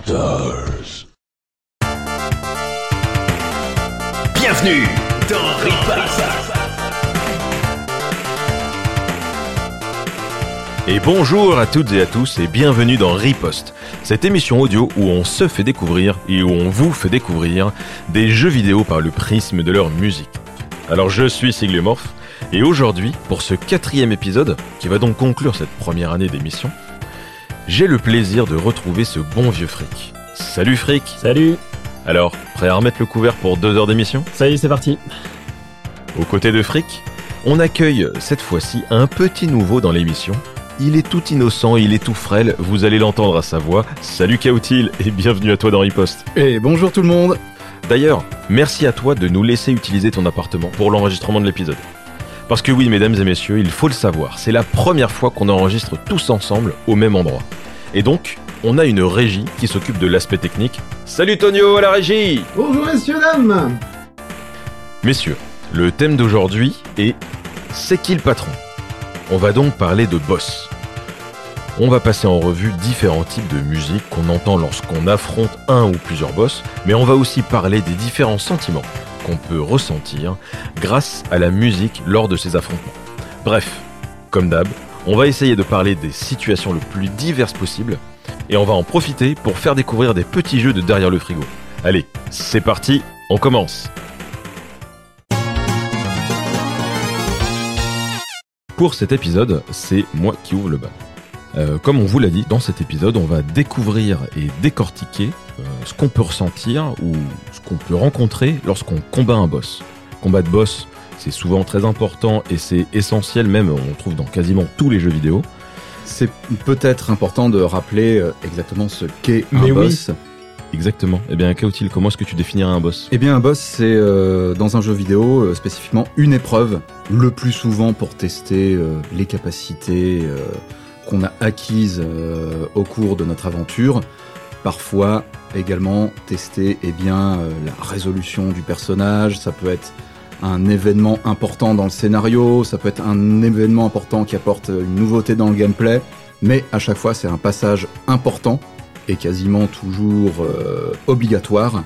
Stars. Bienvenue dans Riposte. Et bonjour à toutes et à tous et bienvenue dans Riposte, cette émission audio où on se fait découvrir et où on vous fait découvrir des jeux vidéo par le prisme de leur musique. Alors je suis Siglemorph et aujourd'hui, pour ce 4e épisode, qui va donc conclure cette première année d'émission, j'ai le plaisir de retrouver ce bon vieux Frick. Salut Frick. Salut. Alors, prêt à remettre le couvert pour 2 heures d'émission ? Ça y est, c'est parti. Aux côtés de Frick, on accueille cette fois-ci un petit nouveau dans l'émission. Il est tout innocent, il est tout frêle, vous allez l'entendre à sa voix. Salut Kautil et bienvenue à toi dans Riposte. Et bonjour tout le monde. D'ailleurs, merci à toi de nous laisser utiliser ton appartement pour l'enregistrement de l'épisode. Parce que oui, mesdames et messieurs, il faut le savoir, c'est la première fois qu'on enregistre tous ensemble au même endroit. Et donc, on a une régie qui s'occupe de l'aspect technique. Salut Tonio à la régie. Bonjour messieurs, dames. Messieurs, le thème d'aujourd'hui est « C'est qui le patron ?» On va donc parler de boss. On va passer en revue différents types de musique qu'on entend lorsqu'on affronte un ou plusieurs boss, mais on va aussi parler des différents sentiments qu'on peut ressentir grâce à la musique lors de ces affrontements. Bref, comme d'hab, on va essayer de parler des situations le plus diverses possibles, et on va en profiter pour faire découvrir des petits jeux de derrière le frigo. Allez, c'est parti, on commence. Pour cet épisode, c'est moi qui ouvre le bal. Comme on vous l'a dit, dans cet épisode, on va découvrir et décortiquer ce qu'on peut ressentir ou ce qu'on peut rencontrer lorsqu'on combat un boss. Combat de boss, c'est souvent très important et c'est essentiel, même on le trouve dans quasiment tous les jeux vidéo. C'est peut-être important de rappeler exactement ce qu'est un boss. Oui. Exactement. Eh bien, Kautil, comment est-ce que tu définirais un boss ? Eh bien, un boss, c'est dans un jeu vidéo, spécifiquement une épreuve, le plus souvent pour tester les capacités qu'on a acquises au cours de notre aventure. Parfois, également, tester la résolution du personnage. Ça peut être un événement important dans le scénario, ça peut être un événement important qui apporte une nouveauté dans le gameplay, mais à chaque fois, c'est un passage important et quasiment toujours obligatoire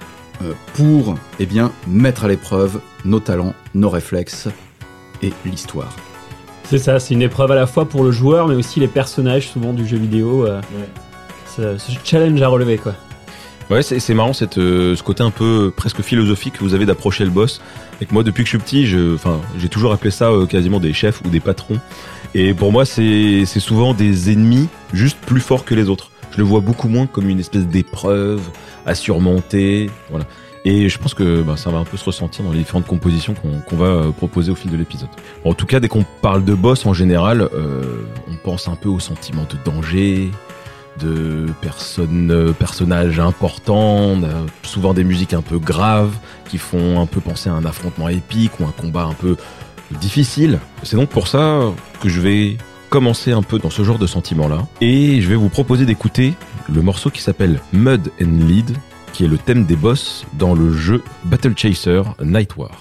pour mettre à l'épreuve nos talents, nos réflexes et l'histoire. C'est ça, c'est une épreuve à la fois pour le joueur mais aussi les personnages souvent du jeu vidéo. Ce challenge à relever quoi. Ouais, c'est marrant ce côté un peu presque philosophique que vous avez d'approcher le boss. Et que moi, depuis que je suis petit, j'ai toujours appelé ça quasiment des chefs ou des patrons. Et pour moi, c'est souvent des ennemis juste plus forts que les autres. Je le vois beaucoup moins comme une espèce d'épreuve à surmonter, voilà. Et je pense que ça va un peu se ressentir dans les différentes compositions qu'on va proposer au fil de l'épisode. Bon, en tout cas, dès qu'on parle de boss en général, on pense un peu au sentiment de danger, de personnages importants, souvent des musiques un peu graves qui font un peu penser à un affrontement épique ou un combat un peu difficile. C'est donc pour ça que je vais commencer un peu dans ce genre de sentiment-là. Et je vais vous proposer d'écouter le morceau qui s'appelle Mud and Lead, qui est le thème des boss dans le jeu Battle Chaser Night War.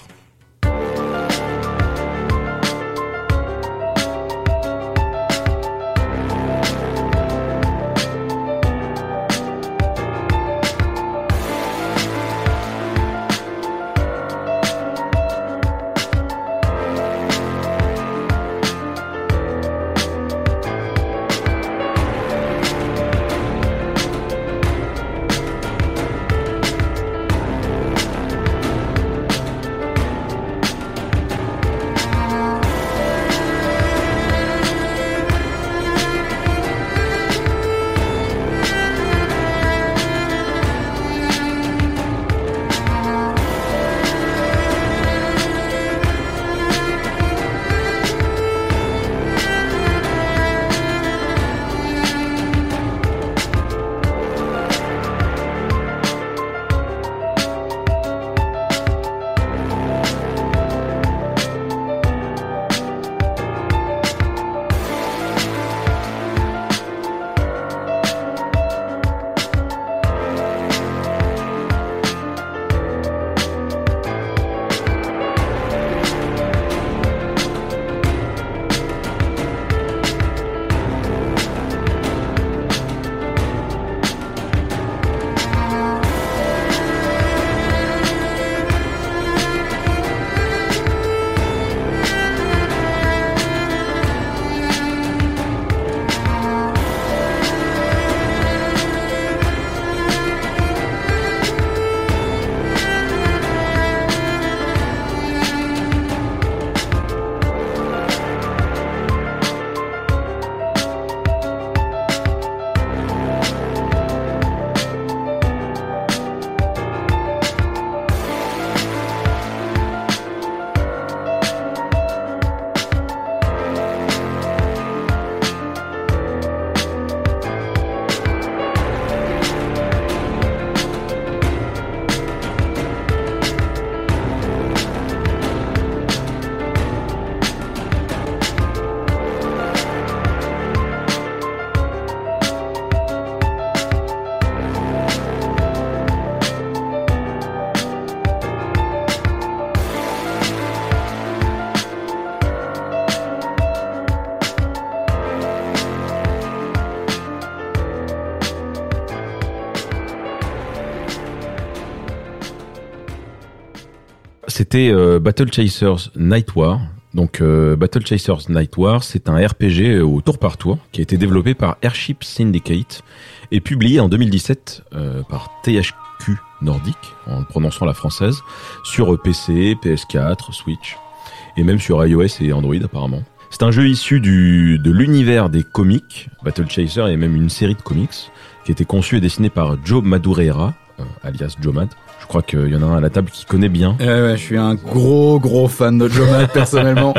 c'était Battle Chasers Night War. Donc Battle Chasers Night War, c'est un RPG au tour par tour qui a été développé par Airship Syndicate et publié en 2017 par THQ Nordic, en le prononçant la française, sur PC, PS4, Switch et même sur iOS et Android apparemment. C'est un jeu issu de l'univers des comics, Battle Chaser et même une série de comics qui a été conçu et dessiné par Joe Madureira, alias Joe Mad. Je crois qu'il y en a un à la table qui connaît bien. Ouais, je suis un gros fan de Joe Mad personnellement.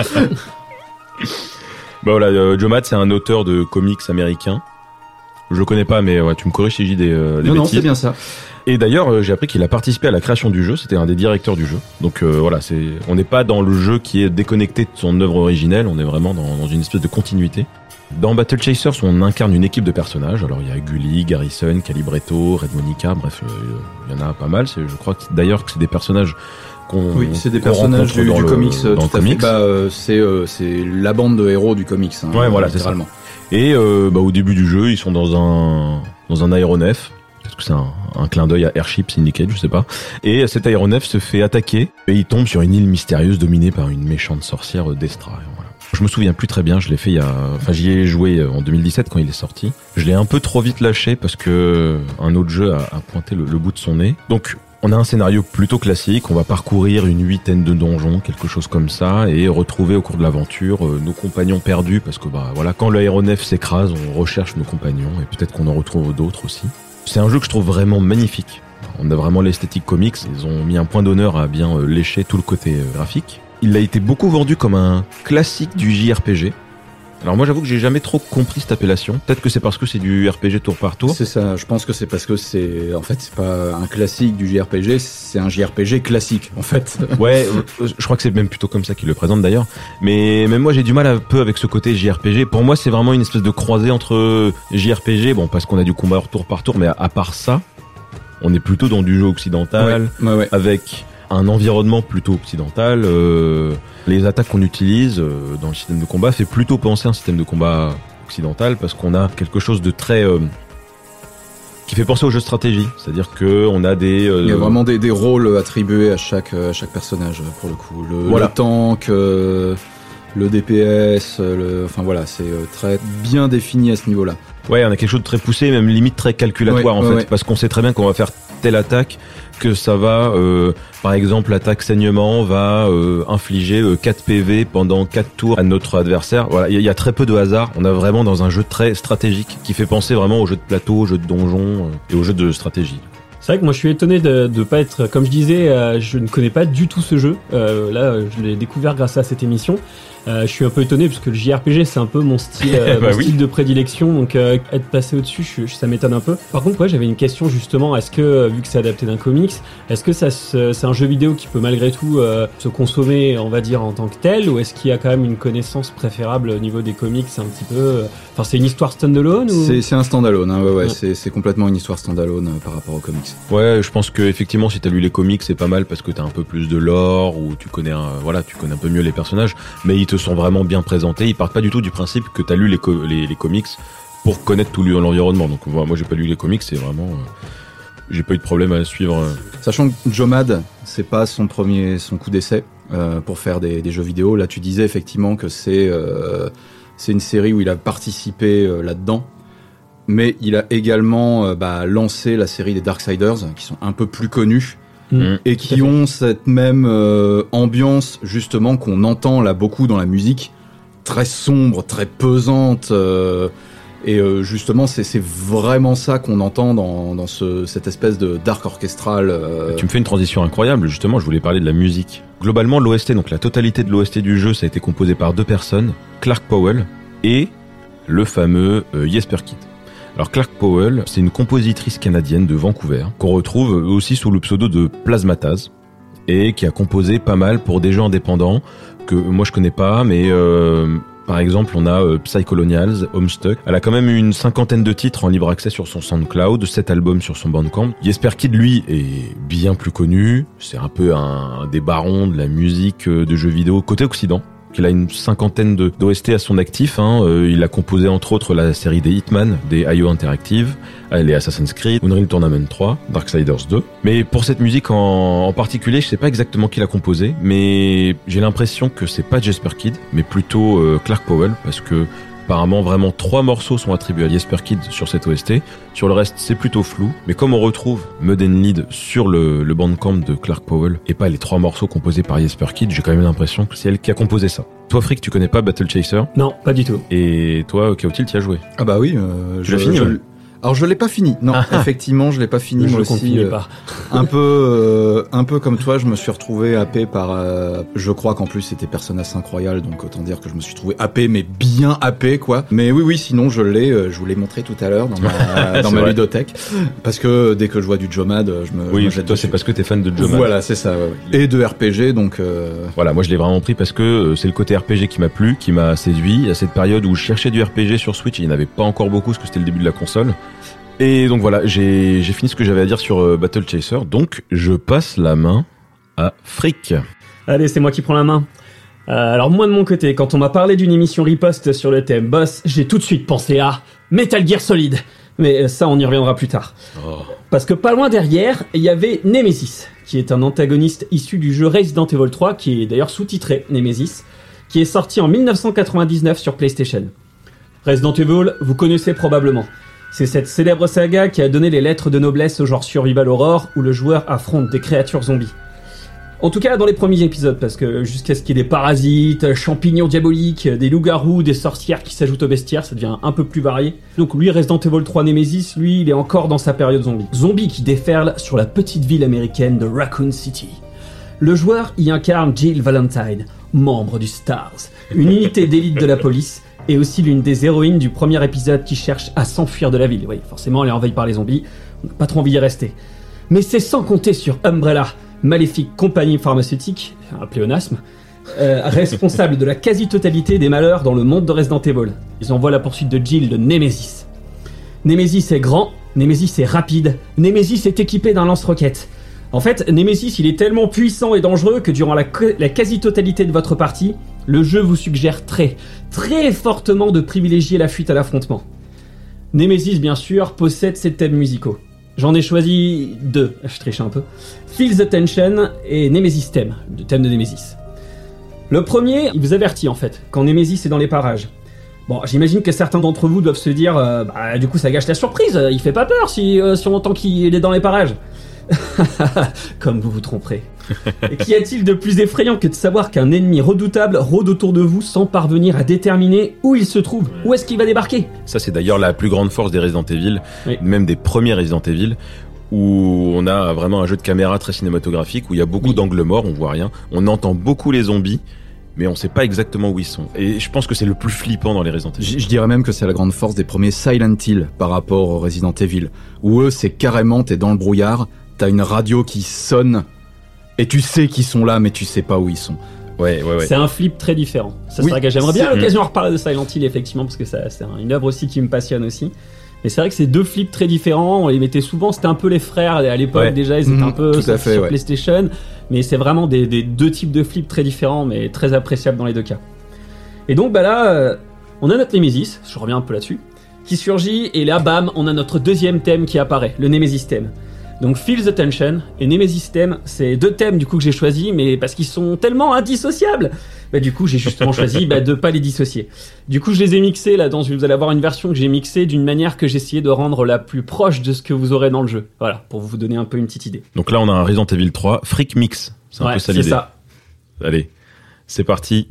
Bah voilà, Joe Mad c'est un auteur de comics américain. Je le connais pas, mais ouais, tu me corriges si j'ai des bêtises. Non, c'est bien ça. Et d'ailleurs, j'ai appris qu'il a participé à la création du jeu. C'était un des directeurs du jeu. Donc voilà, on n'est pas dans le jeu qui est déconnecté de son œuvre originelle. On est vraiment dans une espèce de continuité. Dans Battle Chasers, on incarne une équipe de personnages. Alors il y a Gully, Garrison, Calibretto, Red Monica. Bref, il y en a pas mal. Je crois d'ailleurs que c'est des personnages c'est des personnages du comics. Dans le comics. C'est la bande de héros du comics. Hein, ouais, voilà, littéralement. Et au début du jeu, ils sont dans un aéronef. Peut-être que c'est un clin d'œil à Airship Syndicate, je sais pas. Et cet aéronef se fait attaquer et il tombe sur une île mystérieuse dominée par une méchante sorcière Destra. Voilà. Je me souviens plus très bien, je l'ai fait j'y ai joué en 2017 quand il est sorti. Je l'ai un peu trop vite lâché parce que un autre jeu a pointé le bout de son nez. Donc, on a un scénario plutôt classique, on va parcourir une 8aine de donjons, quelque chose comme ça, et retrouver au cours de l'aventure nos compagnons perdus, parce que voilà, quand l'aéronef s'écrase, on recherche nos compagnons, et peut-être qu'on en retrouve d'autres aussi. C'est un jeu que je trouve vraiment magnifique. On a vraiment l'esthétique comics, ils ont mis un point d'honneur à bien lécher tout le côté graphique. Il a été beaucoup vendu comme un classique du JRPG. Alors moi j'avoue que j'ai jamais trop compris cette appellation. Peut-être que c'est parce que c'est du RPG tour par tour. C'est ça, je pense que c'est parce que c'est pas un classique du JRPG, c'est un JRPG classique en fait. Ouais, je crois que c'est même plutôt comme ça qu'il le présente d'ailleurs. Mais même moi j'ai du mal un peu avec ce côté JRPG. Pour moi c'est vraiment une espèce de croisée entre JRPG, bon parce qu'on a du combat tour par tour, mais à part ça, on est plutôt dans du jeu occidental, ouais. Avec un environnement plutôt occidental. Les attaques qu'on utilise dans le système de combat fait plutôt penser à un système de combat occidental parce qu'on a quelque chose de très qui fait penser au jeu de stratégie. C'est-à-dire que on a des il y a vraiment des rôles attribués à chaque personnage pour le coup. Le tank, le DPS, enfin voilà, c'est très bien défini à ce niveau-là. Ouais, on a quelque chose de très poussé, même limite très calculatoire parce qu'on sait très bien qu'on va faire telle attaque, que ça va, par exemple, l'attaque saignement va infliger 4 PV pendant 4 tours à notre adversaire. Voilà, il y a très peu de hasard. On est vraiment dans un jeu très stratégique qui fait penser vraiment au jeu de plateau, au jeu de donjon et au jeu de stratégie. C'est vrai que moi je suis étonné de pas être, comme je disais, je ne connais pas du tout ce jeu. Là, je l'ai découvert grâce à cette émission. Je suis un peu étonné parce que le JRPG c'est un peu mon style, style de prédilection, donc être passé au-dessus, ça m'étonne un peu. Par contre, j'avais une question justement, est-ce que, vu que c'est adapté d'un comics, est-ce que c'est un jeu vidéo qui peut malgré tout se consommer, on va dire, en tant que tel, ou est-ce qu'il y a quand même une connaissance préférable au niveau des comics, un petit peu... Enfin, c'est une histoire standalone ou... C'est un standalone, hein, ouais. C'est complètement une histoire standalone par rapport aux comics. Ouais, je pense que effectivement, si t'as lu les comics, c'est pas mal parce que t'as un peu plus de lore, ou tu connais un peu mieux les personnages, mais ils te sont vraiment bien présentés. Ils partent pas du tout du principe que t'as lu les comics pour connaître tout l'environnement. Donc moi j'ai pas lu les comics, c'est vraiment j'ai pas eu de problème à suivre. Sachant que Joe Mad, c'est pas son coup d'essai pour faire des jeux vidéo. Là tu disais effectivement que c'est une série où il a participé là-dedans, mais il a également lancé la série des Darksiders qui sont un peu plus connus. Et qui ont cette même ambiance justement qu'on entend là beaucoup dans la musique, très sombre, très pesante, et justement c'est vraiment ça qu'on entend dans cette espèce de dark orchestral. Tu me fais une transition incroyable, justement je voulais parler de la musique. Globalement l'OST, donc la totalité de l'OST du jeu, ça a été composé par 2 personnes, Clark Powell et le fameux Jesper Kyd. Alors Clark Powell, c'est une compositrice canadienne de Vancouver, qu'on retrouve aussi sous le pseudo de Plasmataz, et qui a composé pas mal pour des jeux indépendants, que moi je connais pas, mais par exemple on a Psycolonials, Homestuck. Elle a quand même une 50aine de titres en libre accès sur son SoundCloud, 7 albums sur son Bandcamp. Jesper Kyd, lui, est bien plus connu, c'est un peu un des barons de la musique de jeux vidéo côté Occident. qu'il a une 50aine d'OST à son actif. Il a composé entre autres la série des Hitman, des IO Interactive, les Assassin's Creed, Unreal Tournament 3, Darksiders 2. Mais pour cette musique en particulier, je sais pas exactement qui l'a composé, mais j'ai l'impression que c'est pas Jesper Kyd, mais plutôt Clark Powell, parce que apparemment, vraiment 3 morceaux sont attribués à Jesper Kyd sur cette OST. Sur le reste, c'est plutôt flou. Mais comme on retrouve Mud and Lead sur le bandcamp de Clark Powell, et pas les 3 morceaux composés par Jesper Kyd, j'ai quand même l'impression que c'est elle qui a composé ça. Toi, Frick, tu connais pas Battle Chaser? Non, pas du tout. Et toi, Kaotil, t'y as joué? Ah bah oui. Tu l'as fini, ouais. Alors je l'ai pas fini. Non, effectivement, je l'ai pas fini moi aussi. Un peu comme toi, je me suis retrouvé happé par. Je crois qu'en plus c'était Persona 5 Royal, donc autant dire que je me suis trouvé happé, mais bien happé quoi. Mais oui, sinon je l'ai. Je vous l'ai montré tout à l'heure dans ma ludothèque, parce que dès que je vois du Jomad, je me. Oui, toi c'est parce que t'es fan de Jomad. Voilà, c'est ça. Ouais. Et de RPG, donc. Voilà, moi je l'ai vraiment pris parce que c'est le côté RPG qui m'a plu, qui m'a séduit. À cette période où je cherchais du RPG sur Switch, il n'y en avait pas encore beaucoup, parce que c'était le début de la console. Et donc voilà, j'ai fini ce que j'avais à dire sur Battle Chaser, donc je passe la main à Frick. Allez, c'est moi qui prends la main. Alors moi de mon côté, quand on m'a parlé d'une émission riposte sur le thème boss, j'ai tout de suite pensé à Metal Gear Solid. Mais ça, on y reviendra plus tard. Oh. Parce que pas loin derrière, il y avait Nemesis, qui est un antagoniste issu du jeu Resident Evil 3, qui est d'ailleurs sous-titré Nemesis, qui est sorti en 1999 sur PlayStation. Resident Evil, vous connaissez probablement. C'est cette célèbre saga qui a donné les lettres de noblesse au genre survival horror où le joueur affronte des créatures zombies. En tout cas dans les premiers épisodes, parce que jusqu'à ce qu'il y ait des parasites, champignons diaboliques, des loups-garous, des sorcières qui s'ajoutent au bestiaire, ça devient un peu plus varié. Donc lui, Resident Evil 3 Nemesis, lui, il est encore dans sa période zombie. Zombie qui déferle sur la petite ville américaine de Raccoon City. Le joueur y incarne Jill Valentine, membre du STARS, une unité d'élite de la police, et aussi l'une des héroïnes du premier épisode qui cherche à s'enfuir de la ville. Oui, forcément, elle est envahie par les zombies, on n'a pas trop envie d'y rester. Mais c'est sans compter sur Umbrella, maléfique compagnie pharmaceutique, un pléonasme, responsable de la quasi-totalité des malheurs dans le monde de Resident Evil. Ils envoient la poursuite de Jill de Nemesis. Nemesis est grand, Nemesis est rapide, Nemesis est équipé d'un lance-roquettes. En fait, Nemesis, il est tellement puissant et dangereux que durant la quasi-totalité de votre partie, le jeu vous suggère très fortement de privilégier la fuite à l'affrontement. Nemesis, bien sûr, possède ses thèmes musicaux. J'en ai choisi 2, je triche un peu. Feel the Tension et Nemesis Theme, le thème de Nemesis. Le premier, il vous avertit en fait, quand Nemesis est dans les parages. Bon, j'imagine que certains d'entre vous doivent se dire, du coup ça gâche la surprise, il fait pas peur si on entend qu'il est dans les parages. Comme vous vous tromperez. Et qu'y a-t-il de plus effrayant que de savoir qu'un ennemi redoutable rôde autour de vous sans parvenir à déterminer où il se trouve, où est-ce qu'il va débarquer? Ça c'est d'ailleurs la plus grande force des Resident Evil, oui. Même des premiers Resident Evil, où on a vraiment un jeu de caméra très cinématographique, où il y a beaucoup d'angles morts, on voit rien, on entend beaucoup les zombies, mais on sait pas exactement où ils sont. Et je pense que c'est le plus flippant dans les Resident Evil. Je dirais même que c'est la grande force des premiers Silent Hill par rapport aux Resident Evil, où eux c'est carrément t'es dans le brouillard, t'as une radio qui sonne et tu sais qu'ils sont là mais tu sais pas où ils sont. Ouais. C'est un flip très différent. Ça serait que j'aimerais bien l'occasion de reparler de Silent Hill effectivement parce que c'est une œuvre aussi qui me passionne aussi. Mais c'est vrai que c'est 2 flips très différents. On les mettait souvent, c'était un peu les frères à l'époque déjà, ils étaient un peu sur PlayStation. Mais c'est vraiment des 2 types de flips très différents mais très appréciables dans les 2 cas. Et donc là, on a notre Nemesis, je reviens un peu là-dessus, qui surgit et là bam, on a notre deuxième thème qui apparaît, le Nemesis thème. Donc Feel the Tension et Nemesis Theme, c'est 2 thèmes du coup que j'ai choisis, mais parce qu'ils sont tellement indissociables, du coup j'ai justement choisi de pas les dissocier. Du coup je les ai mixés là, vous allez avoir une version que j'ai mixée d'une manière que j'ai essayé de rendre la plus proche de ce que vous aurez dans le jeu. Voilà, pour vous donner un peu une petite idée. Donc là on a un Resident Evil 3 Frick Mix, c'est un peu ça l'idée. C'est ça. Allez, c'est parti.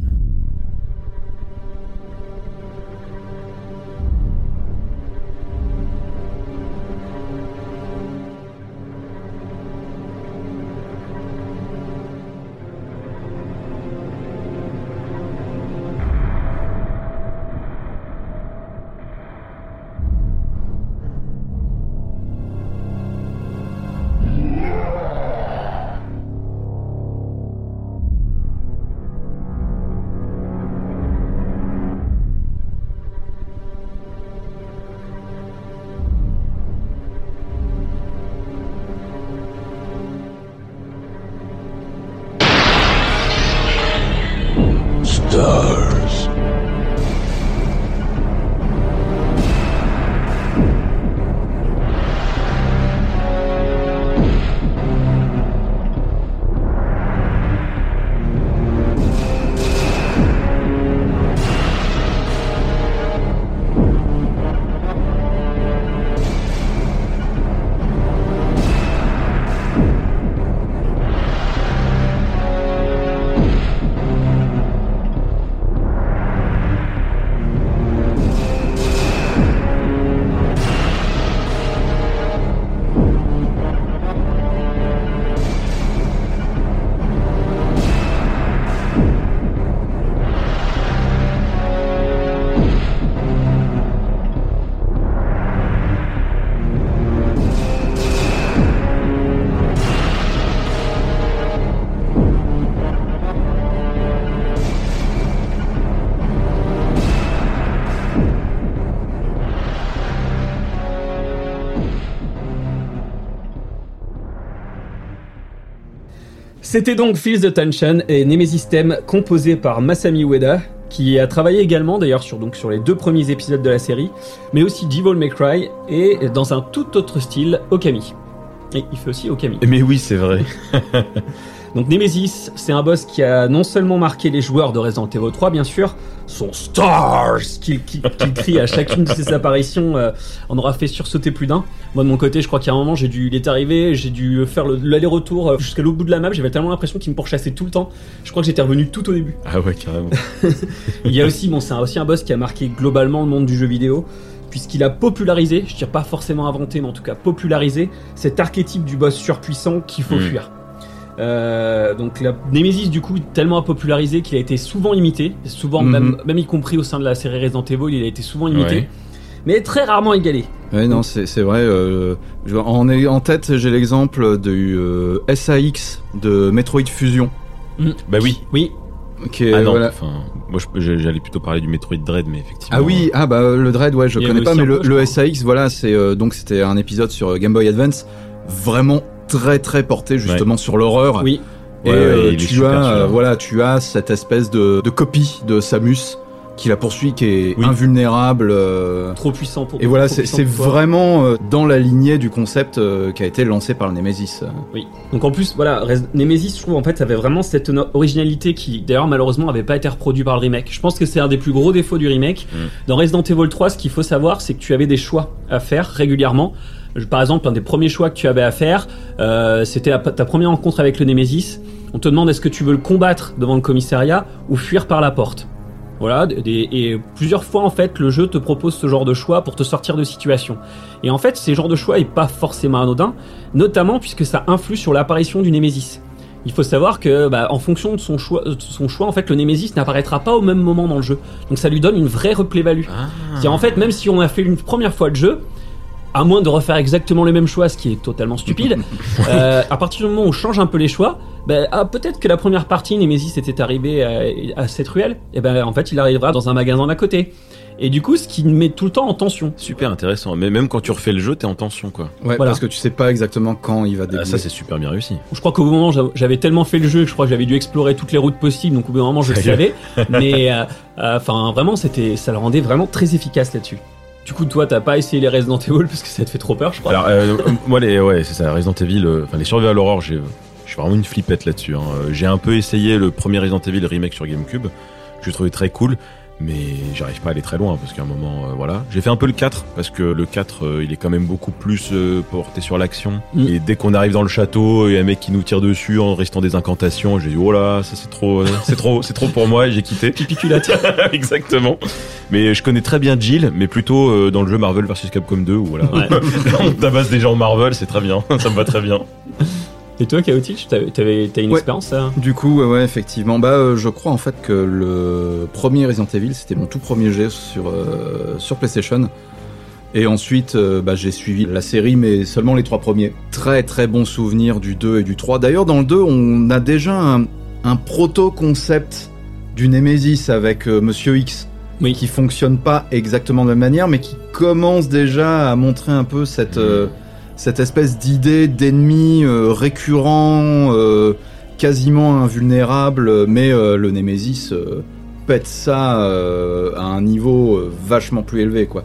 C'était donc Feel the Tension et Nemesis Theme composé par Masami Ueda, qui a travaillé également d'ailleurs sur les 2 premiers épisodes de la série, mais aussi Devil May Cry et dans un tout autre style, Okami. Et il fait aussi Okami. Mais oui, c'est vrai. Donc Nemesis, c'est un boss qui a non seulement marqué les joueurs de Resident Evil 3, bien sûr, son Stars qu'il crie à chacune de ses apparitions, on aura fait sursauter plus d'un. Moi de mon côté, je crois qu'à un moment, il est arrivé, j'ai dû faire l'aller-retour jusqu'à l'autre bout de la map, j'avais tellement l'impression qu'il me pourchassait tout le temps, je crois que j'étais revenu tout au début. Ah ouais, carrément. Il y a aussi, c'est aussi un boss qui a marqué globalement le monde du jeu vidéo, puisqu'il a popularisé, je dirais pas forcément inventé, mais en tout cas popularisé, cet archétype du boss surpuissant qu'il faut fuir. Donc la Nemesis du coup tellement popularisé qu'il a été souvent imité, souvent même y compris au sein de la série Resident Evil, il a été souvent imité, mais très rarement égalé. Oui, non, c'est vrai. En tête, j'ai l'exemple du SAX de Metroid Fusion. Bah oui. Ah non, voilà. Moi j'allais plutôt parler du Metroid Dread, mais effectivement. Ah oui, le Dread, ouais, je connais pas, mais le SAX, voilà, c'était un épisode sur Game Boy Advance, vraiment très très porté justement sur l'horreur. Oui. Et tu as cette espèce de copie de Samus qui la poursuit, qui est invulnérable. Trop puissant pour. Et voilà, c'est vraiment dans la lignée du concept qui a été lancé par le Nemesis. Oui. Donc en plus, voilà, Nemesis, je trouve en fait, ça avait vraiment cette originalité qui, d'ailleurs, malheureusement, avait pas été reproduit par le remake. Je pense que c'est un des plus gros défauts du remake. Dans Resident Evil 3, ce qu'il faut savoir, c'est que tu avais des choix à faire régulièrement. Par exemple, un des premiers choix que tu avais à faire, c'était ta première rencontre avec le Nemesis. On te demande est-ce que tu veux le combattre devant le commissariat ou fuir par la porte. Voilà, et plusieurs fois en fait, le jeu te propose ce genre de choix pour te sortir de situation. Et en fait, ces genres de choix est pas forcément anodin, notamment puisque ça influe sur l'apparition du Nemesis. Il faut savoir que, en fonction de son choix, en fait, le Nemesis n'apparaîtra pas au même moment dans le jeu. Donc ça lui donne une vraie replay-value. C'est-à-dire, en fait, même si on a fait une première fois le jeu, à moins de refaire exactement le même choix, ce qui est totalement stupide, à partir du moment où on change un peu les choix, peut-être que la première partie, Nemesis était arrivé à cette ruelle, et en fait il arrivera dans un magasin d'à côté. Et du coup, ce qui met tout le temps en tension. Super intéressant, mais même quand tu refais le jeu, t'es en tension quoi. Ouais, voilà. Parce que tu sais pas exactement quand il va débouler. Ça c'est super bien réussi. Je crois qu'au bout d'un moment, j'avais tellement fait le jeu que je crois que j'avais dû explorer toutes les routes possibles, donc au bout d'un moment je le savais. Mais vraiment, ça le rendait vraiment très efficace là-dessus. Du coup, toi, t'as pas essayé les Resident Evil parce que ça te fait trop peur, je crois. Alors, moi, c'est ça, Resident Evil, les survival horror, je suis vraiment une flippette là-dessus. J'ai un peu essayé le premier Resident Evil remake sur GameCube, que j'ai trouvé très cool, mais j'arrive pas à aller très loin parce qu'à un moment, voilà. J'ai fait un peu le 4 parce que le 4, il est quand même beaucoup plus porté sur l'action. Et dès qu'on arrive dans le château, il y a un mec qui nous tire dessus en restant des incantations. J'ai dit oh là, ça c'est trop pour moi et j'ai quitté. Pipiculate. Exactement. Mais je connais très bien Jill, mais plutôt dans le jeu Marvel vs Capcom 2 où voilà, on tabasse des gens Marvel, c'est très bien, ça me va très bien. Et toi, Chaotix, t'as une expérience là ? Du coup, ouais, effectivement. Je crois en fait que le premier Resident Evil, c'était mon tout premier jet sur PlayStation. Et ensuite, j'ai suivi la série, mais seulement les 3 premiers. Très très bon souvenir du 2 et du 3. D'ailleurs, dans le 2, on a déjà un proto-concept du Nemesis avec Monsieur X. Oui. Qui fonctionne pas exactement de la même manière, mais qui commence déjà à montrer un peu cette espèce d'idée d'ennemi récurrent, quasiment invulnérable, mais le Nemesis pète ça à un niveau vachement plus élevé, quoi.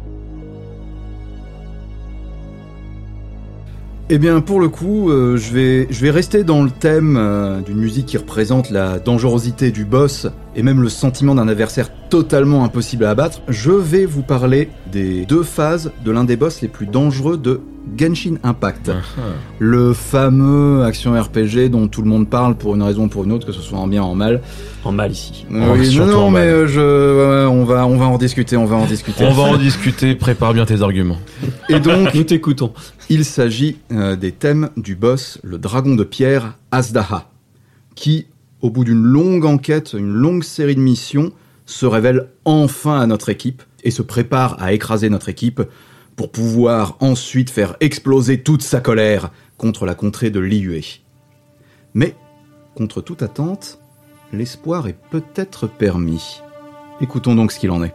Eh bien, pour le coup, je vais rester dans le thème d'une musique qui représente la dangerosité du boss et même le sentiment d'un adversaire totalement impossible à abattre. Je vais vous parler des 2 phases de l'un des boss les plus dangereux de Genshin Impact. Le fameux action RPG dont tout le monde parle pour une raison ou pour une autre, que ce soit en bien ou en mal. En mal ici. Oui, non, mais on va en discuter, On va en discuter, prépare bien tes arguments. Et donc, nous t'écoutons. Il s'agit des thèmes du boss, le dragon de pierre Azdaha, qui, au bout d'une longue enquête, une longue série de missions, se révèle enfin à notre équipe et se prépare à écraser notre équipe pour pouvoir ensuite faire exploser toute sa colère contre la contrée de Liyue. Mais, contre toute attente, l'espoir est peut-être permis. Écoutons donc ce qu'il en est.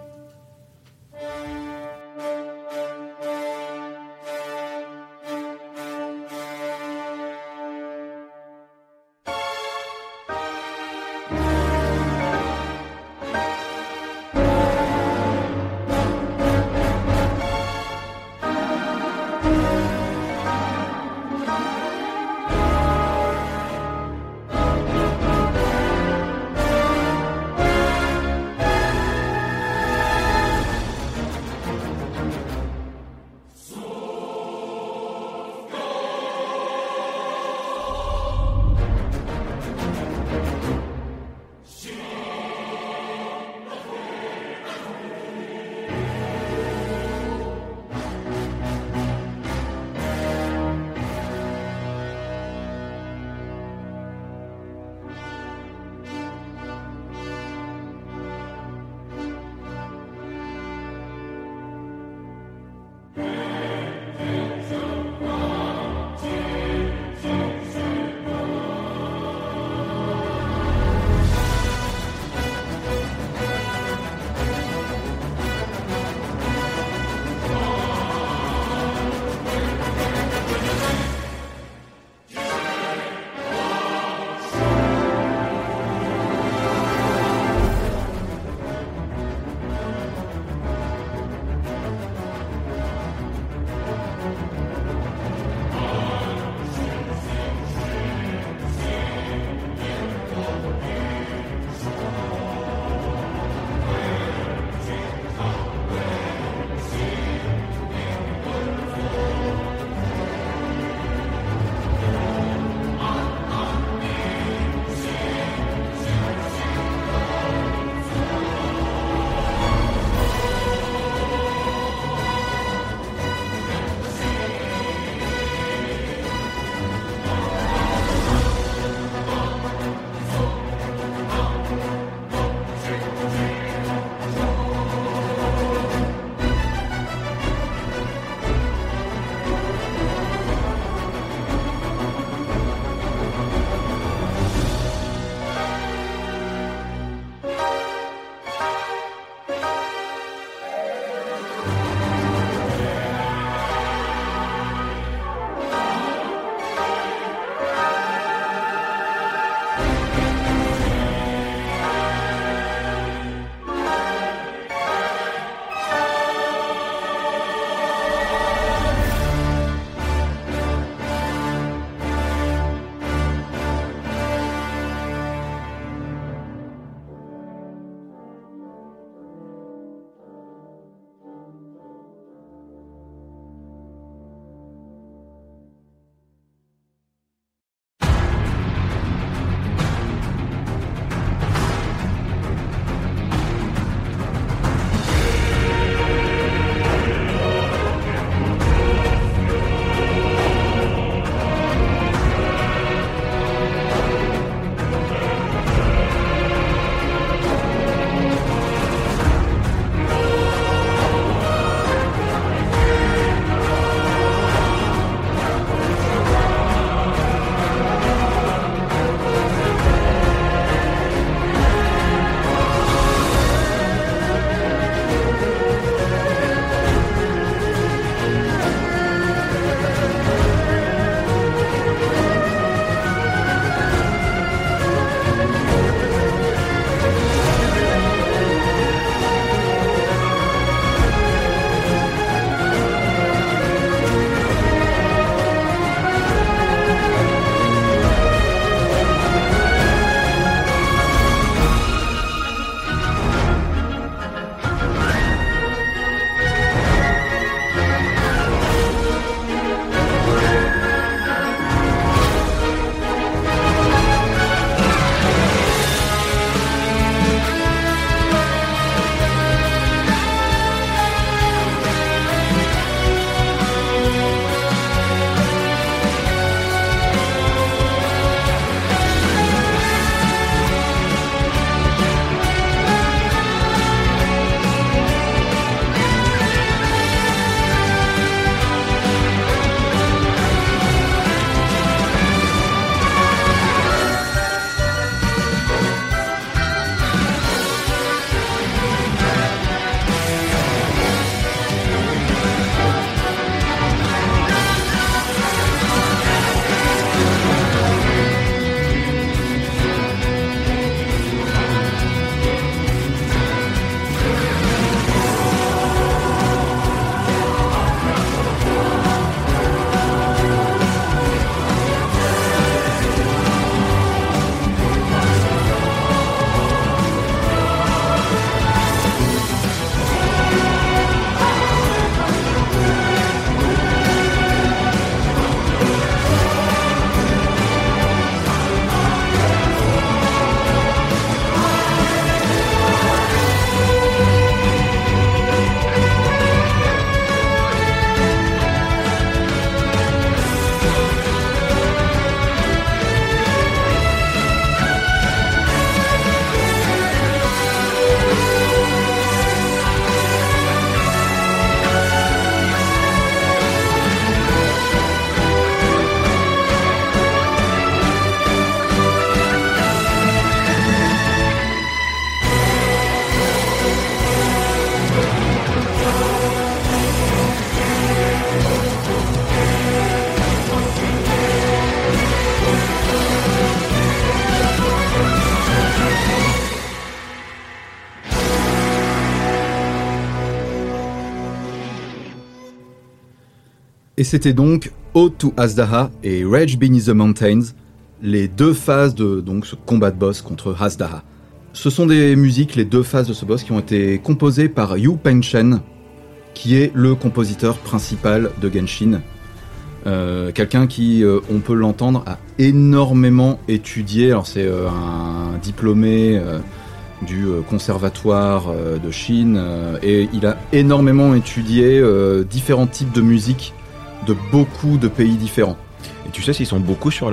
Et c'était donc Ode to Azdaha et Rage Beneath the Mountains, les deux phases de donc, ce combat de boss contre Azdaha. Ce sont des musiques, les deux phases de ce boss, qui ont été composées par Yu Pengchen, qui est le compositeur principal de Genshin. Quelqu'un qui, on peut l'entendre, a énormément étudié. Alors c'est un diplômé du conservatoire de Chine, et il a énormément étudié différents types de musique de beaucoup de pays différents. Et tu sais s'ils sont beaucoup sur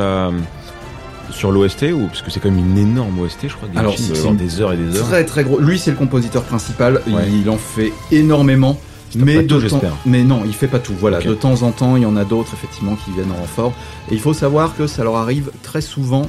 l'OST, ou parce que c'est quand même une énorme OST, je crois. Alors c'est des heures et des heures. Très très gros. Lui c'est le compositeur principal. Ouais. Il en fait énormément. Mais mais non, il fait pas tout. Voilà, okay. De temps en temps, il y en a d'autres effectivement qui viennent en renfort. Et il faut savoir que ça leur arrive très souvent.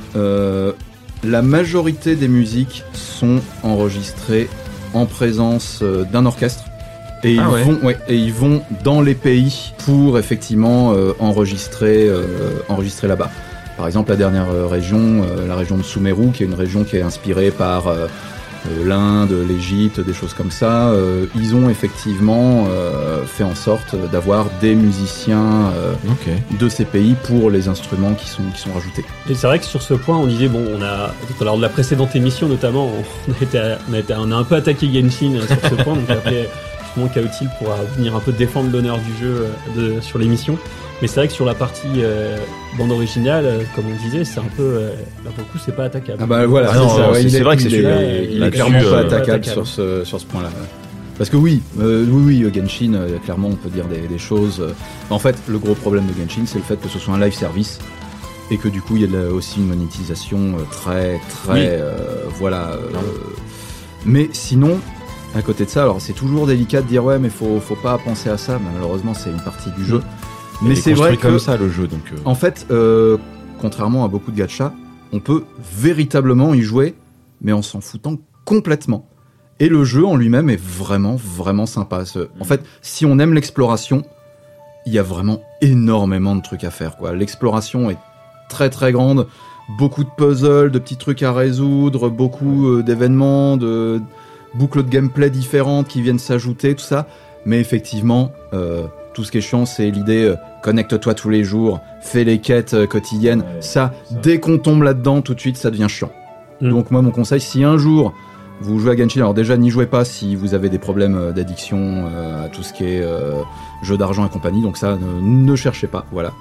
La majorité des musiques sont enregistrées en présence d'un orchestre. Et ils vont dans les pays pour effectivement enregistrer là-bas. Par exemple, la dernière région, la région de Sumeru, qui est une région qui est inspirée par l'Inde, l'Égypte, des choses comme ça, ils ont effectivement fait en sorte d'avoir des musiciens de ces pays pour les instruments qui sont rajoutés. Et c'est vrai que sur ce point, on disait, bon, lors de la précédente émission notamment, on a un peu attaqué Genshin sur ce point, donc après, justement, Kaotil pourra venir un peu défendre l'honneur du jeu sur l'émission. Mais c'est vrai que sur la partie bande originale, comme on disait, c'est un peu... là, pour le coup, c'est pas attaquable. Ah bah voilà, c'est vrai que c'est celui-là. Il est clairement pas attaquable sur ce point-là. Parce que oui, Genshin, clairement, on peut dire des choses... En fait, le gros problème de Genshin, c'est le fait que ce soit un live service, et que du coup, il y a aussi une monétisation très... voilà. Mais sinon... À côté de ça, alors c'est toujours délicat de dire ouais, mais faut pas penser à ça. Mais malheureusement, c'est une partie du jeu. Mais c'est vrai que comme ça le jeu. Donc en fait, contrairement à beaucoup de gachas, on peut véritablement y jouer, mais en s'en foutant complètement. Et le jeu en lui-même est vraiment, vraiment sympa. En fait, si on aime l'exploration, il y a vraiment énormément de trucs à faire, quoi. L'exploration est très, très grande. Beaucoup de puzzles, de petits trucs à résoudre, beaucoup d'événements, de boucles de gameplay différentes qui viennent s'ajouter, tout ça. Mais effectivement, tout ce qui est chiant, c'est l'idée connecte-toi tous les jours, fais les quêtes quotidiennes. Ça, dès qu'on tombe là-dedans, tout de suite, ça devient chiant. Donc moi, mon conseil, si un jour vous jouez à Genshin, alors déjà, n'y jouez pas si vous avez des problèmes d'addiction à tout ce qui est jeu d'argent et compagnie. Donc ça, ne cherchez pas, voilà.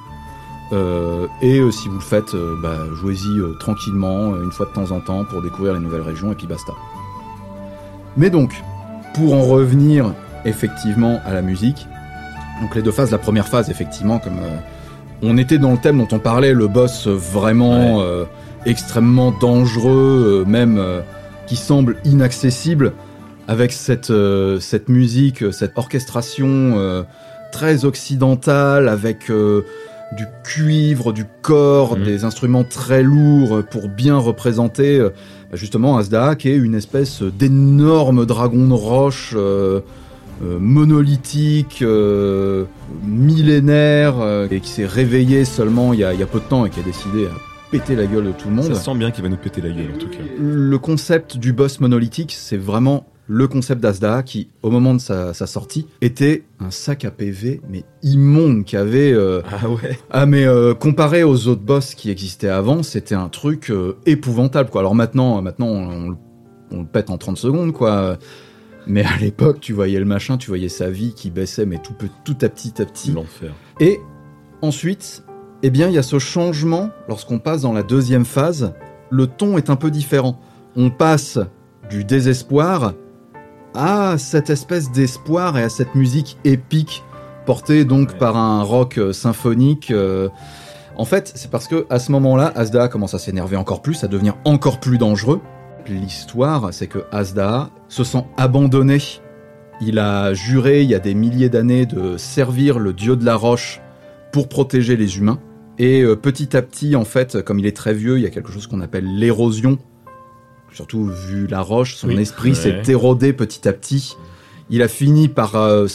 Et si vous le faites, jouez-y tranquillement, une fois de temps en temps, pour découvrir les nouvelles régions, et puis basta. Mais donc, pour en revenir effectivement à la musique, donc les deux phases, la première phase, effectivement, comme on était dans le thème dont on parlait, le boss vraiment extrêmement dangereux, même qui semble inaccessible, avec cette musique, cette orchestration très occidentale, avec du cuivre, du corps, des instruments très lourds pour bien représenter justement Azdaha, qui est une espèce d'énorme dragon de roche monolithique, millénaire, et qui s'est réveillé seulement il y a peu de temps et qui a décidé à péter la gueule de tout le monde. Ça sent bien qu'il va nous péter la gueule en tout cas. Le concept du boss monolithique, c'est vraiment le concept d'Azdaha qui, au moment de sa sortie, était un sac à PV, mais immonde, qui avait... comparé aux autres boss qui existaient avant, c'était un truc épouvantable, quoi. Alors maintenant on le pète en 30 secondes, quoi. Mais à l'époque, tu voyais le machin, tu voyais sa vie qui baissait, mais tout à petit. L'enfer. Et ensuite, eh bien, il y a ce changement, lorsqu'on passe dans la deuxième phase, le ton est un peu différent. On passe du désespoir à cette espèce d'espoir et à cette musique épique portée donc par un rock symphonique. En fait, c'est parce que à ce moment-là, Azdaha commence à s'énerver encore plus, à devenir encore plus dangereux. L'histoire, c'est que Azdaha se sent abandonné. Il a juré, il y a des milliers d'années, de servir le dieu de la roche pour protéger les humains. Et petit à petit, en fait, comme il est très vieux, il y a quelque chose qu'on appelle l'érosion. Surtout vu la roche, son esprit s'est érodé petit à petit. Il a fini par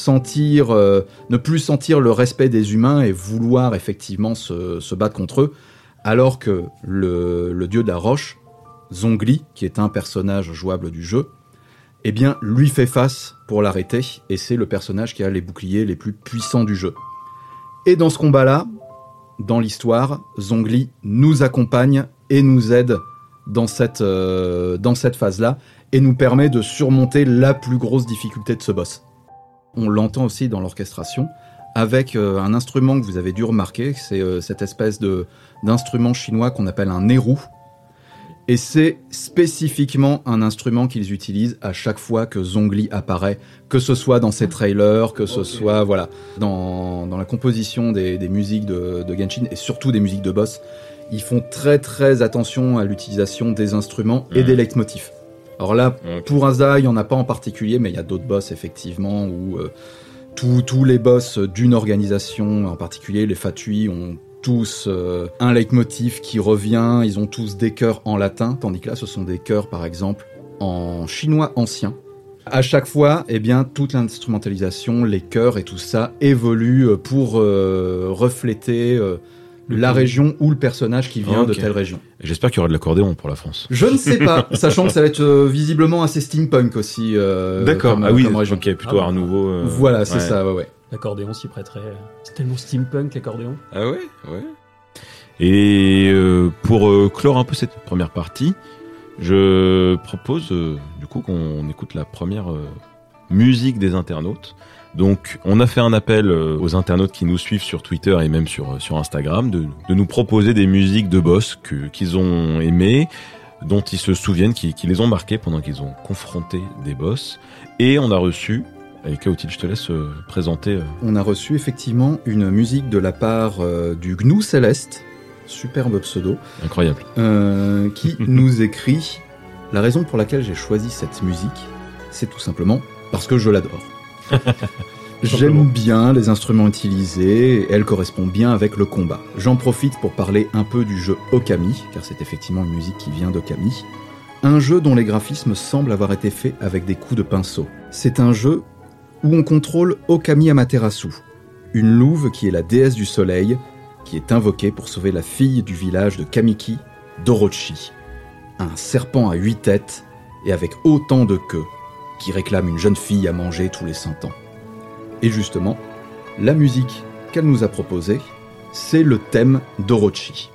ne plus sentir le respect des humains et vouloir effectivement se battre contre eux, alors que le dieu de la roche, Zhongli, qui est un personnage jouable du jeu, eh bien, lui fait face pour l'arrêter, et c'est le personnage qui a les boucliers les plus puissants du jeu. Et dans ce combat-là, dans l'histoire, Zhongli nous accompagne et nous aide dans cette phase-là et nous permet de surmonter la plus grosse difficulté de ce boss. On l'entend aussi dans l'orchestration avec un instrument que vous avez dû remarquer, c'est cette espèce d'instrument chinois qu'on appelle un nérou. Et c'est spécifiquement un instrument qu'ils utilisent à chaque fois que Zhongli apparaît, que ce soit dans ses trailers, que ce soit voilà, dans la composition des musiques de Genshin et surtout des musiques de boss. Ils font très très attention à l'utilisation des instruments et des leitmotifs. Alors là, pour Asa, il n'y en a pas en particulier, mais il y a d'autres boss effectivement où tous les boss d'une organisation, en particulier les Fatui, ont tous un leitmotiv qui revient, ils ont tous des chœurs en latin, tandis que là ce sont des chœurs par exemple en chinois ancien. À chaque fois, eh bien, toute l'instrumentalisation, les chœurs et tout ça évolue pour refléter la région ou le personnage qui vient de telle région. J'espère qu'il y aura de l'accordéon pour la France. Je ne sais pas, sachant que ça va être visiblement assez steampunk aussi. D'accord, comme, ah oui, comme région. ok, plutôt un nouveau... Voilà, c'est ça, ouais. L'accordéon s'y prêterait. C'est tellement steampunk, l'accordéon. Ah ouais. Et pour clore un peu cette première partie, je propose du coup qu'on écoute la première musique des internautes. Donc on a fait un appel aux internautes qui nous suivent sur Twitter et même sur Instagram de nous proposer des musiques de boss qu'ils ont aimées, dont ils se souviennent, qui les ont marqués pendant qu'ils ont confronté des boss. Et on a reçu... Et Chaotil, je te laisse présenter. On a reçu effectivement une musique de la part du Gnou Céleste, superbe pseudo. Incroyable. Qui nous écrit « La raison pour laquelle j'ai choisi cette musique, c'est tout simplement parce que je l'adore. J'aime bien les instruments utilisés, et elle correspond bien avec le combat. J'en profite pour parler un peu du jeu Okami, car c'est effectivement une musique qui vient d'Okami. Un jeu dont les graphismes semblent avoir été faits avec des coups de pinceau. C'est un jeu où on contrôle Okami Amaterasu, une louve qui est la déesse du soleil, qui est invoquée pour sauver la fille du village de Kamiki, Dorochi, un serpent à 8 têtes et avec autant de queues, qui réclame une jeune fille à manger tous les 100 ans. Et justement, la musique qu'elle nous a proposée, c'est le thème d'Orochi.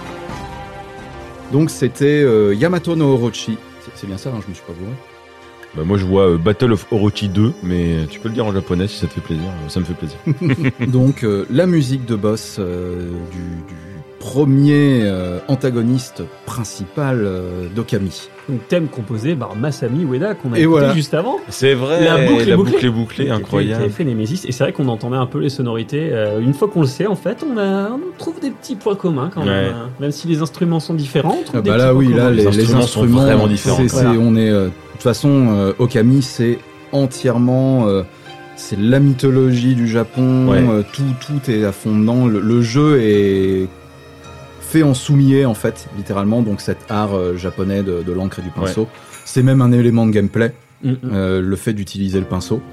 Donc c'était Yamato no Orochi. C'est bien ça, hein, je me suis pas bourré. Bah moi je vois Battle of Orochi 2, mais tu peux le dire en japonais si ça te fait plaisir, ça me fait plaisir. Donc la musique de boss du premier antagoniste principal d'Okami. Un thème composé par Masami Ueda qu'on a écouté juste avant. C'est vrai, la boucle est bouclée, incroyable. Qui avait fait Nemesis, et c'est vrai qu'on entendait un peu les sonorités. Une fois qu'on le sait, en fait, on trouve des petits points communs quand même. Même si les instruments sont différents. Les instruments sont vraiment différents. De toute façon, Okami, c'est entièrement... c'est la mythologie du Japon, tout est à fond dedans. Le jeu est fait en soumier en fait, littéralement, donc cet art japonais de l'encre et du pinceau. C'est même un élément de gameplay, le fait d'utiliser le pinceau.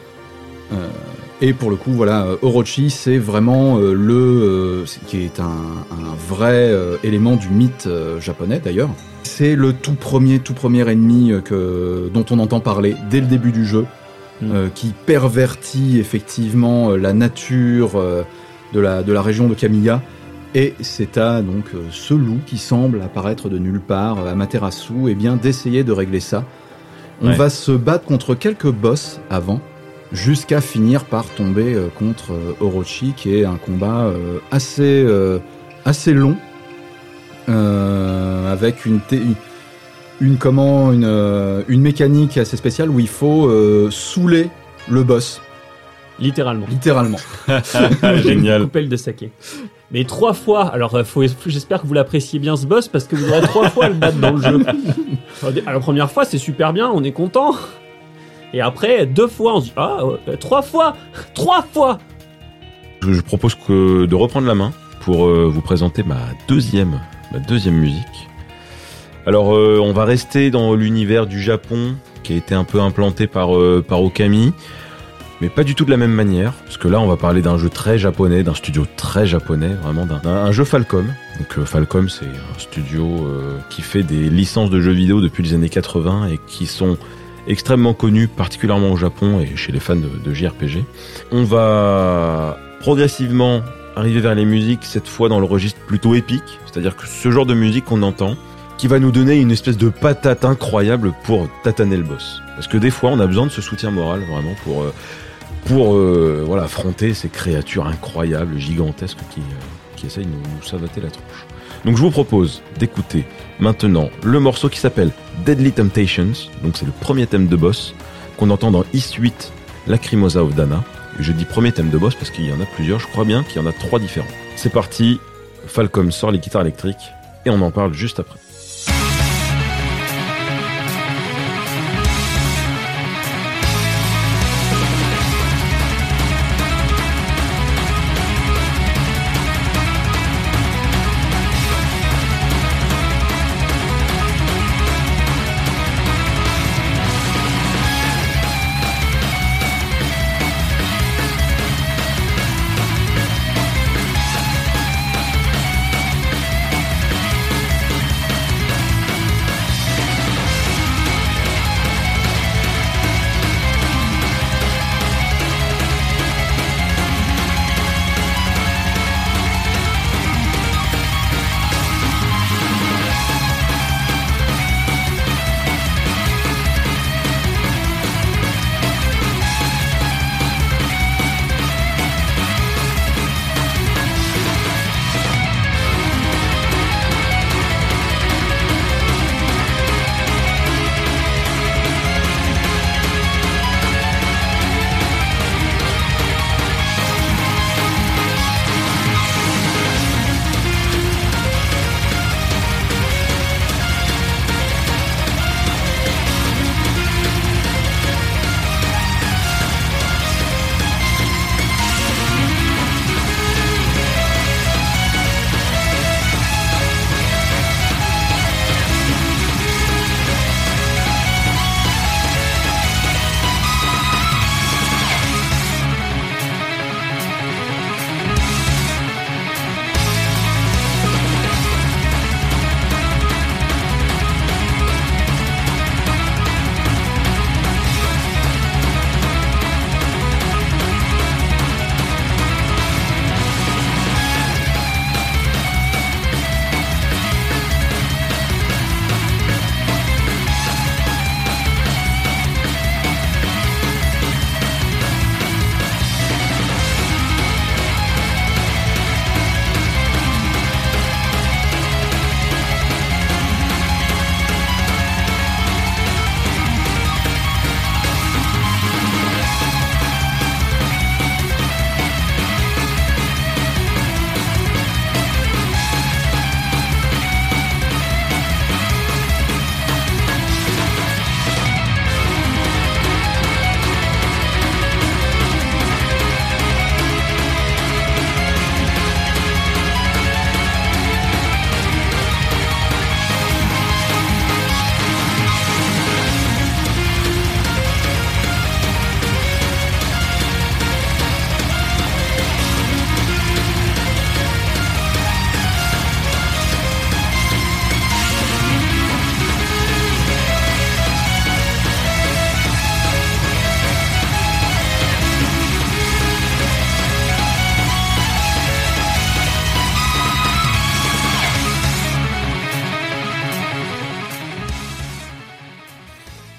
Et pour le coup, voilà, Orochi, c'est vraiment qui est un vrai élément du mythe japonais d'ailleurs. C'est le tout premier ennemi dont on entend parler dès le début du jeu. Qui pervertit effectivement la nature de la région de Kamiya, et c'est à donc ce loup qui semble apparaître de nulle part, Amaterasu, et bien d'essayer de régler ça. On va se battre contre quelques boss avant, jusqu'à finir par tomber contre Orochi, qui est un combat assez long, avec une mécanique assez spéciale où il faut saouler le boss. Littéralement. Génial. Une coupelle de saké. Mais 3 fois, alors j'espère que vous l'appréciez bien ce boss, parce que vous aurez 3 fois à le battre dans le jeu. Alors, la première fois, c'est super bien, on est content. Et après, 2 fois, on se dit, 3 fois. Je propose de reprendre la main pour vous présenter ma deuxième musique. Alors, on va rester dans l'univers du Japon, qui a été un peu implanté par Okami, mais pas du tout de la même manière, parce que là, on va parler d'un jeu très japonais, d'un studio très japonais, vraiment un jeu Falcom. Donc Falcom, c'est un studio qui fait des licences de jeux vidéo depuis les années 80 et qui sont extrêmement connus, particulièrement au Japon et chez les fans de JRPG. On va progressivement arriver vers les musiques, cette fois dans le registre plutôt épique, c'est-à-dire que ce genre de musique qu'on entend, qui va nous donner une espèce de patate incroyable pour tataner le boss. Parce que des fois, on a besoin de ce soutien moral, vraiment, pour affronter ces créatures incroyables, gigantesques, qui essayent de nous savater la tronche. Donc je vous propose d'écouter maintenant le morceau qui s'appelle Deadly Temptations, donc c'est le premier thème de boss, qu'on entend dans Ys 8, Lacrimosa of Dana. Et je dis premier thème de boss parce qu'il y en a plusieurs, je crois bien qu'il y en a 3 différents. C'est parti, Falcom sort les guitares électriques, et on en parle juste après.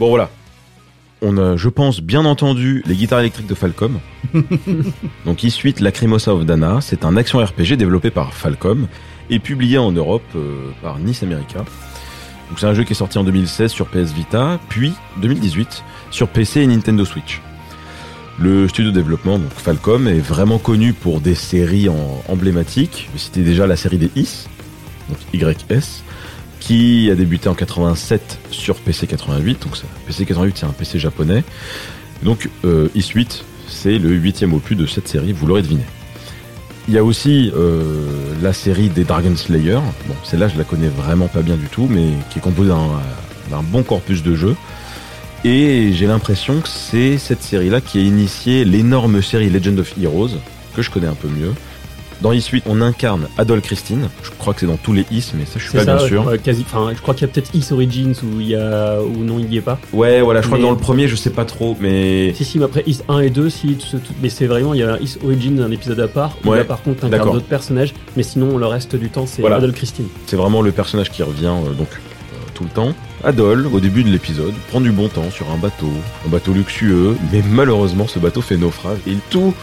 Bon voilà. On a, je pense, bien entendu les guitares électriques de Falcom. Donc Isuit Lacrimosa of Dana, c'est un action RPG développé par Falcom et publié en Europe par Nice America. Donc c'est un jeu qui est sorti en 2016 sur PS Vita, puis 2018 sur PC et Nintendo Switch. Le studio de développement, donc Falcom, est vraiment connu pour des séries emblématiques. Je citais déjà la série des Is, donc YS, qui a débuté en 87 sur PC 88. Donc PC 88, c'est un PC japonais. Donc Isuit, c'est le 8e opus de cette série, vous l'aurez deviné. Il y a aussi la série des Dragon Slayer. Bon, celle-là, je la connais vraiment pas bien du tout, mais qui est composée d'un bon corpus de jeux. Et j'ai l'impression que c'est cette série-là qui a initié l'énorme série Legend of Heroes, que je connais un peu mieux. Dans Isuit, on incarne Adol Christine. Je crois que c'est dans tous les Is, mais ça, je suis pas bien sûr. Quasi, je crois qu'il y a peut-être Is Origins où il y a, ou non, il y est pas. Ouais, voilà, je crois que dans le premier, je sais pas trop, mais. Si, mais après Is 1 et 2, mais c'est vraiment, il y a un Is Origins, un épisode à part. Où là, par contre, t'incarnes d'autres personnages, mais sinon, le reste du temps, c'est Adol Christine. C'est vraiment le personnage qui revient, tout le temps. Adol, au début de l'épisode, prend du bon temps sur un bateau luxueux, mais malheureusement ce bateau fait naufrage et tous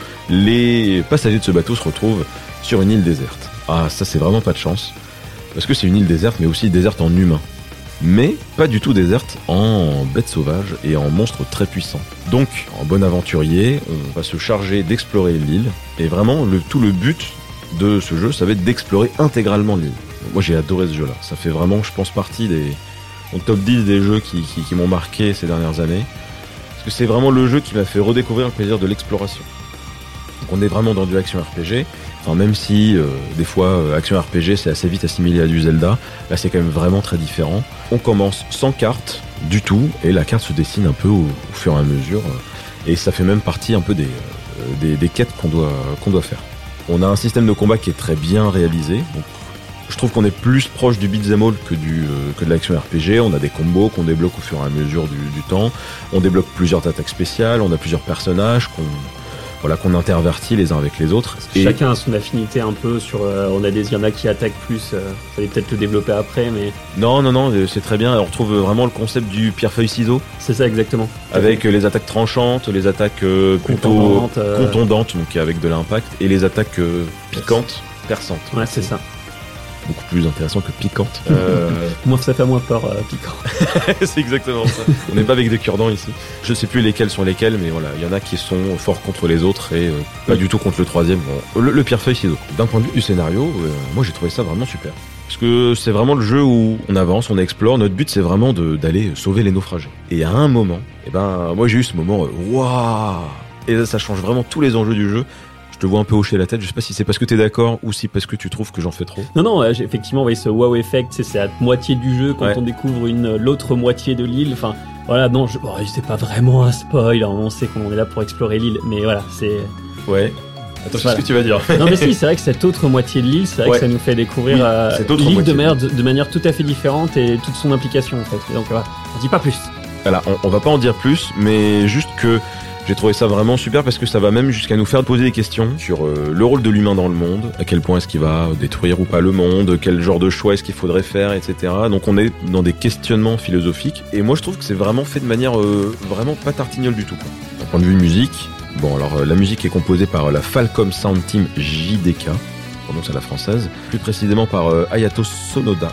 les passagers de ce bateau se retrouvent sur une île déserte. Ah, ça c'est vraiment pas de chance, parce que c'est une île déserte, mais aussi déserte en humains. Mais pas du tout déserte en bêtes sauvages et en monstres très puissants. Donc, en bon aventurier, on va se charger d'explorer l'île, et vraiment tout le but de ce jeu, ça va être d'explorer intégralement l'île. Moi j'ai adoré ce jeu-là, ça fait vraiment, je pense, partie des top 10 des jeux qui m'ont marqué ces dernières années. Parce que c'est vraiment le jeu qui m'a fait redécouvrir le plaisir de l'exploration. Donc on est vraiment dans du action RPG. Enfin, même si des fois action RPG c'est assez vite assimilé à du Zelda, là c'est quand même vraiment très différent. On commence sans carte du tout et la carte se dessine un peu au fur et à mesure. Et ça fait même partie un peu des quêtes qu'on doit faire. On a un système de combat qui est très bien réalisé. Donc, je trouve qu'on est plus proche du beat'em all que de l'action RPG. On a des combos qu'on débloque au fur et à mesure du temps. On débloque plusieurs attaques spéciales. On a plusieurs personnages qu'on intervertit les uns avec les autres. Et chacun a son affinité un peu sur. Il y en a qui attaquent plus. Fallait peut-être le développer après, mais. Non, c'est très bien. On retrouve vraiment le concept du pierre-feuille-ciseau. C'est ça exactement. Avec les attaques tranchantes, les attaques plutôt contondantes, donc avec de l'impact, et les attaques piquantes, perçantes. Ouais, c'est ça. Beaucoup plus intéressant que piquante. Moi, ça fait moins peur, piquant. C'est exactement ça. On n'est pas avec des cure-dents ici. Je sais plus lesquels sont lesquels, mais voilà, il y en a qui sont forts contre les autres et pas du tout contre le troisième. Bon, le pierre-feuille, c'est d'un point de vue du scénario, moi j'ai trouvé ça vraiment super. Parce que c'est vraiment le jeu où on avance, on explore. Notre but, c'est vraiment d'aller sauver les naufragés. Et à un moment, moi j'ai eu ce moment, waouh. Et là, ça change vraiment tous les enjeux du jeu. Je te vois un peu hocher la tête, je sais pas si c'est parce que t'es d'accord ou si parce que tu trouves que j'en fais trop. Non, effectivement, ce wow effect, c'est à moitié du jeu quand on découvre l'autre moitié de l'île. Enfin, voilà, non, c'est pas vraiment un spoil, on sait qu'on est là pour explorer l'île, mais voilà, c'est... Ouais. Attends, je sais ce que tu vas dire. Non, mais si, c'est vrai que cette autre moitié de l'île, c'est vrai que ça nous fait découvrir l'île de manière tout à fait différente et toute son implication, en fait. Et donc, voilà, on dit pas plus. Voilà, on va pas en dire plus, mais juste que j'ai trouvé ça vraiment super parce que ça va même jusqu'à nous faire poser des questions sur le rôle de l'humain dans le monde, à quel point est-ce qu'il va détruire ou pas le monde, quel genre de choix est-ce qu'il faudrait faire, etc. Donc on est dans des questionnements philosophiques et moi je trouve que c'est vraiment fait de manière vraiment pas tartignole du tout, quoi. D'un point de vue musique, la musique est composée par la Falcom Sound Team JDK, prononce à la française, plus précisément par Hayato Sonoda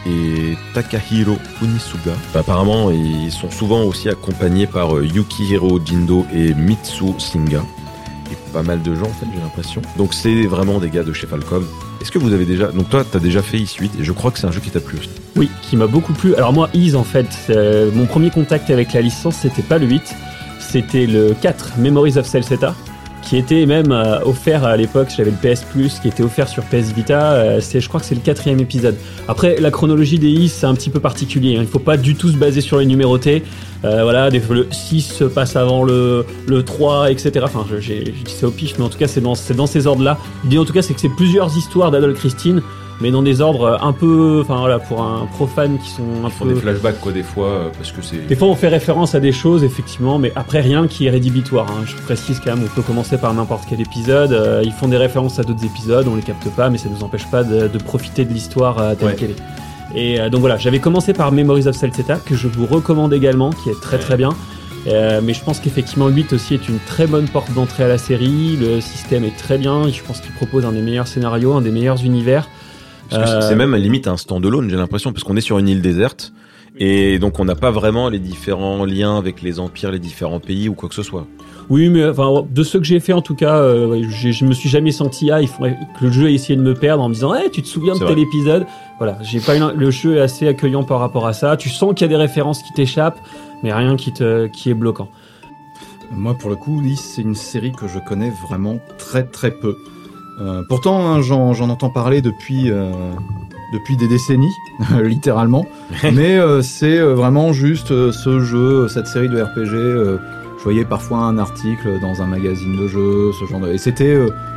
et Takahiro Unisuga. Apparemment, ils sont souvent aussi accompagnés par Yukihiro Jindo et Mitsu Singa. Et pas mal de gens, en fait, j'ai l'impression. Donc, c'est vraiment des gars de chez Falcom. Est-ce que vous avez déjà... Donc, toi, t'as déjà fait Isuit, et je crois que c'est un jeu qui t'a plu aussi. Oui, qui m'a beaucoup plu. Alors, moi, Is, en fait, mon premier contact avec la licence, c'était pas le 8, c'était le 4, Memories of Celceta, qui était même offert à l'époque. J'avais le PS Plus qui était offert sur PS Vita. Je crois que c'est le 4e épisode. Après, la chronologie des Is, c'est un petit peu particulier. Il ne faut pas du tout se baser sur les numérotés. Voilà, le 6 se passe avant le 3, etc. Enfin, je dis ça au pif, mais en tout cas, c'est dans ces ordres-là. L'idée, en tout cas, c'est que c'est plusieurs histoires d'Adol Christine, mais dans des ordres un peu, enfin voilà, pour un profane qui sont un peu... Ils font des flashbacks, quoi, des fois, parce que c'est... Des fois, on fait référence à des choses, effectivement, mais après, rien qui est rédhibitoire, hein. Je précise quand même, on peut commencer par n'importe quel épisode. Ils font des références à d'autres épisodes, on les capte pas, mais ça nous empêche pas de profiter de l'histoire telle qu'elle est. Et donc voilà, j'avais commencé par Memories of Celceta, que je vous recommande également, qui est très très bien. Mais je pense qu'effectivement 8 aussi est une très bonne porte d'entrée à la série. Le système est très bien, je pense qu'il propose un des meilleurs scénarios, un des meilleurs univers. C'est même à la limite un stand-alone, j'ai l'impression, parce qu'on est sur une île déserte. Et donc on n'a pas vraiment les différents liens avec les empires, les différents pays ou quoi que ce soit. Oui, mais enfin, de ceux que j'ai fait en tout cas, je me suis jamais senti il faudrait que le jeu ait essayé de me perdre en me disant hey, tu te souviens de tel épisode. Voilà, j'ai pas le jeu est assez accueillant par rapport à ça. Tu sens qu'il y a des références qui t'échappent, mais rien qui est bloquant. Moi pour le coup, oui, c'est une série que je connais vraiment très très peu. Pourtant, hein, j'en entends parler depuis des décennies, littéralement. Mais c'est vraiment juste ce jeu, cette série de RPG. Je voyais parfois un article dans un magazine de jeux, ce genre de... Et c'était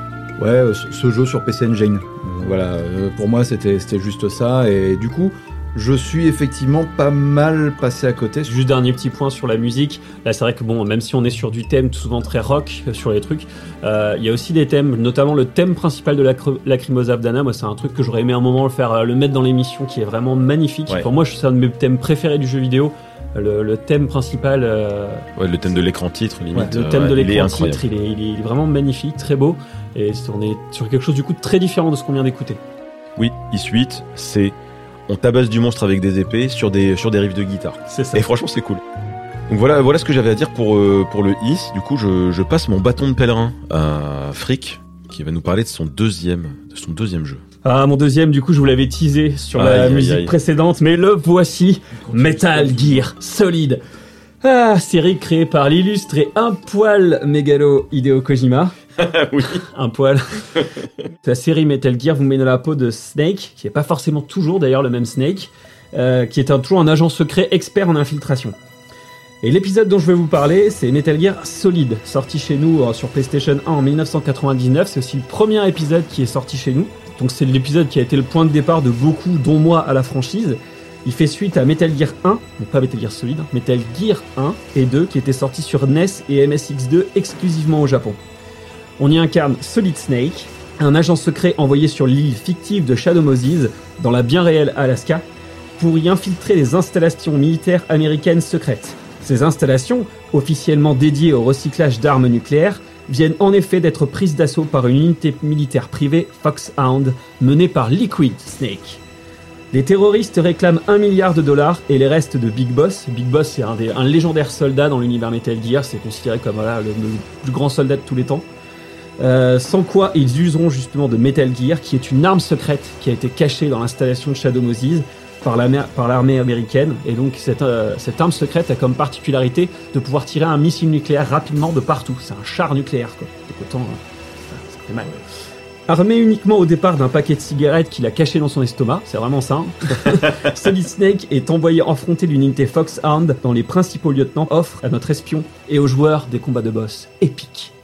ce jeu sur PC Engine. Voilà, pour moi c'était juste ça. Et du coup, je suis effectivement pas mal passé à côté. Juste dernier petit point sur la musique. Là, c'est vrai que bon, même si on est sur du thème souvent très rock sur les trucs, il y a aussi des thèmes, notamment le thème principal de Lacrimosa Dana. Moi, c'est un truc que j'aurais aimé un moment le mettre dans l'émission, qui est vraiment magnifique. Ouais. Pour moi, c'est un de mes thèmes préférés du jeu vidéo. Le thème principal. Le thème de l'écran titre, limite. Le thème de l'écran titre, il est vraiment magnifique, très beau. Et on est sur quelque chose du coup très différent de ce qu'on vient d'écouter. Oui, Is8, c'est on tabasse du monstre avec des épées sur des riffs de guitare. C'est ça. Et franchement, c'est cool. Donc voilà ce que j'avais à dire pour le Is. Du coup, je passe mon bâton de pèlerin à Frick, qui va nous parler de son deuxième jeu. Ah, mon deuxième, du coup, je vous l'avais teasé sur la musique précédente, mais le voici, Metal Gear Solid. Ah, série créée par l'illustre et un poil mégalo Hideo Kojima. Oui. Un poil. La série Metal Gear vous met dans la peau de Snake, qui est pas forcément toujours d'ailleurs le même Snake, qui est toujours un agent secret expert en infiltration. Et l'épisode dont je vais vous parler, c'est Metal Gear Solid, sorti chez nous sur PlayStation 1 en 1999. C'est aussi le premier épisode qui est sorti chez nous. Donc c'est l'épisode qui a été le point de départ de beaucoup, dont moi, à la franchise. Il fait suite à Metal Gear 1, donc pas Metal Gear Solid, Metal Gear 1 et 2, qui étaient sortis sur NES et MSX2 exclusivement au Japon. On y incarne Solid Snake, un agent secret envoyé sur l'île fictive de Shadow Moses, dans la bien réelle Alaska, pour y infiltrer les installations militaires américaines secrètes. Ces installations, officiellement dédiées au recyclage d'armes nucléaires, viennent en effet d'être prises d'assaut par une unité militaire privée, Foxhound, menée par Liquid Snake. Les terroristes réclament $1 milliard et les restes de Big Boss. Big Boss, c'est un légendaire soldat dans l'univers Metal Gear, c'est considéré comme le plus grand soldat de tous les temps. Sans quoi ils useront justement de Metal Gear, qui est une arme secrète qui a été cachée dans l'installation de Shadow Moses par l'armée américaine. Et donc cette arme secrète a comme particularité de pouvoir tirer un missile nucléaire rapidement de partout. C'est un char nucléaire, quoi. Donc autant, ça fait mal. Armé uniquement au départ d'un paquet de cigarettes qu'il a caché dans son estomac, c'est vraiment ça. Solid Snake est envoyé affronter l'unité Foxhound dont les principaux lieutenants offrent à notre espion et aux joueurs des combats de boss épiques.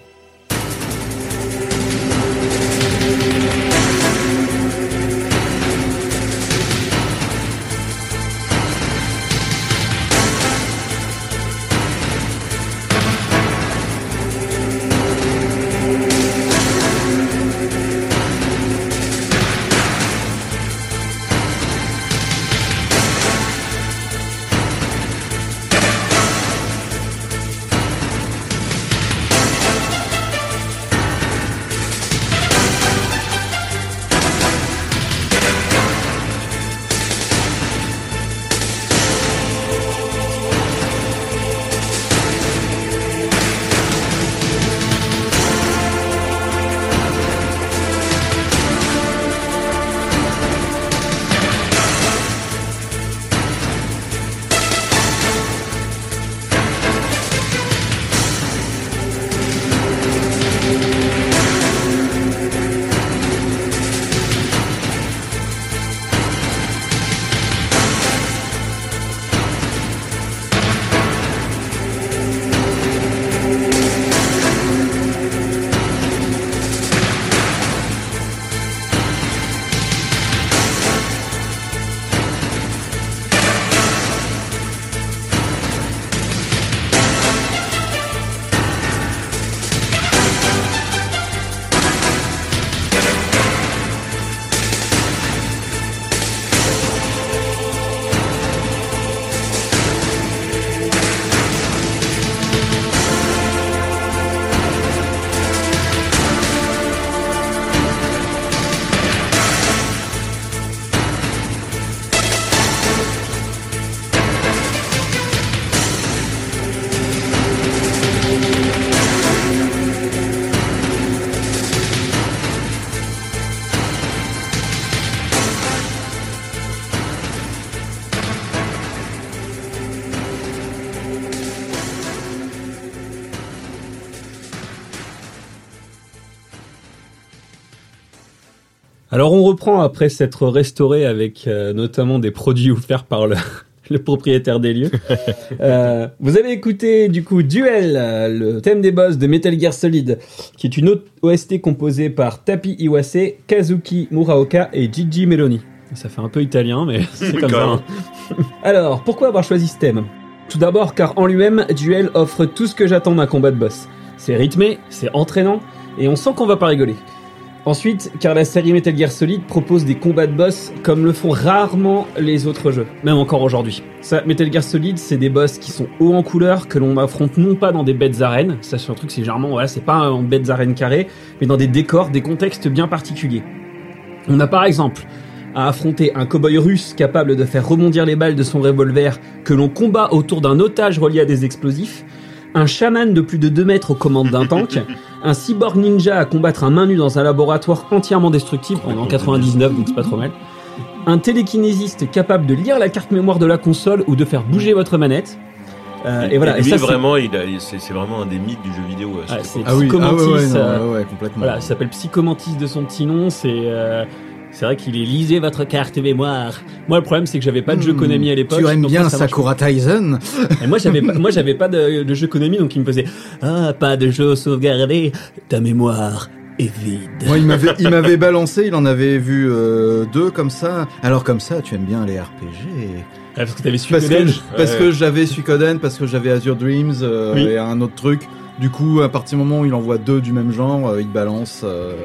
Alors on reprend après s'être restauré avec notamment des produits offerts par le propriétaire des lieux. Vous avez écouté du coup Duel, le thème des boss de Metal Gear Solid, qui est une OST composée par Tapi Iwase, Kazuki Muraoka et Gigi Meloni. Ça fait un peu italien, mais c'est comme ça. Hein. Alors, pourquoi avoir choisi ce thème ? Tout d'abord car en lui-même, Duel offre tout ce que j'attends d'un combat de boss. C'est rythmé, c'est entraînant, et on sent qu'on va pas rigoler. Ensuite, car la série Metal Gear Solid propose des combats de boss comme le font rarement les autres jeux, même encore aujourd'hui. Ça, Metal Gear Solid, c'est des boss qui sont hauts en couleur, que l'on affronte non pas dans des bêtes arènes, ça c'est un truc, c'est généralement, voilà, c'est pas en bêtes arènes carrées, mais dans des décors, des contextes bien particuliers. On a par exemple à affronter un cow-boy russe capable de faire rebondir les balles de son revolver que l'on combat autour d'un otage relié à des explosifs, un chaman de plus de 2 mètres aux commandes d'un tank, un cyborg ninja à combattre à main nue dans un laboratoire entièrement destructible, en 99 donc c'est pas trop mal, un télékinésiste capable de lire la carte mémoire de la console ou de faire bouger votre manette. Et voilà. Et lui, ça, vraiment, c'est vraiment un des mythes du jeu vidéo. C'est Psychomantis. Complètement. Voilà, ça s'appelle Psychomantis de son petit nom. C'est vrai qu'il est lisez votre carte mémoire. Moi, le problème, c'est que j'avais pas de jeu Konami à l'époque. Tu aimes bien Sakura Taisen? Et moi, j'avais pas de jeu Konami, donc il me faisait pas de jeu sauvegardé. Ta mémoire est vide. Moi, il m'avait balancé. Il en avait vu 2 comme ça. Alors comme ça, tu aimes bien les RPG? Parce que t'avais Suikoden. Parce que j'avais Suikoden, parce que j'avais Azure Dreams et un autre truc. Du coup, à partir du moment où il envoie 2 du même genre, il balance.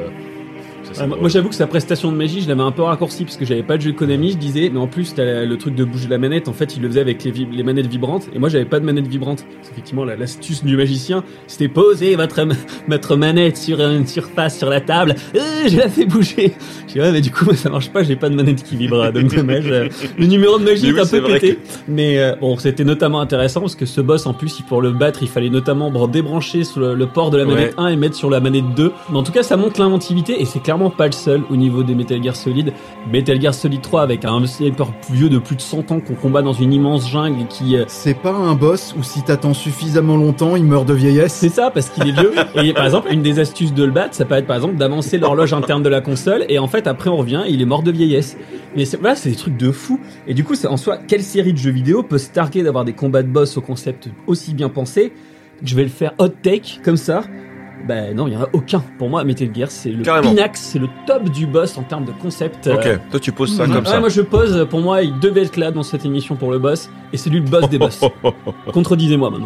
Moi j'avoue que sa prestation de magie je l'avais un peu raccourci parce que j'avais pas de jeu Konami, je disais, mais en plus t'as le truc de bouger la manette, en fait il le faisait avec les manettes vibrantes et moi j'avais pas de manette vibrante. Parce effectivement l'astuce du magicien c'était poser votre manette sur une surface sur la table, je la fais bouger. Je dis ouais mais du coup ça marche pas, j'ai pas de manette qui vibre donc dommage. Le numéro de magie est un peu pété. Mais bon c'était notamment intéressant parce que ce boss en plus pour le battre il fallait notamment débrancher sur le port de la manette 1 et mettre sur la manette 2. Mais en tout cas ça montre l'inventivité et c'est clairement pas le seul au niveau des Metal Gear Solid. Metal Gear Solid 3 avec un sniper vieux de plus de 100 ans qu'on combat dans une immense jungle qui... C'est pas un boss où si t'attends suffisamment longtemps, il meurt de vieillesse. C'est ça, parce qu'il est vieux. Et par exemple, une des astuces de le battre, ça peut être par exemple d'avancer l'horloge interne de la console et en fait après on revient, il est mort de vieillesse. Mais voilà, c'est des trucs de fou. Et du coup, c'est en soi, quelle série de jeux vidéo peut se targuer d'avoir des combats de boss au concept aussi bien pensé? Je vais le faire hot take comme ça. Ben non, il y en a aucun. Pour moi, Metal Gear, c'est le pinax, c'est le top du boss en termes de concept. Ok, toi tu poses ça comme ça. Moi je pose, pour moi, il devait être là dans cette émission pour le boss, et c'est lui le boss des boss. Contredisez-moi maintenant.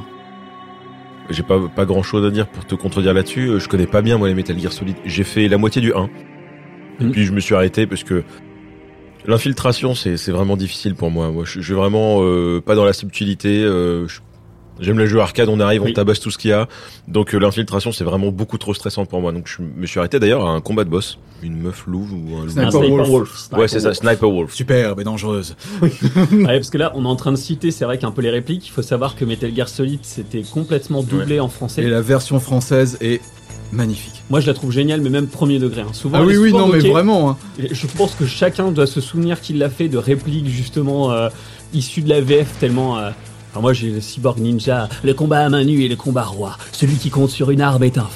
J'ai pas grand chose à dire pour te contredire là-dessus. Je connais pas bien moi les Metal Gear Solid. J'ai fait la moitié du 1. Et puis je me suis arrêté parce que l'infiltration c'est vraiment difficile pour moi. Moi je suis vraiment pas dans la subtilité. J'aime les jeux arcade, on arrive, on tabasse tout ce qu'il y a. Donc l'infiltration, c'est vraiment beaucoup trop stressant pour moi. Donc je me suis arrêté d'ailleurs à un combat de boss. Une meuf louve ou un loup. Sniper Wolf. Ouais, c'est ça, Sniper Wolf. Superbe et dangereuse. Ouais, parce que là, on est en train de citer, c'est vrai qu'un peu les répliques. Il faut savoir que Metal Gear Solid, c'était complètement doublé en français. Et la version française est magnifique. Moi, je la trouve géniale, mais même premier degré. Hein. Souvent, non, mais vraiment. Hein. Je pense que chacun doit se souvenir qu'il l'a fait de répliques justement issues de la VF tellement... Alors moi j'ai le cyborg ninja, le combat à main nue et le combat roi. Celui qui compte sur une arme est un...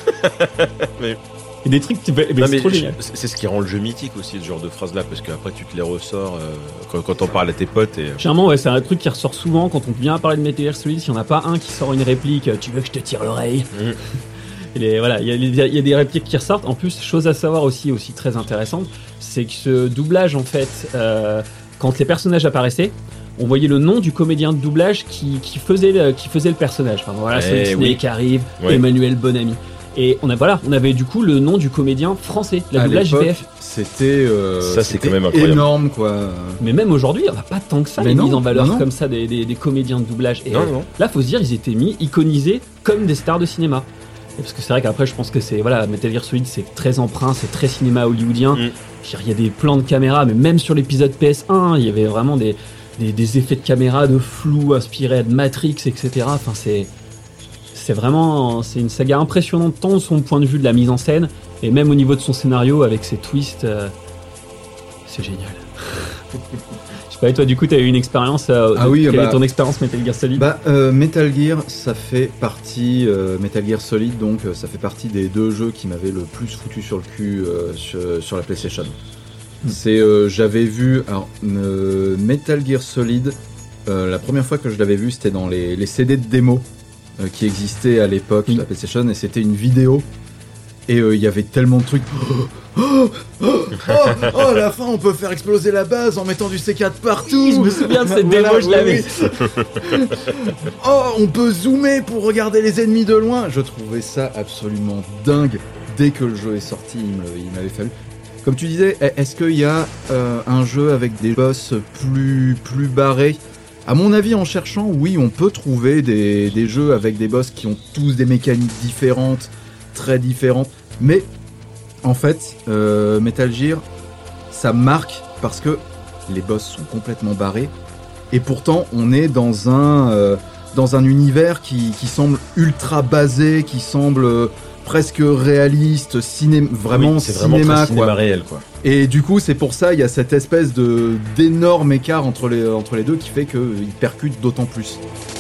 mais... Et des trucs, c'est trop génial. C'est ce qui rend le jeu mythique aussi, ce genre de phrase-là, parce qu'après tu te les ressors quand t'en parles à tes potes. Et... Généralement, ouais, c'est un truc qui ressort souvent quand on vient parler de Metal Gear Solid. S'il n'y en a pas un qui sort une réplique, tu veux que je te tire l'oreille Voilà, il y a des répliques qui ressortent. En plus, chose à savoir aussi très intéressante, c'est que ce doublage, en fait, quand les personnages apparaissaient, on voyait le nom du comédien de doublage qui faisait le personnage. Enfin, voilà, Solid Snake qui arrive, Emmanuel Bonamy. Et on avait du coup le nom du comédien français, la doublage VF. C'était ça, c'est quand même incroyable. Énorme, quoi. Mais même aujourd'hui, on n'a pas tant que ça mis en valeur comme ça des comédiens de doublage. Et là, faut se dire, ils étaient iconisés comme des stars de cinéma. Et parce que c'est vrai qu'après, je pense que Metal Gear Solid, c'est très emprunt, c'est très cinéma hollywoodien. Il y a des plans de caméra, mais même sur l'épisode PS1, il y avait vraiment des effets de caméra de flou inspirés de Matrix, etc. Enfin, c'est vraiment une saga impressionnante tant de son point de vue de la mise en scène et même au niveau de son scénario avec ses twists. C'est génial. pas, et toi, du coup, t'as eu une expérience. Quelle est ton expérience Metal Gear Solid? Metal Gear, ça fait partie. Metal Gear Solid, donc, ça fait partie des 2 jeux qui m'avaient le plus foutu sur le cul sur la PlayStation. J'avais vu. Alors, Metal Gear Solid, la première fois que je l'avais vu, c'était dans les CD de démo qui existaient à l'époque de la PlayStation, et c'était une vidéo. Et il y avait tellement de trucs. À la fin, on peut faire exploser la base en mettant du C4 partout. Je me souviens de cette démo, je l'avais. On peut zoomer pour regarder les ennemis de loin. Je trouvais ça absolument dingue. Dès que le jeu est sorti, il m'avait fallu. Comme tu disais, est-ce qu'il y a un jeu avec des boss plus barrés? À mon avis, en cherchant, oui, on peut trouver des jeux avec des boss qui ont tous des mécaniques différentes, très différentes. Mais en fait, Metal Gear, ça marque parce que les boss sont complètement barrés. Et pourtant, on est dans un univers qui semble ultra basé, qui semble presque réaliste, vraiment cinéma, très cinéma réel, quoi. Et du coup, c'est pour ça, il y a cette espèce d'énorme écart entre les deux qui fait qu'ils percutent d'autant plus.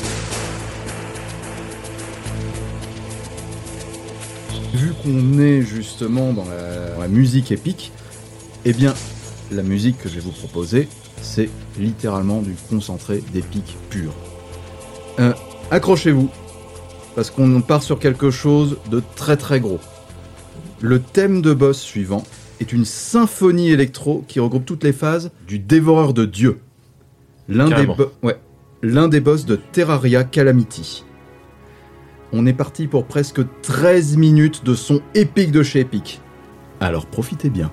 Vu qu'on est justement dans la musique épique, eh bien, la musique que je vais vous proposer, c'est littéralement du concentré d'épique pur. Accrochez-vous, parce qu'on part sur quelque chose de très très gros. Le thème de boss suivant est une symphonie électro qui regroupe toutes les phases du Dévoreur de Dieu. L'un des boss de Terraria Calamity. On est parti pour presque 13 minutes de son épique de chez Epic. Alors profitez bien.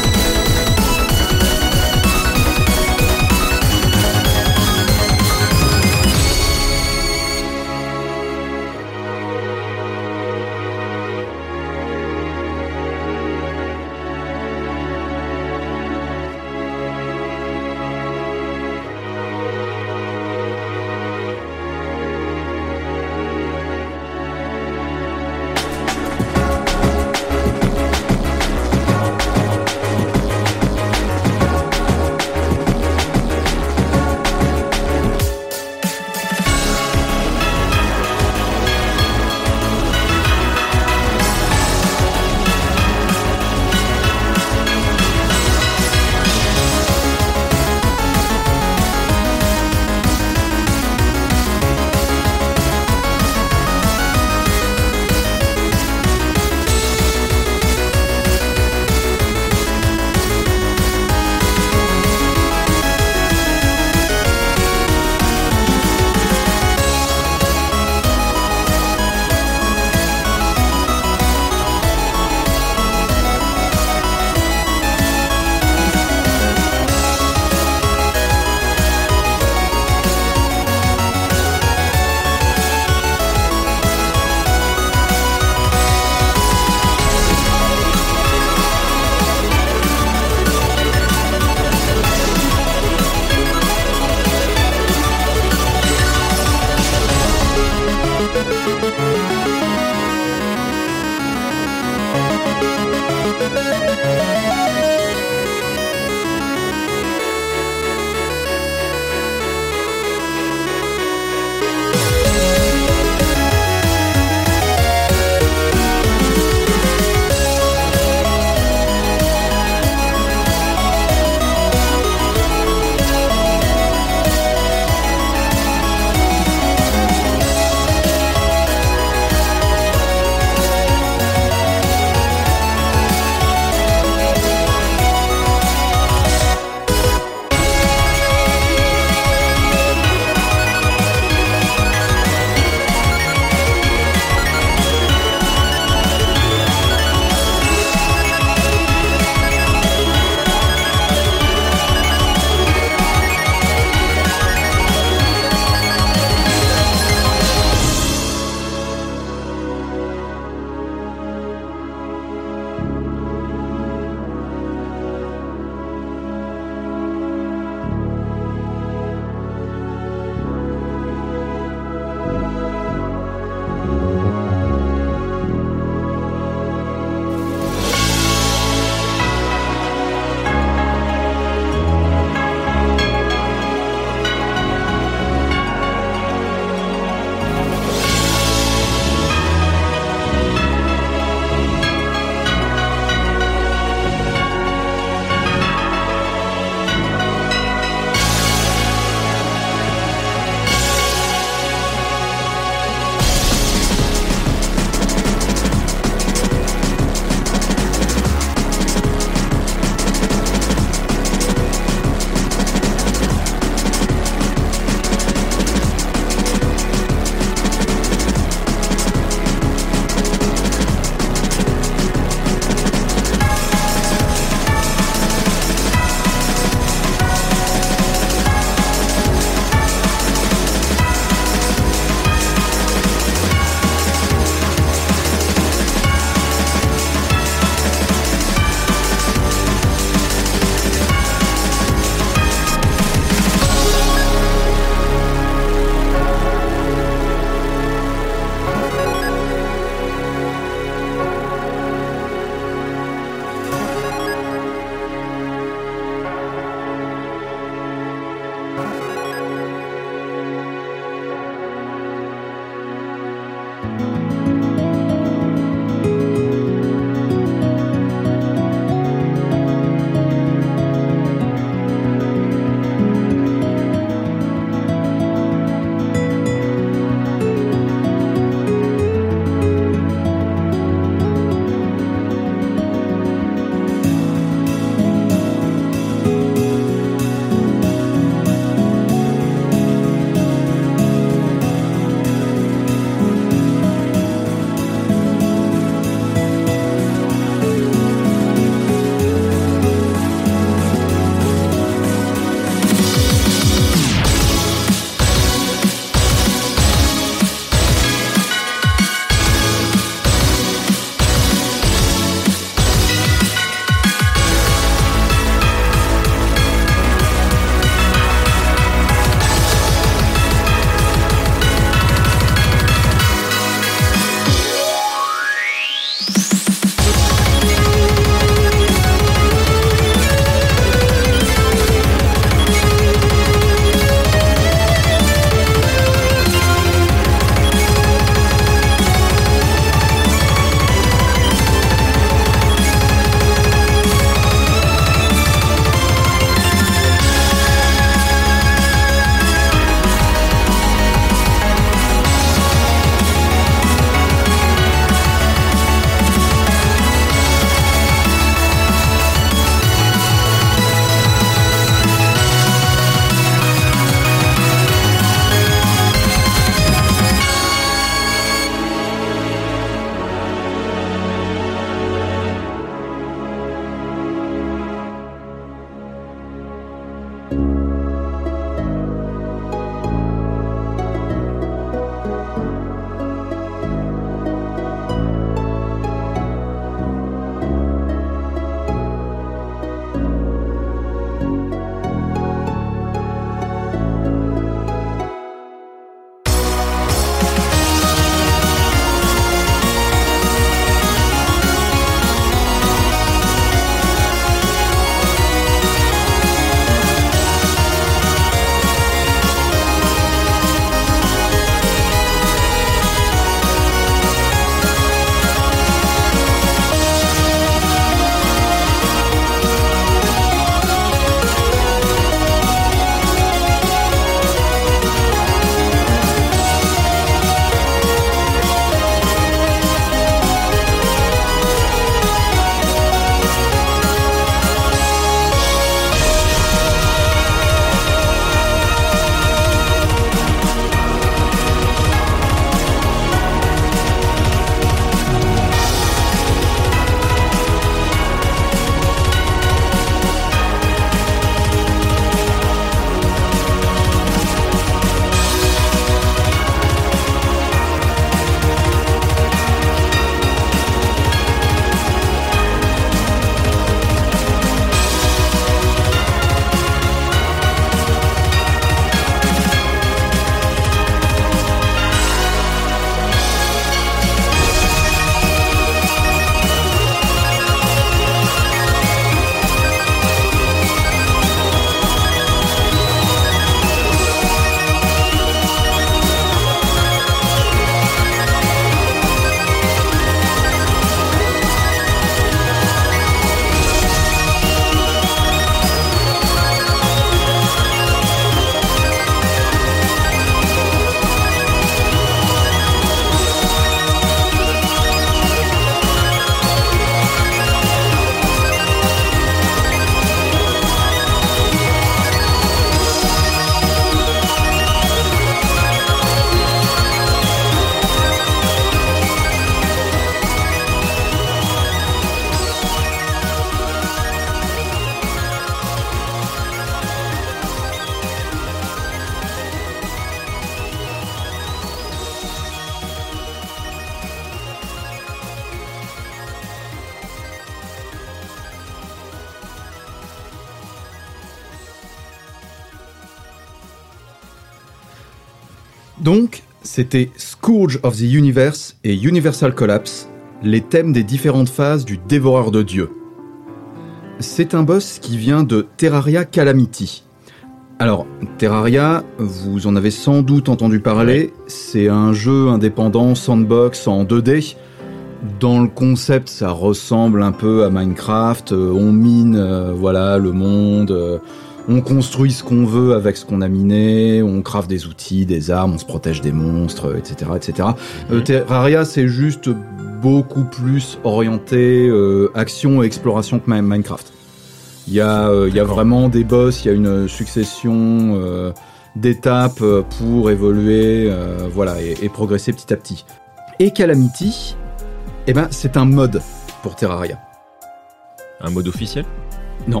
Donc, c'était Scourge of the Universe et Universal Collapse, les thèmes des différentes phases du Dévoreur de Dieux. C'est un boss qui vient de Terraria Calamity. Alors, Terraria, vous en avez sans doute entendu parler, c'est un jeu indépendant sandbox en 2D. Dans le concept, ça ressemble un peu à Minecraft, on mine le monde, on construit ce qu'on veut avec ce qu'on a miné, on craft des outils, des armes, on se protège des monstres, etc. etc. Terraria, c'est juste beaucoup plus orienté action et exploration que Minecraft. Il y a vraiment des boss, il y a une succession d'étapes pour évoluer et progresser petit à petit. Et Calamity, c'est un mode pour Terraria. Un mode officiel ? Non.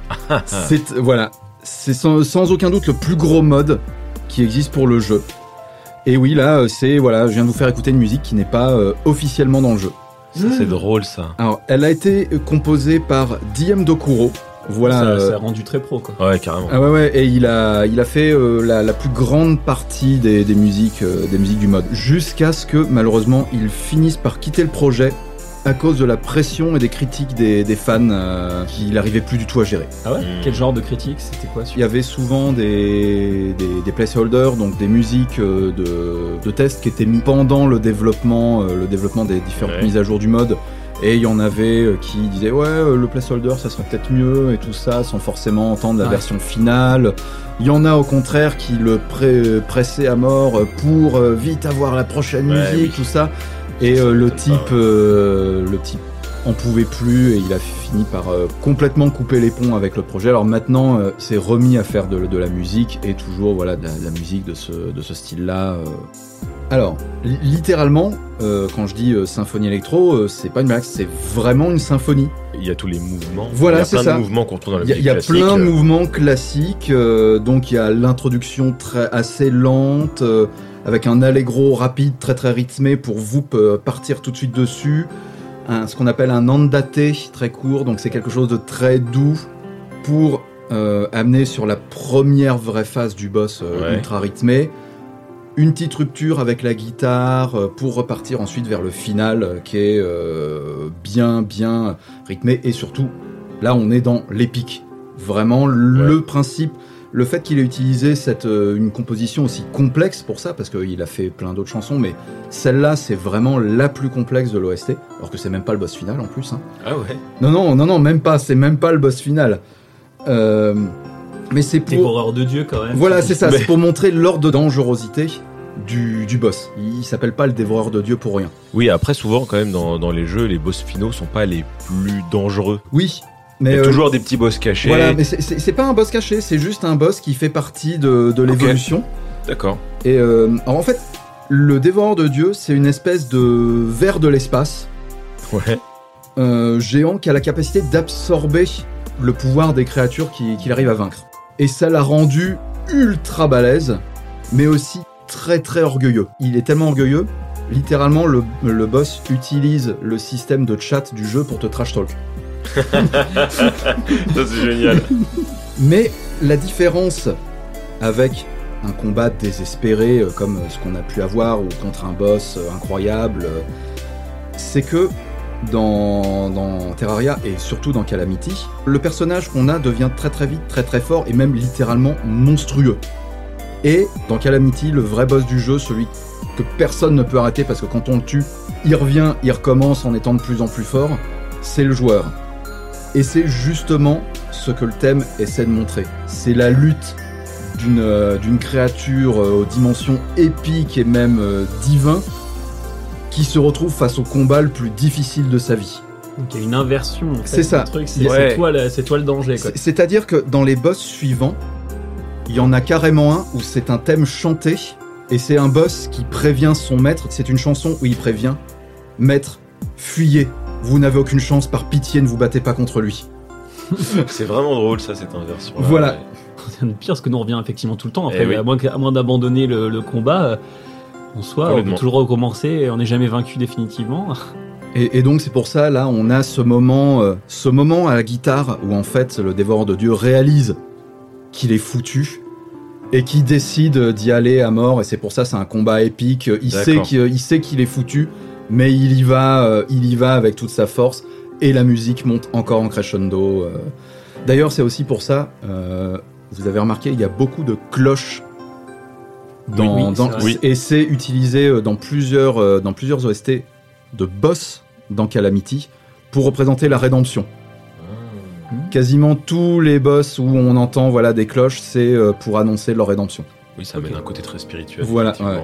C'est sans aucun doute le plus gros mode qui existe pour le jeu. Et oui, là, je viens de vous faire écouter une musique qui n'est pas officiellement dans le jeu. Ça, c'est drôle, ça. Alors, elle a été composée par DM Dokuro. Voilà. Ça a rendu très pro, quoi. Ouais, carrément. Ah ouais, et il a fait la plus grande partie des musiques du mode. Jusqu'à ce que, malheureusement, il finisse par quitter le projet à cause de la pression et des critiques des fans qu'il n'arrivait plus du tout à gérer. Ah ouais ? Quel genre de critiques ? C'était quoi ? Il y avait souvent des placeholders, donc des musiques de tests qui étaient mis pendant le développement des différentes mises à jour du mode. Et il y en avait qui disaient le placeholder ça serait peut-être mieux et tout ça sans forcément entendre la version finale. Il y en a au contraire qui le pressaient à mort pour vite avoir la prochaine musique, tout ça. Et le type en pouvait plus et il a fini par complètement couper les ponts avec le projet. Alors maintenant, il s'est remis à faire de la musique et toujours de la musique de ce style-là. Alors, littéralement, quand je dis symphonie électro, c'est pas une blague, c'est vraiment une symphonie. Il y a tous les mouvements. Voilà, c'est ça. Il y a plein de mouvements qu'on trouve dans la musique classique. Il y a plein de mouvements classiques. Donc il y a l'introduction assez lente, avec un allegro rapide, très très rythmé pour vous partir tout de suite dessus. Ce qu'on appelle un andate très court, donc c'est quelque chose de très doux pour amener sur la première vraie phase du boss ultra rythmé. Une petite rupture avec la guitare pour repartir ensuite vers le final qui est bien rythmé et surtout là on est dans l'épique. Vraiment le principe, le fait qu'il ait utilisé une composition aussi complexe pour ça parce qu'il a fait plein d'autres chansons mais celle-là c'est vraiment la plus complexe de l'OST alors que c'est même pas le boss final en plus. Hein. Ah ouais. Non même pas, c'est même pas le boss final. Mais c'est pour... Dévoreur de Dieu quand même. Voilà, c'est ça, c'est pour montrer l'ordre de dangerosité du boss. Il s'appelle pas le Dévoreur de Dieu pour rien. Oui, après souvent quand même dans les jeux, les boss finaux sont pas les plus dangereux. Oui, mais... Il y a toujours des petits boss cachés. Voilà, mais c'est pas un boss caché, c'est juste un boss qui fait partie de l'évolution. Okay. D'accord. Et alors en fait, le Dévoreur de Dieu, c'est une espèce de ver de l'espace. Ouais. Géant qui a la capacité d'absorber le pouvoir des créatures qu'il arrive à vaincre. Et ça l'a rendu ultra balèze, mais aussi très très orgueilleux. Il est tellement orgueilleux, littéralement le boss utilise le système de chat du jeu pour te trash talk. Ça c'est génial. Mais la différence avec un combat désespéré comme ce qu'on a pu avoir ou contre un boss incroyable, c'est que dans Terraria et surtout dans Calamity, le personnage qu'on a devient très très vite très très fort et même littéralement monstrueux. Et dans Calamity, le vrai boss du jeu, celui que personne ne peut arrêter parce que quand on le tue, il revient, il recommence en étant de plus en plus fort, c'est le joueur. Et c'est justement ce que le thème essaie de montrer. C'est la lutte d'une créature aux dimensions épiques et même divin qui se retrouve face au combat le plus difficile de sa vie. Donc il y a une inversion. En fait, c'est ça. Truc, c'est toi le danger. Quoi. C'est-à-dire que dans les boss suivants, il y en a carrément un où c'est un thème chanté et c'est un boss qui prévient son maître. C'est une chanson où il prévient « Maître, fuyez, vous n'avez aucune chance, par pitié ne vous battez pas contre lui ». C'est vraiment drôle ça, cette inversion. Voilà. C'est le pire parce que nous on revient effectivement tout le temps. Après, à moins d'abandonner le combat... En soi, on peut toujours recommencer et on n'est jamais vaincu définitivement. Et donc c'est pour ça, là, on a ce moment à la guitare où en fait le Dévoreur de Dieu réalise qu'il est foutu et qui décide d'y aller à mort, et c'est pour ça c'est un combat épique. Il sait qu'il est foutu, mais il y va avec toute sa force, et la musique monte encore en crescendo. D'ailleurs, c'est aussi pour ça, vous avez remarqué, il y a beaucoup de cloches et c'est utilisé dans plusieurs OST de boss dans Calamity pour représenter la rédemption. Quasiment tous les boss où on entend des cloches, c'est pour annoncer leur rédemption. Oui, ça amène un côté très spirituel. Voilà. Ouais.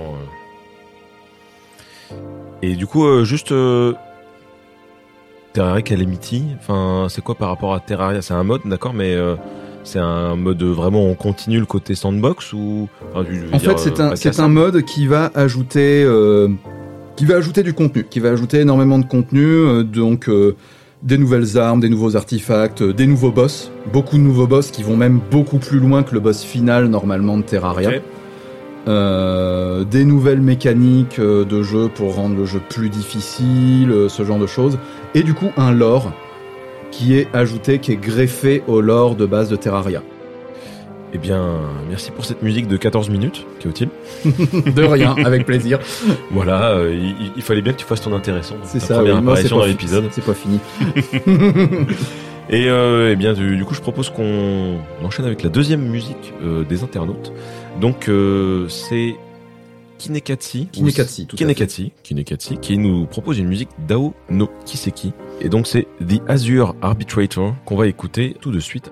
Et du coup, juste Terraria Calamity, enfin, c'est quoi par rapport à Terraria? C'est un mode, d'accord, mais c'est un mode vraiment on continue le côté sandbox ou en fait, c'est un mode qui va ajouter du contenu, qui va ajouter énormément de contenu, donc des nouvelles armes, des nouveaux artefacts, des nouveaux boss, beaucoup de nouveaux boss qui vont même beaucoup plus loin que le boss final normalement de Terraria. Okay. Des nouvelles mécaniques de jeu pour rendre le jeu plus difficile, ce genre de choses, et du coup un lore qui est ajouté, qui est greffé au lore de base de Terraria. Eh bien, merci pour cette musique de 14 minutes, Chaotile. De rien, avec plaisir. Voilà, il fallait bien que tu fasses ton intéressant. C'est ça, première apparition dans l'épisode. C'est pas fini. Et eh bien, du coup, je propose qu'on enchaîne avec la deuxième musique des internautes. Donc, c'est Kinekatsi qui nous propose une musique d'Ao no Kiseki. Et donc, c'est The Azure Arbitrator qu'on va écouter tout de suite.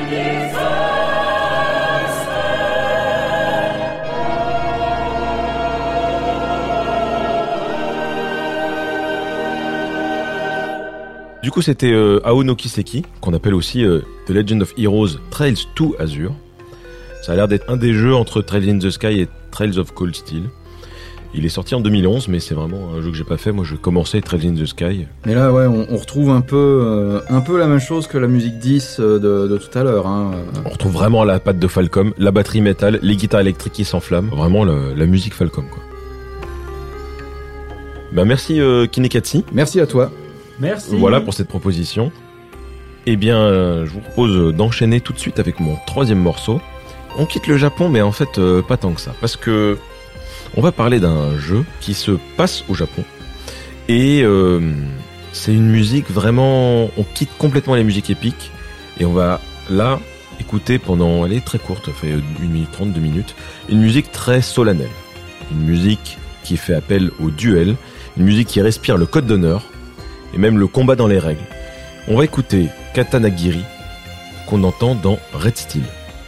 Du coup, c'était Ao no Kiseki, qu'on appelle aussi The Legend of Heroes Trails to Azure. Ça a l'air d'être un des jeux entre Trails in the Sky et Trails of Cold Steel. Il est sorti en 2011, mais c'est vraiment un jeu que j'ai pas fait. Moi, je commençais Trails in the Sky. Mais là, ouais, on retrouve un peu la même chose que la musique 10 de tout à l'heure. Hein. On retrouve vraiment la patte de Falcom, la batterie métal, les guitares électriques qui s'enflamment. Vraiment la musique Falcom, quoi. Bah, merci Kinekatsi. Merci à toi. Merci. Voilà pour cette proposition. Eh bien, je vous propose d'enchaîner tout de suite avec mon troisième morceau. On quitte le Japon, mais en fait, pas tant que ça. Parce que on va parler d'un jeu qui se passe au Japon. Et c'est une musique vraiment... On quitte complètement les musiques épiques. Et on va, là, écouter pendant... Elle est très courte, ça fait 1 minute 30, 2 minutes. Une musique très solennelle. Une musique qui fait appel au duel. Une musique qui respire le code d'honneur. Et même le combat dans les règles. On va écouter Katanagiri, qu'on entend dans Red Steel.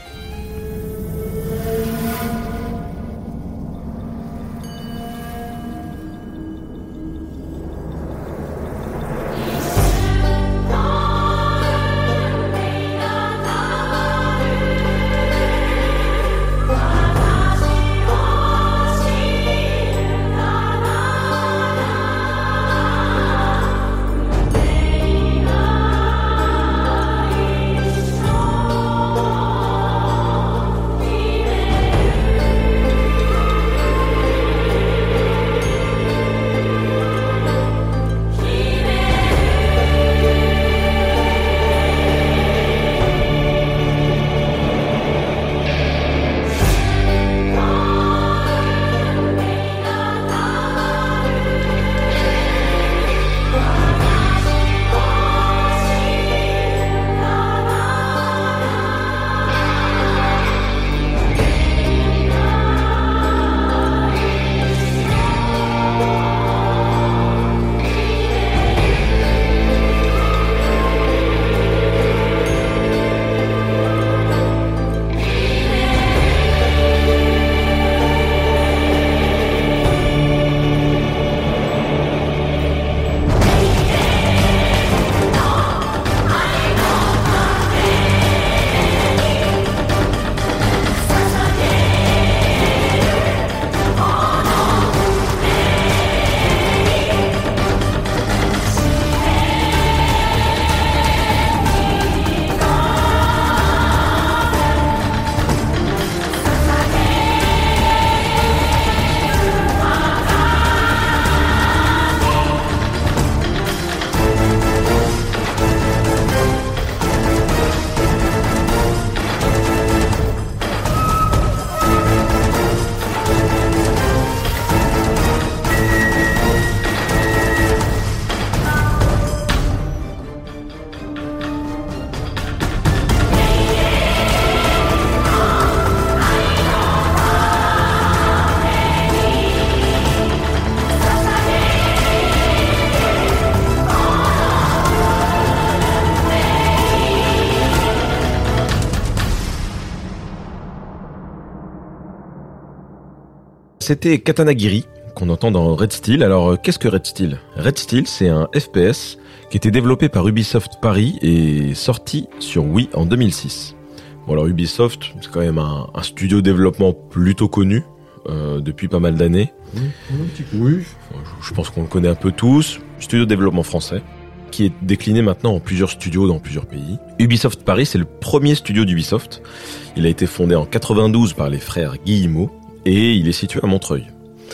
C'était Katanagiri, qu'on entend dans Red Steel. Alors, qu'est-ce que Red Steel ? Red Steel, c'est un FPS qui était développé par Ubisoft Paris et sorti sur Wii en 2006. Bon, alors Ubisoft, c'est quand même un studio de développement plutôt connu depuis pas mal d'années. Oui. Je pense qu'on le connaît un peu tous. Studio de développement français, qui est décliné maintenant en plusieurs studios dans plusieurs pays. Ubisoft Paris, c'est le premier studio d'Ubisoft. Il a été fondé en 92 par les frères Guillemot et il est situé à Montreuil.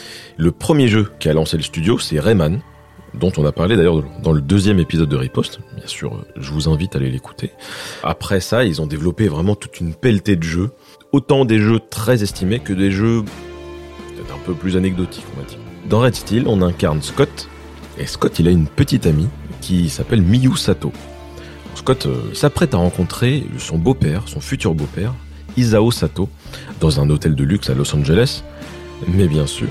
Le premier jeu qui a lancé le studio, c'est Rayman, dont on a parlé d'ailleurs dans le 2e épisode de Riposte. Bien sûr, je vous invite à aller l'écouter. Après ça, ils ont développé vraiment toute une pelletée de jeux. Autant des jeux très estimés que des jeux peut-être un peu plus anecdotiques, on va dire. Dans Red Steel, on incarne Scott. Et Scott, il a une petite amie qui s'appelle Miyu Sato. Scott s'apprête à rencontrer son beau-père, son futur beau-père, Isao Sato, dans un hôtel de luxe à Los Angeles. Mais bien sûr,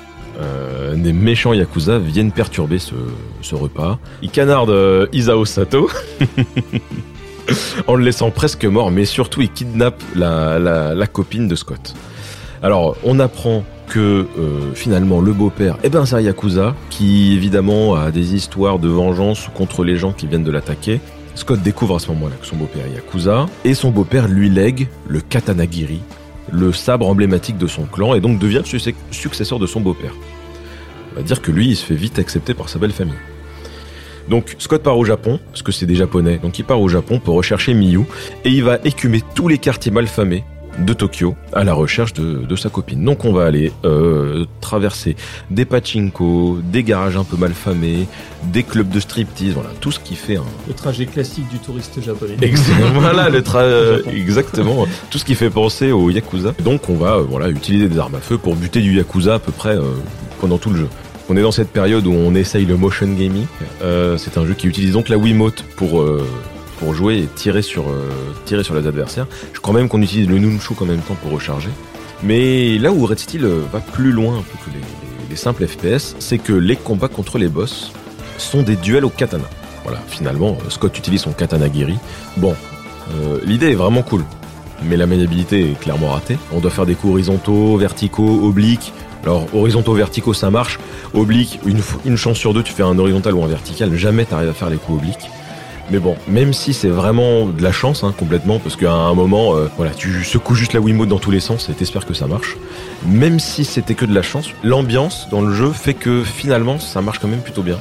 des méchants Yakuza viennent perturber ce repas. Ils canardent Isao Sato. en le laissant presque mort, mais surtout il kidnappe la copine de Scott. Alors on apprend que finalement le beau-père, c'est un Yakuza qui évidemment a des histoires de vengeance contre les gens qui viennent de l'attaquer. Scott découvre à ce moment-là que son beau-père est Yakuza, et son beau-père lui lègue le Katanagiri, le sabre emblématique de son clan, et donc devient le successeur de son beau-père. On va dire que lui, il se fait vite accepter par sa belle famille. Donc Scott part au Japon, parce que c'est des Japonais, donc il part au Japon pour rechercher Miyu, et il va écumer tous les quartiers malfamés de Tokyo à la recherche de sa copine. Donc on va aller traverser des pachinko, des garages un peu malfamés, des clubs de striptease, voilà, tout ce qui fait le trajet classique du touriste japonais. Voilà, exactement, tout ce qui fait penser au Yakuza. Donc on va utiliser des armes à feu pour buter du Yakuza à peu près pendant tout le jeu. On est dans cette période où on essaye le motion gaming. C'est un jeu qui utilise donc la Wiimote pour jouer et tirer sur les adversaires. Je crois même qu'on utilise le nunchuk en même temps pour recharger. Mais là où Red Steel va plus loin un peu que les simples FPS, c'est que les combats contre les boss sont des duels au katana. Voilà, finalement, Scott utilise son Katanagiri. Bon, l'idée est vraiment cool, mais la maniabilité est clairement ratée. On doit faire des coups horizontaux, verticaux, obliques. Alors, horizontaux, verticaux, ça marche. Obliques, une chance sur deux, tu fais un horizontal ou un vertical. Jamais t'arrives à faire les coups obliques. Mais bon, même si c'est vraiment de la chance, complètement, parce qu'à un moment, tu secoues juste la Wiimote dans tous les sens et t'espères que ça marche. Même si c'était que de la chance, l'ambiance dans le jeu fait que finalement, ça marche quand même plutôt bien.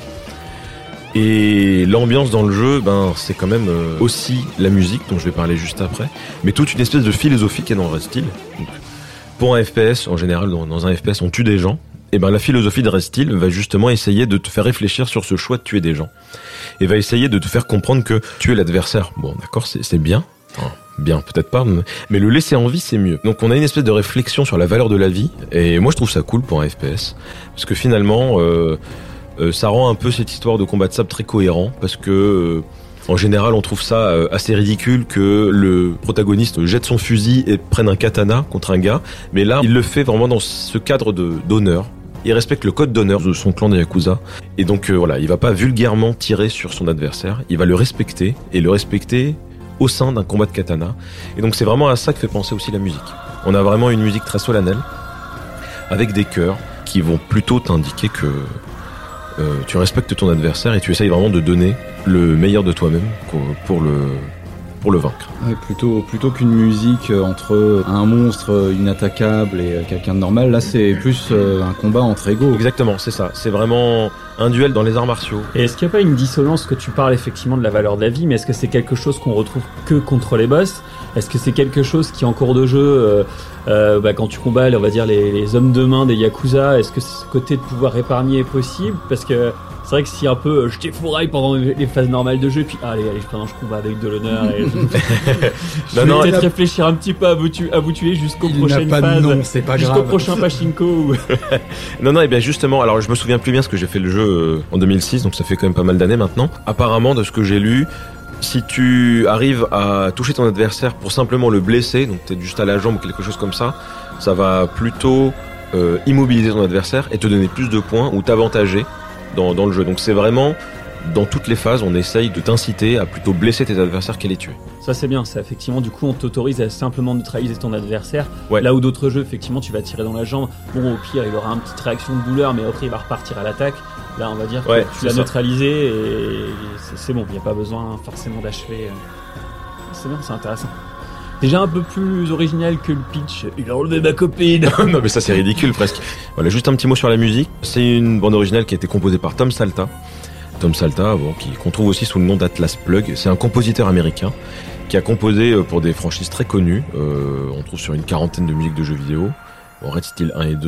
Et l'ambiance dans le jeu, c'est quand même aussi la musique, dont je vais parler juste après, mais toute une espèce de philosophie qui est dans Red Steel. Donc, pour un FPS, en général, dans un FPS, on tue des gens. Et la philosophie de Red Steel va justement essayer de te faire réfléchir sur ce choix de tuer des gens. Et va essayer de te faire comprendre que tuer l'adversaire, bon d'accord, c'est bien. Enfin, bien, peut-être pas, mais le laisser en vie, c'est mieux. Donc on a une espèce de réflexion sur la valeur de la vie. Et moi, je trouve ça cool pour un FPS. Parce que finalement, ça rend un peu cette histoire de combat de sabre très cohérent. Parce que... en général, on trouve ça assez ridicule que le protagoniste jette son fusil et prenne un katana contre un gars. Mais là, il le fait vraiment dans ce cadre d'honneur. Il respecte le code d'honneur de son clan des Yakuza. Et donc il va pas vulgairement tirer sur son adversaire. Il va le respecter, et le respecter au sein d'un combat de katana. Et donc c'est vraiment à ça que fait penser aussi la musique. On a vraiment une musique très solennelle, avec des chœurs qui vont plutôt t'indiquer que tu respectes ton adversaire et tu essayes vraiment de donner le meilleur de toi-même pour le vaincre. Ouais, plutôt qu'une musique entre un monstre inattaquable et quelqu'un de normal, là c'est plus un combat entre égaux. Exactement, c'est ça. C'est vraiment un duel dans les arts martiaux. Et est-ce qu'il n'y a pas une dissonance que tu parles effectivement de la valeur de la vie, mais est-ce que c'est quelque chose qu'on retrouve que contre les boss ? Est-ce que c'est quelque chose qui en cours de jeu, quand tu combats, on va dire les hommes de main des Yakuza, est-ce que ce côté de pouvoir épargner est possible ? Parce que c'est vrai que si un peu je t'effouraille pendant les phases normales de jeu, puis allez, je combat avec de l'honneur et je vais peut-être réfléchir un petit peu à vous tuer jusqu'aux prochaines phases. Non, c'est pas jusqu'au grave. prochain pachinko. Non, et bien justement, alors je me souviens plus bien parce que j'ai fait le jeu en 2006, donc ça fait quand même pas mal d'années maintenant. Apparemment, de ce que j'ai lu, si tu arrives à toucher ton adversaire pour simplement le blesser, donc peut-être juste à la jambe ou quelque chose comme ça, ça va plutôt immobiliser ton adversaire et te donner plus de points ou t'avantager dans le jeu. Donc c'est vraiment, dans toutes les phases, on essaye de t'inciter à plutôt blesser tes adversaires qu'à les tuer. Ça c'est bien, ça effectivement, du coup on t'autorise à simplement neutraliser ton adversaire. Ouais. Là où d'autres jeux, effectivement, tu vas tirer dans la jambe. Bon, au pire, il aura une petite réaction de douleur, mais après il va repartir à l'attaque. Là, on va dire que tu l'as neutralisé et c'est bon, il n'y a pas besoin forcément d'achever. C'est bien, c'est intéressant. Déjà un peu plus original que le pitch. Il a enlevé ma copine. Non mais ça c'est ridicule presque. Voilà, juste un petit mot sur la musique. C'est une bande originale qui a été composée par Tom Salta. Tom Salta, qu'on trouve aussi sous le nom d'Atlas Plug. C'est un compositeur américain qui a composé pour des franchises très connues. On trouve sur une 40aine de musiques de jeux vidéo. Red Steel 1 et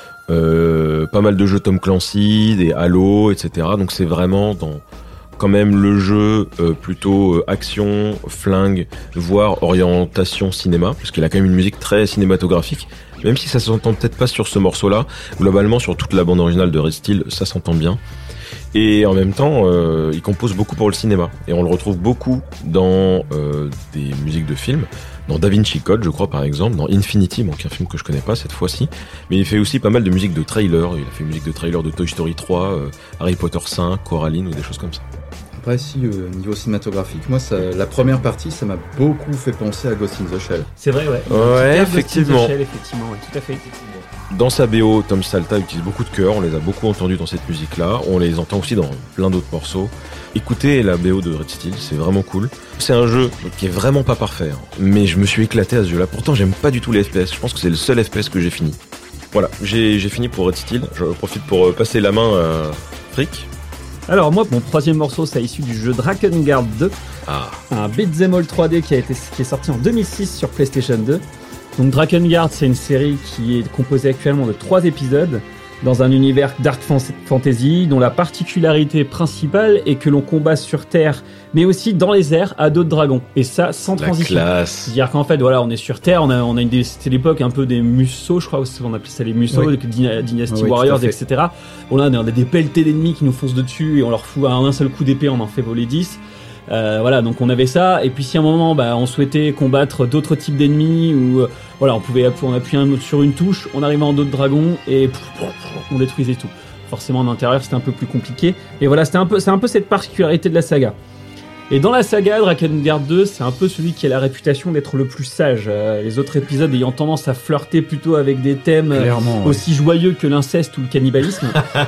2. Pas mal de jeux Tom Clancy, des Halo, etc. Donc c'est vraiment dans quand même le jeu plutôt action, flingue, voire orientation cinéma, parce qu'il a quand même une musique très cinématographique, même si ça s'entend peut-être pas sur ce morceau-là. Globalement, sur toute la bande originale de Red Steel, ça s'entend bien. Et en même temps, il compose beaucoup pour le cinéma, et on le retrouve beaucoup dans des musiques de films, dans Da Vinci Code, je crois par exemple, dans Infinity, donc un film que je connais pas cette fois-ci, mais il fait aussi pas mal de musique de trailer. Il a fait une musique de trailer de Toy Story 3, Harry Potter 5, Coraline ou des choses comme ça. Après, si, niveau cinématographique, moi, la première partie, ça m'a beaucoup fait penser à Ghost in the Shell. C'est vrai, ouais. Ouais, effectivement. Effectivement, ouais, tout à fait. Dans sa BO, Tom Salta utilise beaucoup de chœurs, on les a beaucoup entendus dans cette musique-là, on les entend aussi dans plein d'autres morceaux. Écoutez la BO de Red Steel, c'est vraiment cool. C'est un jeu qui est vraiment pas parfait, hein, mais je me suis éclaté à ce jeu-là. Pourtant, j'aime pas du tout les FPS, je pense que c'est le seul FPS que j'ai fini. Voilà, j'ai fini pour Red Steel, je profite pour passer la main à Frick. Alors moi, mon troisième morceau, c'est issu du jeu Drakengard 2, un beat'em all 3D qui est sorti en 2006 sur PlayStation 2. Donc Drakengard, c'est une série qui est composée actuellement de 3 épisodes dans un univers dark fantasy dont la particularité principale est que l'on combat sur Terre, mais aussi dans les airs à d'autres dragons. Et ça, sans transition. Classe. C'est-à-dire qu'en fait, voilà, on est sur Terre, c'était l'époque un peu des Musou, je crois, on appelait ça les Musou, oui. Dynasty Oui, Warriors, etc. Bon là, on a des pelletés d'ennemis qui nous foncent dessus et on leur fout un seul coup d'épée, on en fait voler 10. Voilà, donc on avait ça, et puis si à un moment on souhaitait combattre d'autres types d'ennemis, ou voilà, on appuyait sur une touche, on arrivait en d'autres dragons et on détruisait tout. Forcément, en intérieur, c'était un peu plus compliqué, et voilà, c'est un peu cette particularité de la saga. Et dans la saga, Drakengard 2, c'est un peu celui qui a la réputation d'être le plus sage. Les autres épisodes ayant tendance à flirter plutôt avec des thèmes aussi joyeux que l'inceste ou le cannibalisme.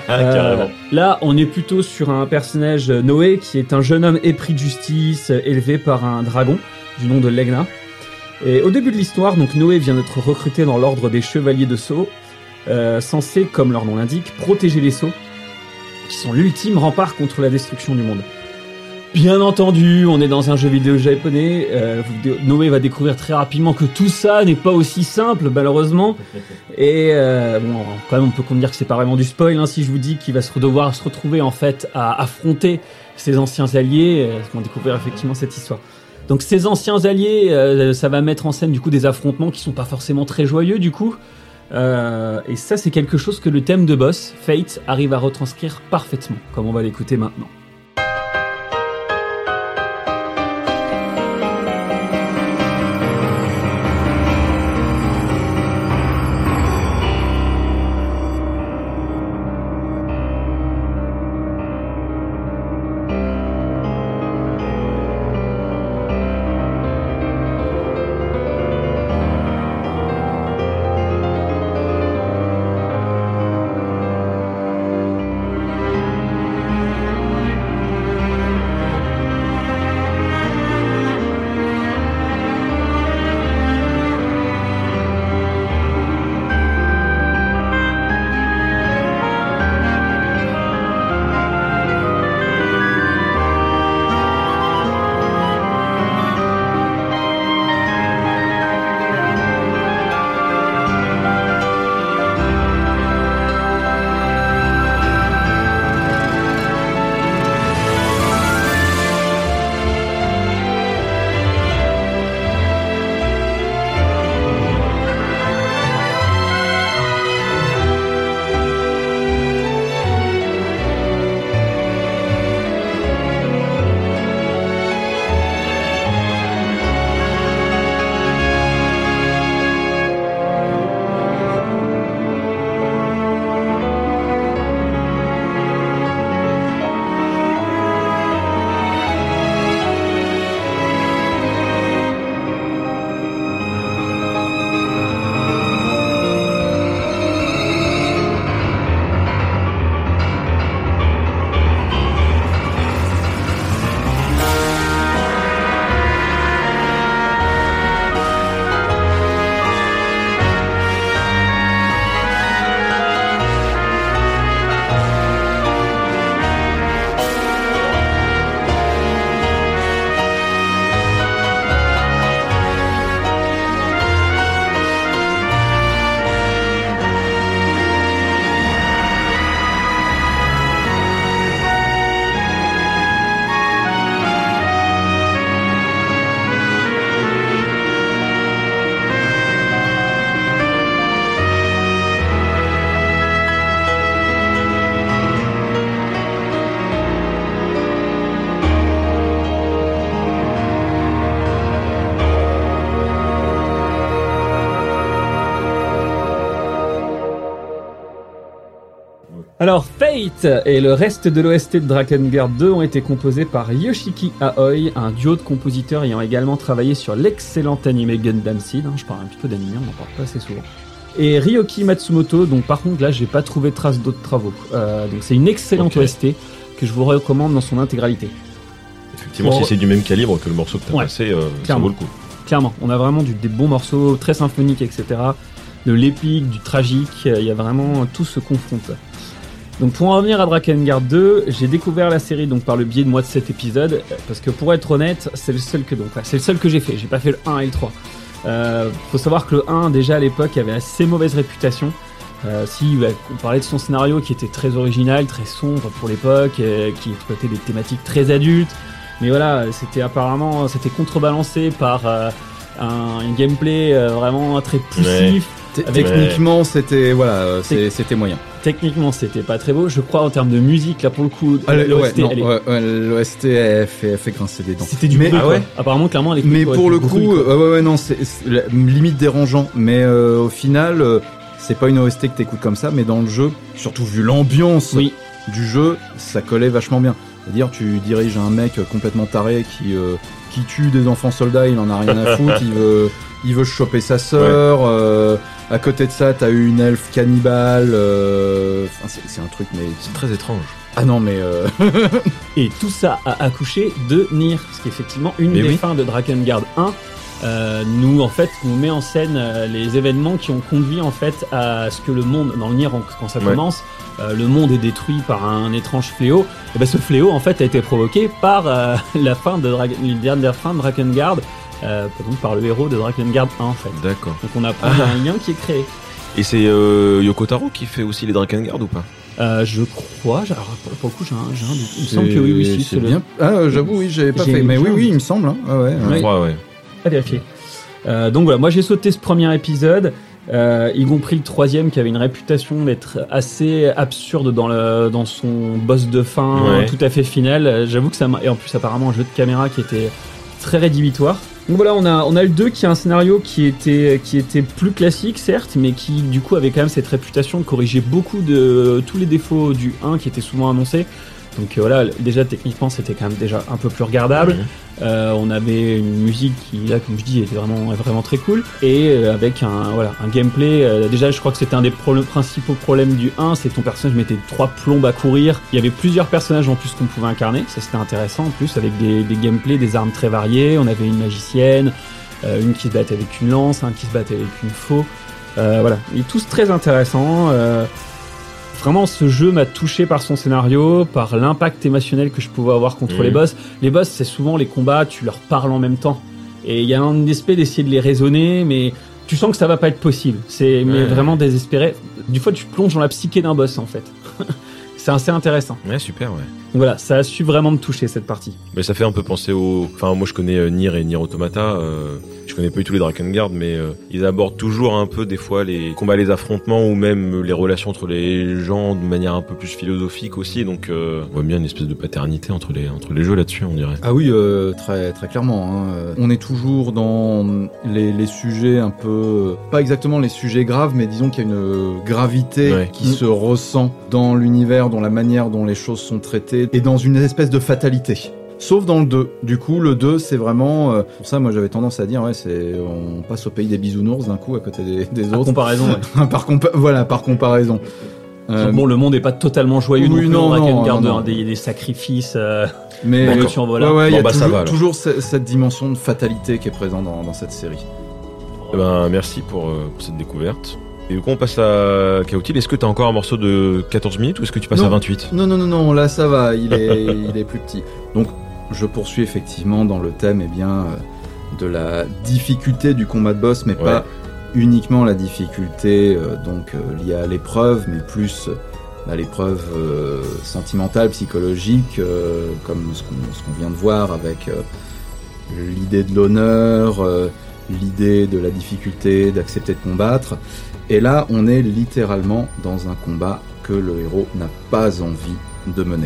Là, on est plutôt sur un personnage, Noé, qui est un jeune homme épris de justice, élevé par un dragon du nom de Legna. Et au début de l'histoire, donc Noé vient d'être recruté dans l'ordre des Chevaliers de Sceaux, censé, comme leur nom l'indique, protéger les Sceaux, qui sont l'ultime rempart contre la destruction du monde. Bien entendu, on est dans un jeu vidéo japonais. Noé va découvrir très rapidement que tout ça n'est pas aussi simple, malheureusement. Et bon, quand même, on peut dire que c'est pas vraiment du spoil, hein, si je vous dis qu'il va devoir se retrouver en fait à affronter ses anciens alliés. On va découvrir effectivement cette histoire. Donc ces anciens alliés, ça va mettre en scène du coup des affrontements qui sont pas forcément très joyeux du coup. Et ça, c'est quelque chose que le thème de boss, Fate, arrive à retranscrire parfaitement, comme on va l'écouter maintenant. Alors, Fate et le reste de l'OST de Drakengard 2 ont été composés par Yoshiki Aoi, un duo de compositeurs ayant également travaillé sur l'excellent animé Gundam Seed. Je parle un petit peu d'animé, on n'en parle pas assez souvent. Et Ryoki Matsumoto, donc par contre là j'ai pas trouvé de trace d'autres travaux. Donc c'est une excellente OST que je vous recommande dans son intégralité. Effectivement, si c'est du même calibre que le morceau que tu as passé, ça vaut le coup. Clairement, on a vraiment des bons morceaux, très symphoniques, etc. De l'épique, du tragique, il y a vraiment tout se confronte. Donc pour en revenir à Drakengard 2, j'ai découvert la série donc par le biais de moi de cet épisode, parce que pour être honnête, c'est le seul que j'ai fait, j'ai pas fait le 1 et le 3. Faut savoir que le 1 déjà à l'époque avait assez mauvaise réputation. On parlait de son scénario qui était très original, très sombre pour l'époque, qui exploitait des thématiques très adultes. Mais voilà, c'était contrebalancé par un gameplay vraiment très poussif. Techniquement, c'était moyen. Techniquement, c'était pas très beau. Je crois en termes de musique, là pour le coup, l'OST elle fait grincer des dents. C'était du bruit, quoi. Apparemment, clairement, elle mais pour le coup, c'est limite dérangeant. Mais au final, c'est pas une OST que t'écoutes comme ça, mais dans le jeu, surtout vu l'ambiance du jeu, ça collait vachement bien. C'est-à-dire, tu diriges un mec complètement taré qui tue des enfants soldats, il en a rien à foutre, il veut choper sa sœur. À côté de ça, t'as eu une elfe cannibale. C'est un truc, mais c'est très étrange. Ah non, mais et tout ça a accouché de Nier, ce qui est effectivement une des fins de Drakengard 1. Nous met en scène les événements qui ont conduit en fait à ce que le monde dans le Nier quand ça commence, le monde est détruit par un étrange fléau. Et ben ce fléau en fait a été provoqué par la dernière fin de Drakengard, donc par le héros de Drakengard 1 en fait. D'accord. Donc on apprend un lien qui est créé. Et c'est Yoko Taro qui fait aussi les Drakengard ou pas? Je crois, alors pour le coup j'ai un doute. Il me semble que oui, c'est bien. J'avoue, j'avais pas fait, mais oui, il me semble. Hein. Je crois, à vérifier. Donc voilà, moi j'ai sauté ce premier épisode, y compris le troisième qui avait une réputation d'être assez absurde dans son boss de fin, tout à fait final. J'avoue que et en plus apparemment un jeu de caméra qui était très rédhibitoire. Donc voilà, on a le 2 qui a un scénario qui était plus classique certes, mais qui du coup avait quand même cette réputation de corriger beaucoup de tous les défauts du 1 qui étaient souvent annoncés. Donc voilà, déjà techniquement c'était quand même déjà un peu plus regardable. On avait une musique qui, là comme je dis, était vraiment très cool. Et avec un gameplay, déjà je crois que c'était un des principaux problèmes du 1, c'est que ton personnage mettait 3 plombes à courir. Il y avait plusieurs personnages en plus qu'on pouvait incarner, ça c'était intéressant en plus, avec des gameplays, des armes très variées. On avait une magicienne, une qui se battait avec une lance, un qui se battait avec une faux. Voilà, et tous très intéressants. Vraiment, ce jeu m'a touché par son scénario, par l'impact émotionnel que je pouvais avoir contre les boss. Les boss, c'est souvent les combats, tu leur parles en même temps. Et il y a un aspect d'essayer de les raisonner, mais tu sens que ça va pas être possible. Mais vraiment désespéré. Du fois, tu plonges dans la psyché d'un boss, en fait. C'est assez intéressant. Ouais, super, ouais. Donc voilà, ça a su vraiment me toucher, cette partie. Mais ça fait un peu penser Enfin, moi, je connais Nier et Nier Automata. Je connais pas du tout les Drakengard, mais ils abordent toujours un peu, des fois, les combats, les affrontements, ou même les relations entre les gens de manière un peu plus philosophique aussi. Donc, on voit bien une espèce de paternité entre les jeux là-dessus, on dirait. Ah oui, très, très clairement. On est toujours dans les sujets un peu... Pas exactement les sujets graves, mais disons qu'il y a une gravité qui se ressent dans l'univers, dans la manière dont les choses sont traitées, et dans une espèce de fatalité. Sauf dans le 2. Du coup, le 2, c'est vraiment... pour ça, moi, j'avais tendance à dire, on passe au pays des bisounours d'un coup à côté des autres. Comparaison, par comparaison. Bon, le monde est pas totalement joyeux non plus. Drakengard, il y a des sacrifices. Mais il y a toujours ça. Cette dimension de fatalité qui est présente dans cette série. Merci pour cette découverte. Et du coup, on passe à Chaotil. Est-ce que t'as encore un morceau de 14 minutes ou est-ce que tu passes à 28 ? Non, là ça va, il est plus petit. Donc, je poursuis effectivement dans le thème de la difficulté du combat de boss, mais pas uniquement la difficulté liée à l'épreuve, mais plus l'épreuve sentimentale, psychologique, comme ce qu'on vient de voir avec l'idée de l'honneur, l'idée de la difficulté d'accepter de combattre. Et là, on est littéralement dans un combat que le héros n'a pas envie de mener.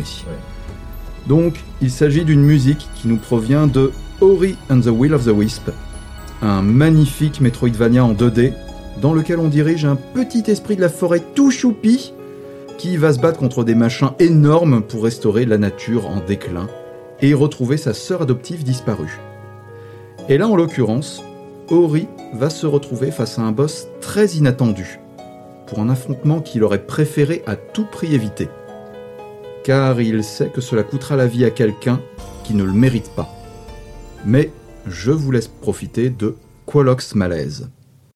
Donc, il s'agit d'une musique qui nous provient de Ori and the Will of the Wisp, un magnifique Metroidvania en 2D, dans lequel on dirige un petit esprit de la forêt tout choupi, qui va se battre contre des machins énormes pour restaurer la nature en déclin et retrouver sa sœur adoptive disparue. Et là, en l'occurrence, Ori va se retrouver face à un boss très inattendu, pour un affrontement qu'il aurait préféré à tout prix éviter. Car il sait que cela coûtera la vie à quelqu'un qui ne le mérite pas. Mais je vous laisse profiter de Quolox Malaise.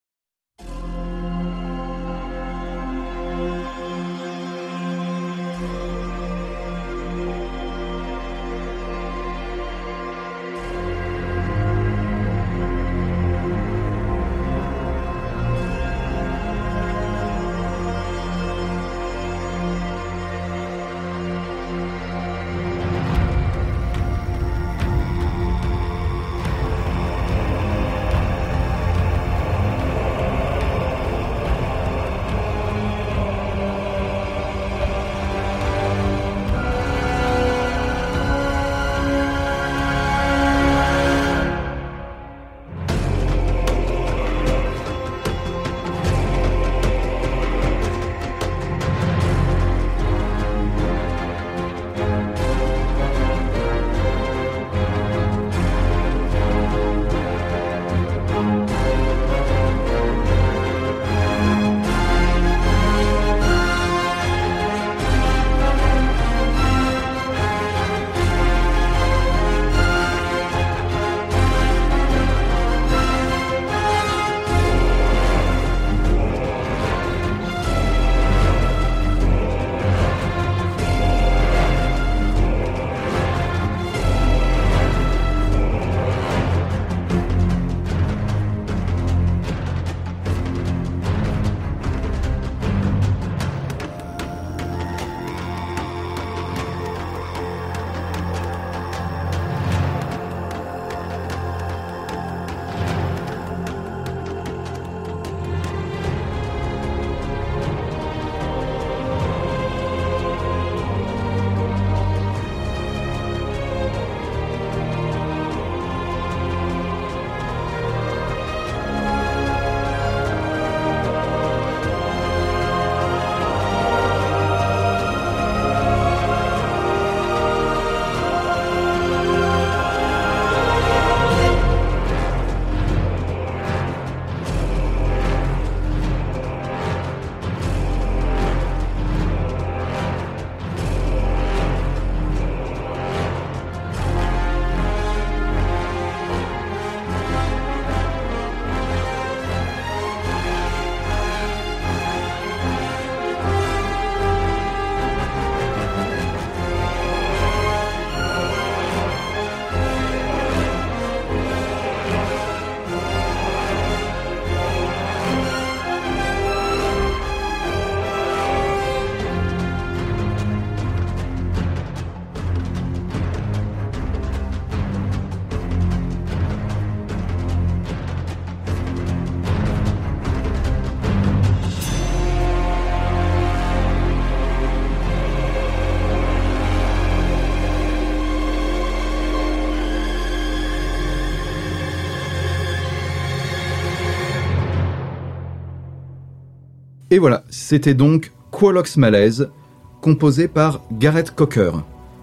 Et voilà, c'était donc Quolox Malaise, composé par Gareth Cocker.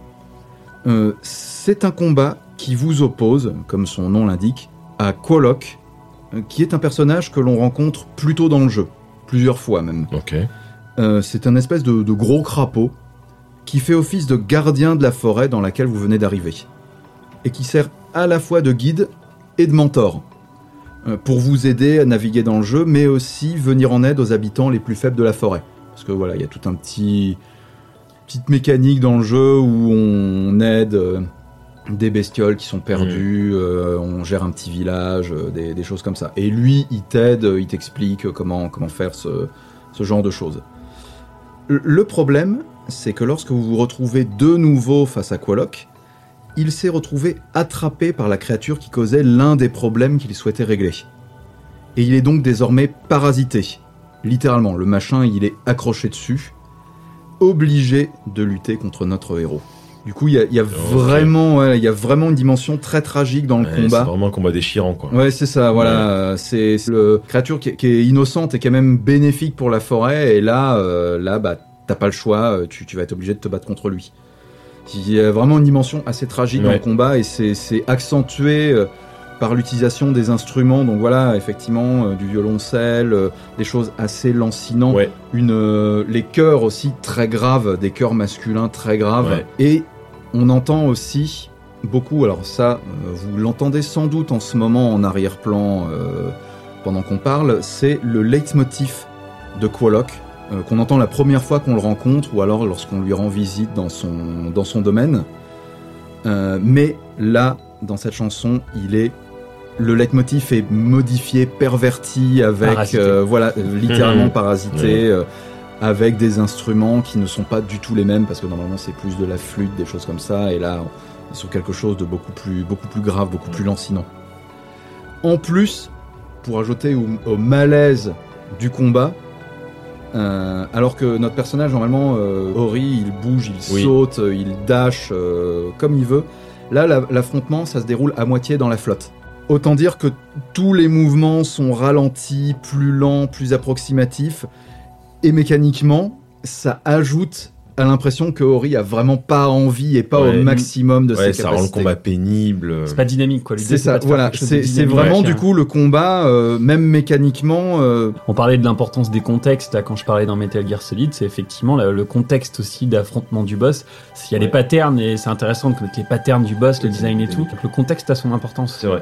C'est un combat qui vous oppose, comme son nom l'indique, à Quoloc, qui est un personnage que l'on rencontre plus tôt dans le jeu, plusieurs fois même. Okay. C'est un espèce de gros crapaud qui fait office de gardien de la forêt dans laquelle vous venez d'arriver, et qui sert à la fois de guide et de mentor, pour vous aider à naviguer dans le jeu, mais aussi venir en aide aux habitants les plus faibles de la forêt. Parce que voilà, il y a tout un petite mécanique dans le jeu où on aide des bestioles qui sont perdues, on gère un petit village, des choses comme ça. Et lui, il t'aide, il t'explique comment faire ce genre de choses. Le problème, c'est que lorsque vous vous retrouvez de nouveau face à Quoloc, il s'est retrouvé attrapé par la créature qui causait l'un des problèmes qu'il souhaitait régler. Et il est donc désormais parasité. Littéralement, le machin, il est accroché dessus, obligé de lutter contre notre héros. Du coup, il y a vraiment une dimension très tragique dans le combat. C'est vraiment un combat déchirant, quoi. Ouais, c'est ça, voilà. Ouais. C'est le créature qui est innocente et qui est même bénéfique pour la forêt. Et là, t'as pas le choix, tu vas être obligé de te battre contre lui. Il y a vraiment une dimension assez tragique dans le combat, et c'est accentué par l'utilisation des instruments. Donc voilà, effectivement, du violoncelle, des choses assez lancinantes, les chœurs aussi très graves, des chœurs masculins très graves, et on entend aussi beaucoup, alors ça, vous l'entendez sans doute en ce moment en arrière-plan pendant qu'on parle, c'est le leitmotiv de Quoloc, qu'on entend la première fois qu'on le rencontre, ou alors lorsqu'on lui rend visite dans son domaine. Mais là, dans cette chanson, le leitmotiv est modifié, perverti, avec littéralement parasité, avec des instruments qui ne sont pas du tout les mêmes, parce que normalement c'est plus de la flûte, des choses comme ça, et là on est sur quelque chose de beaucoup plus grave, beaucoup plus lancinant. En plus, pour ajouter au malaise du combat, alors que notre personnage, normalement, Ori, il bouge, il saute, il dash comme il veut. Là, l'affrontement, ça se déroule à moitié dans la flotte. Autant dire que tous les mouvements sont ralentis, plus lents, plus approximatifs. Et mécaniquement, ça ajoute à l'impression que Ori a vraiment pas envie et pas au maximum de ses capacités. Ça rend le combat pénible. C'est pas dynamique, quoi. C'est ça, voilà. C'est vraiment, du coup, le combat, même mécaniquement... On parlait de l'importance des contextes, là, quand je parlais dans Metal Gear Solid, c'est effectivement le contexte aussi d'affrontement du boss. Il y a les patterns, et c'est intéressant de connaître les patterns du boss, le design et tout. Donc, le contexte a son importance. C'est vrai.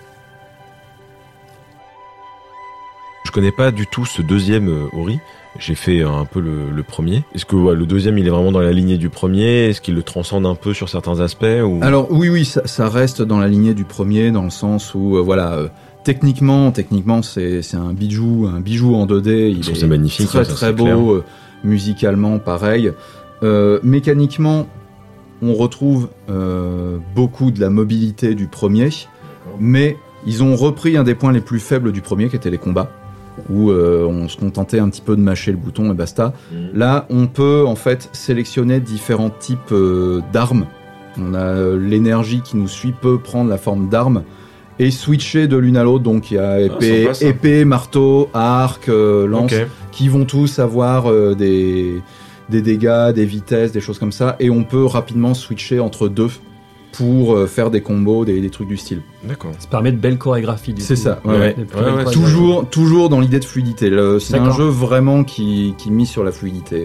Je connais pas du tout ce deuxième Ori. J'ai fait un peu le premier. Est-ce que le deuxième, il est vraiment dans la lignée du premier ? Est-ce qu'il le transcende un peu sur certains aspects ou... Alors oui, ça reste dans la lignée du premier, dans le sens où techniquement, c'est un bijou en 2D. C'est magnifique, très très beau. Musicalement, pareil. Mécaniquement, on retrouve beaucoup de la mobilité du premier, mais ils ont repris un des points les plus faibles du premier, qui était les combats, où on se contentait un petit peu de mâcher le bouton et basta. Là, on peut en fait sélectionner différents types d'armes. On a l'énergie qui nous suit peut prendre la forme d'armes et switcher de l'une à l'autre. Donc il y a épée, marteau, arc, lance, qui vont tous avoir des dégâts, des vitesses, des choses comme ça. Et on peut rapidement switcher entre deux pour faire des combos, des trucs du style. D'accord. Ça permet de belles chorégraphies. C'est ça. Toujours dans l'idée de fluidité. C'est un jeu vraiment qui mise sur la fluidité.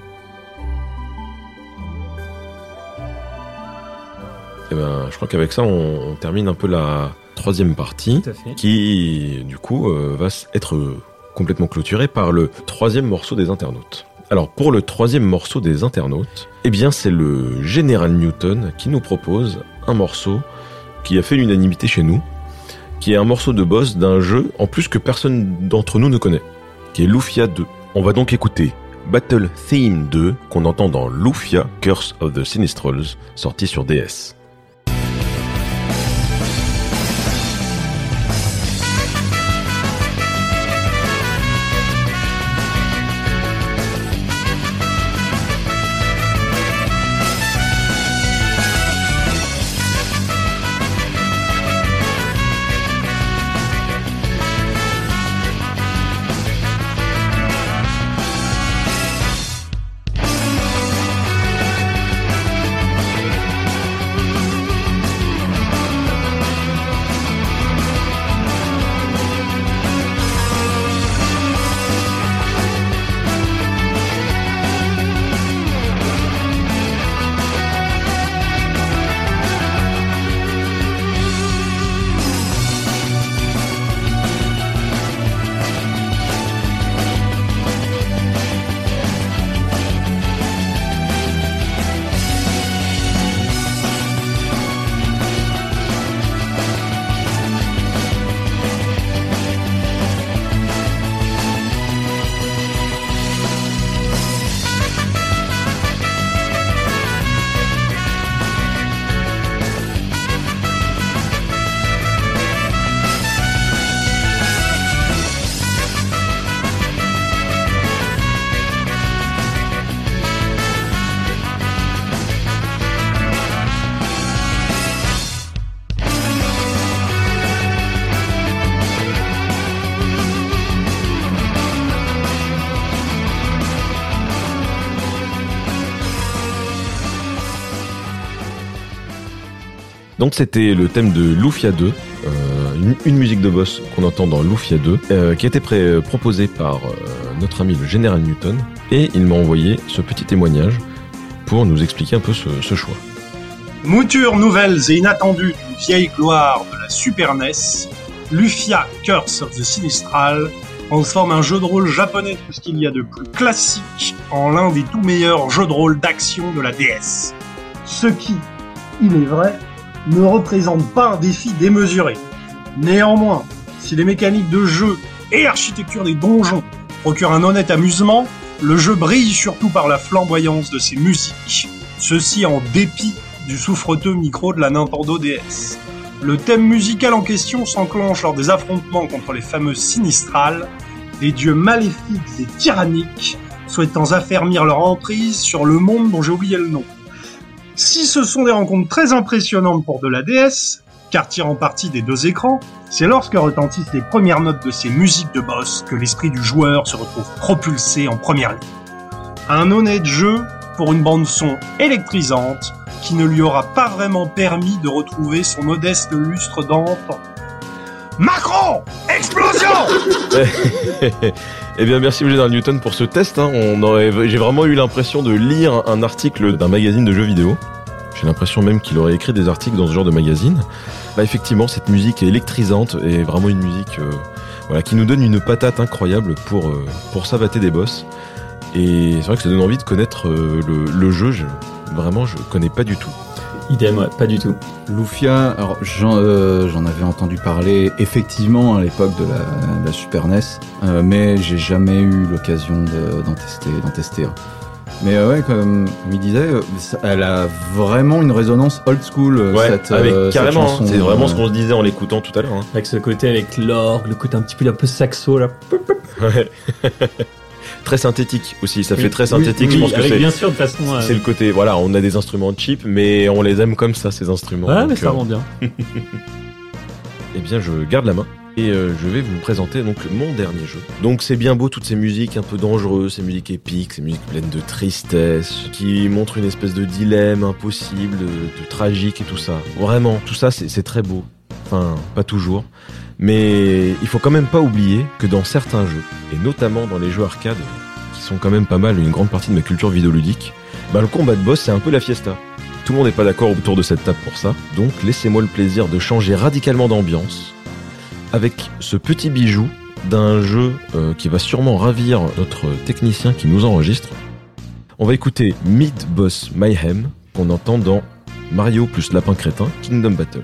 Et je crois qu'avec ça, on termine un peu la troisième partie, qui du coup va être complètement clôturée par le troisième morceau des internautes. Alors pour le troisième morceau des internautes, c'est le Général Newton qui nous propose un morceau qui a fait l'unanimité chez nous, qui est un morceau de boss d'un jeu en plus que personne d'entre nous ne connaît, qui est Lufia 2. On va donc écouter Battle Theme 2 qu'on entend dans Lufia Curse of the Sinistrals, sorti sur DS. Donc c'était le thème de Lufia 2, une musique de boss qu'on entend dans Lufia 2, qui a été proposée par notre ami le Général Newton, et il m'a envoyé ce petit témoignage pour nous expliquer un peu ce choix. Mouture nouvelles et inattendues d'une vieille gloire de la Super NES, Lufia Curse of the Sinistral transforme un jeu de rôle japonais tout ce qu'il y a de plus classique en l'un des tout meilleurs jeux de rôle d'action de la DS. Ce qui, il est vrai, ne représente pas un défi démesuré. Néanmoins, si les mécaniques de jeu et l'architecture des donjons procurent un honnête amusement, le jeu brille surtout par la flamboyance de ses musiques. Ceci en dépit du souffreteux micro de la Nintendo DS. Le thème musical en question s'enclenche lors des affrontements contre les fameux Sinistrales, des dieux maléfiques et tyranniques, souhaitant affermir leur emprise sur le monde dont j'ai oublié le nom. Si ce sont des rencontres très impressionnantes pour de la DS, car tirant parti des deux écrans, c'est lorsque retentissent les premières notes de ces musiques de boss que l'esprit du joueur se retrouve propulsé en première ligne. Un honnête jeu pour une bande-son électrisante qui ne lui aura pas vraiment permis de retrouver son modeste lustre d'antan. Macron! Explosion! Eh bien, merci Général Newton pour ce test. J'ai vraiment eu l'impression de lire un article d'un magazine de jeux vidéo. J'ai l'impression même qu'il aurait écrit des articles dans ce genre de magazine. Bah, effectivement, cette musique est électrisante et vraiment une musique qui nous donne une patate incroyable pour savater des boss. Et c'est vrai que ça donne envie de connaître le jeu. Vraiment, je connais pas du tout. Idem, ouais, pas du tout. Lufia, alors j'en avais entendu parler effectivement à l'époque de la Super NES, mais j'ai jamais eu l'occasion d'en tester. Mais ouais, comme il disait, elle a vraiment une résonance old school, carrément, cette chanson. C'est vraiment ce qu'on se disait en l'écoutant tout à l'heure. Avec ce côté avec l'orgue, le côté un petit peu saxo là. Ouais. Très synthétique aussi, ça fait très synthétique. Oui, je pense que c'est bien sûr de façon. C'est le côté, voilà, on a des instruments cheap, mais on les aime comme ça, ces instruments. Ouais, mais ça rend bien. Eh bien, je garde la main et je vais vous présenter donc mon dernier jeu. Donc c'est bien beau toutes ces musiques un peu dangereuses, ces musiques épiques, ces musiques pleines de tristesse, qui montrent une espèce de dilemme impossible, de tragique et tout ça. Vraiment, tout ça c'est très beau. Enfin, pas toujours. Mais il faut quand même pas oublier que dans certains jeux, et notamment dans les jeux arcade, qui sont quand même pas mal une grande partie de ma culture vidéoludique, le combat de boss c'est un peu la fiesta. Tout le monde n'est pas d'accord autour de cette table pour ça, donc laissez-moi le plaisir de changer radicalement d'ambiance avec ce petit bijou d'un jeu qui va sûrement ravir notre technicien qui nous enregistre. On va écouter Mid Boss Mayhem qu'on entend dans Mario plus Lapin Crétin Kingdom Battle.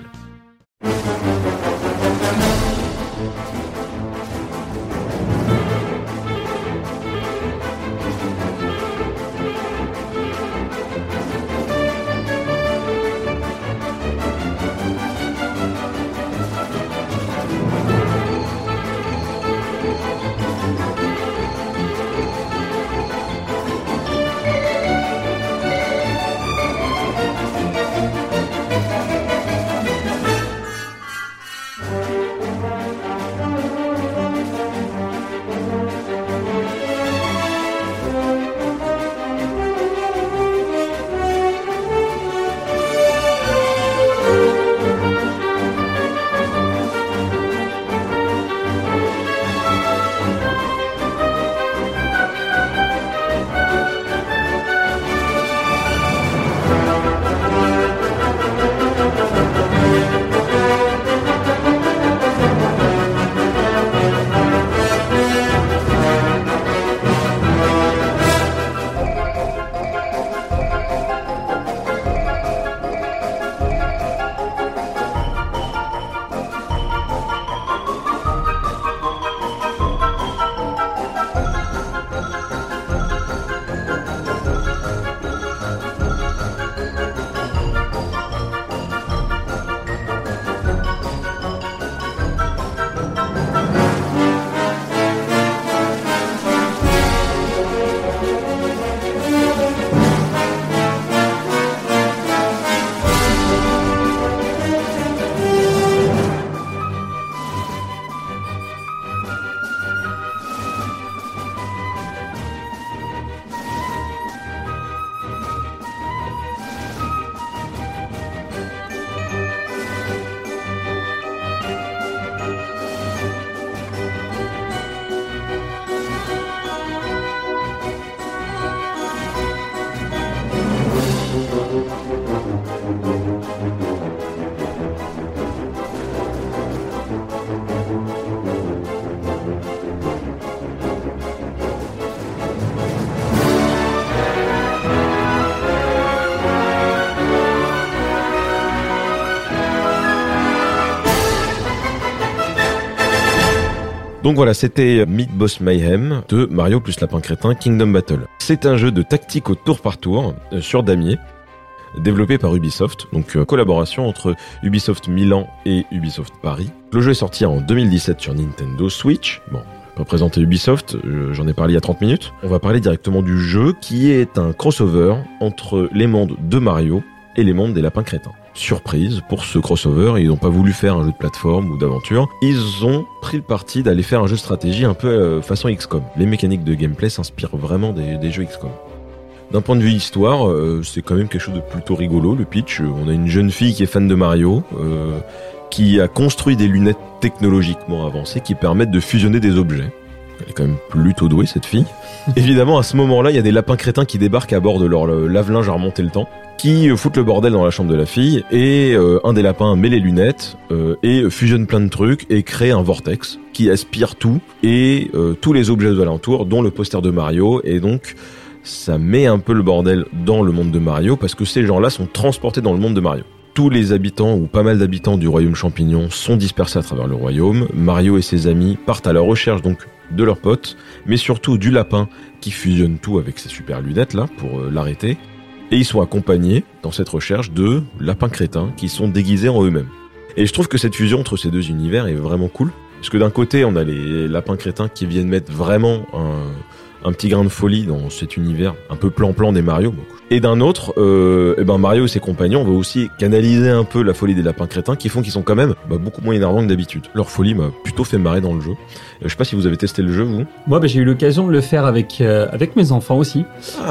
Donc voilà, c'était Meat Boss Mayhem de Mario plus Lapin Crétin Kingdom Battle. C'est un jeu de tactique au tour par tour sur damier, développé par Ubisoft, donc collaboration entre Ubisoft Milan et Ubisoft Paris. Le jeu est sorti en 2017 sur Nintendo Switch. Bon, pas présenté Ubisoft, j'en ai parlé il y a 30 minutes. On va parler directement du jeu qui est un crossover entre les mondes de Mario et les mondes des Lapins Crétins. Surprise, pour ce crossover, ils n'ont pas voulu faire un jeu de plateforme ou d'aventure, ils ont pris le parti d'aller faire un jeu de stratégie un peu façon XCOM. Les mécaniques de gameplay s'inspirent vraiment des jeux XCOM. D'un point de vue histoire, c'est quand même quelque chose de plutôt rigolo, le pitch. On a une jeune fille qui est fan de Mario, qui a construit des lunettes technologiquement avancées qui permettent de fusionner des objets. Elle est quand même plutôt douée, cette fille. Évidemment, à ce moment-là, il y a des lapins crétins qui débarquent à bord de leur lave-linge à remonter le temps, qui foutent le bordel dans la chambre de la fille, et un des lapins met les lunettes, et fusionne plein de trucs, et crée un vortex qui aspire tout, et tous les objets de l'alentour, dont le poster de Mario, et donc ça met un peu le bordel dans le monde de Mario, parce que ces gens-là sont transportés dans le monde de Mario. Tous les habitants, ou pas mal d'habitants du royaume champignon, sont dispersés à travers le royaume. Mario et ses amis partent à la recherche donc de leurs potes, mais surtout du lapin qui fusionne tout avec ses super lunettes là pour l'arrêter. Et ils sont accompagnés dans cette recherche de lapins crétins qui sont déguisés en eux-mêmes. Et je trouve que cette fusion entre ces deux univers est vraiment cool. Parce que d'un côté, on a les lapins crétins qui viennent mettre vraiment un petit grain de folie dans cet univers un peu plan-plan des Mario. Et d'un autre, Mario et ses compagnons vont aussi canaliser un peu la folie des lapins crétins qui font qu'ils sont quand même beaucoup moins énervants que d'habitude. Leur folie m'a plutôt fait marrer dans le jeu. Je sais pas si vous avez testé le jeu, vous. Moi, j'ai eu l'occasion de le faire avec mes enfants aussi.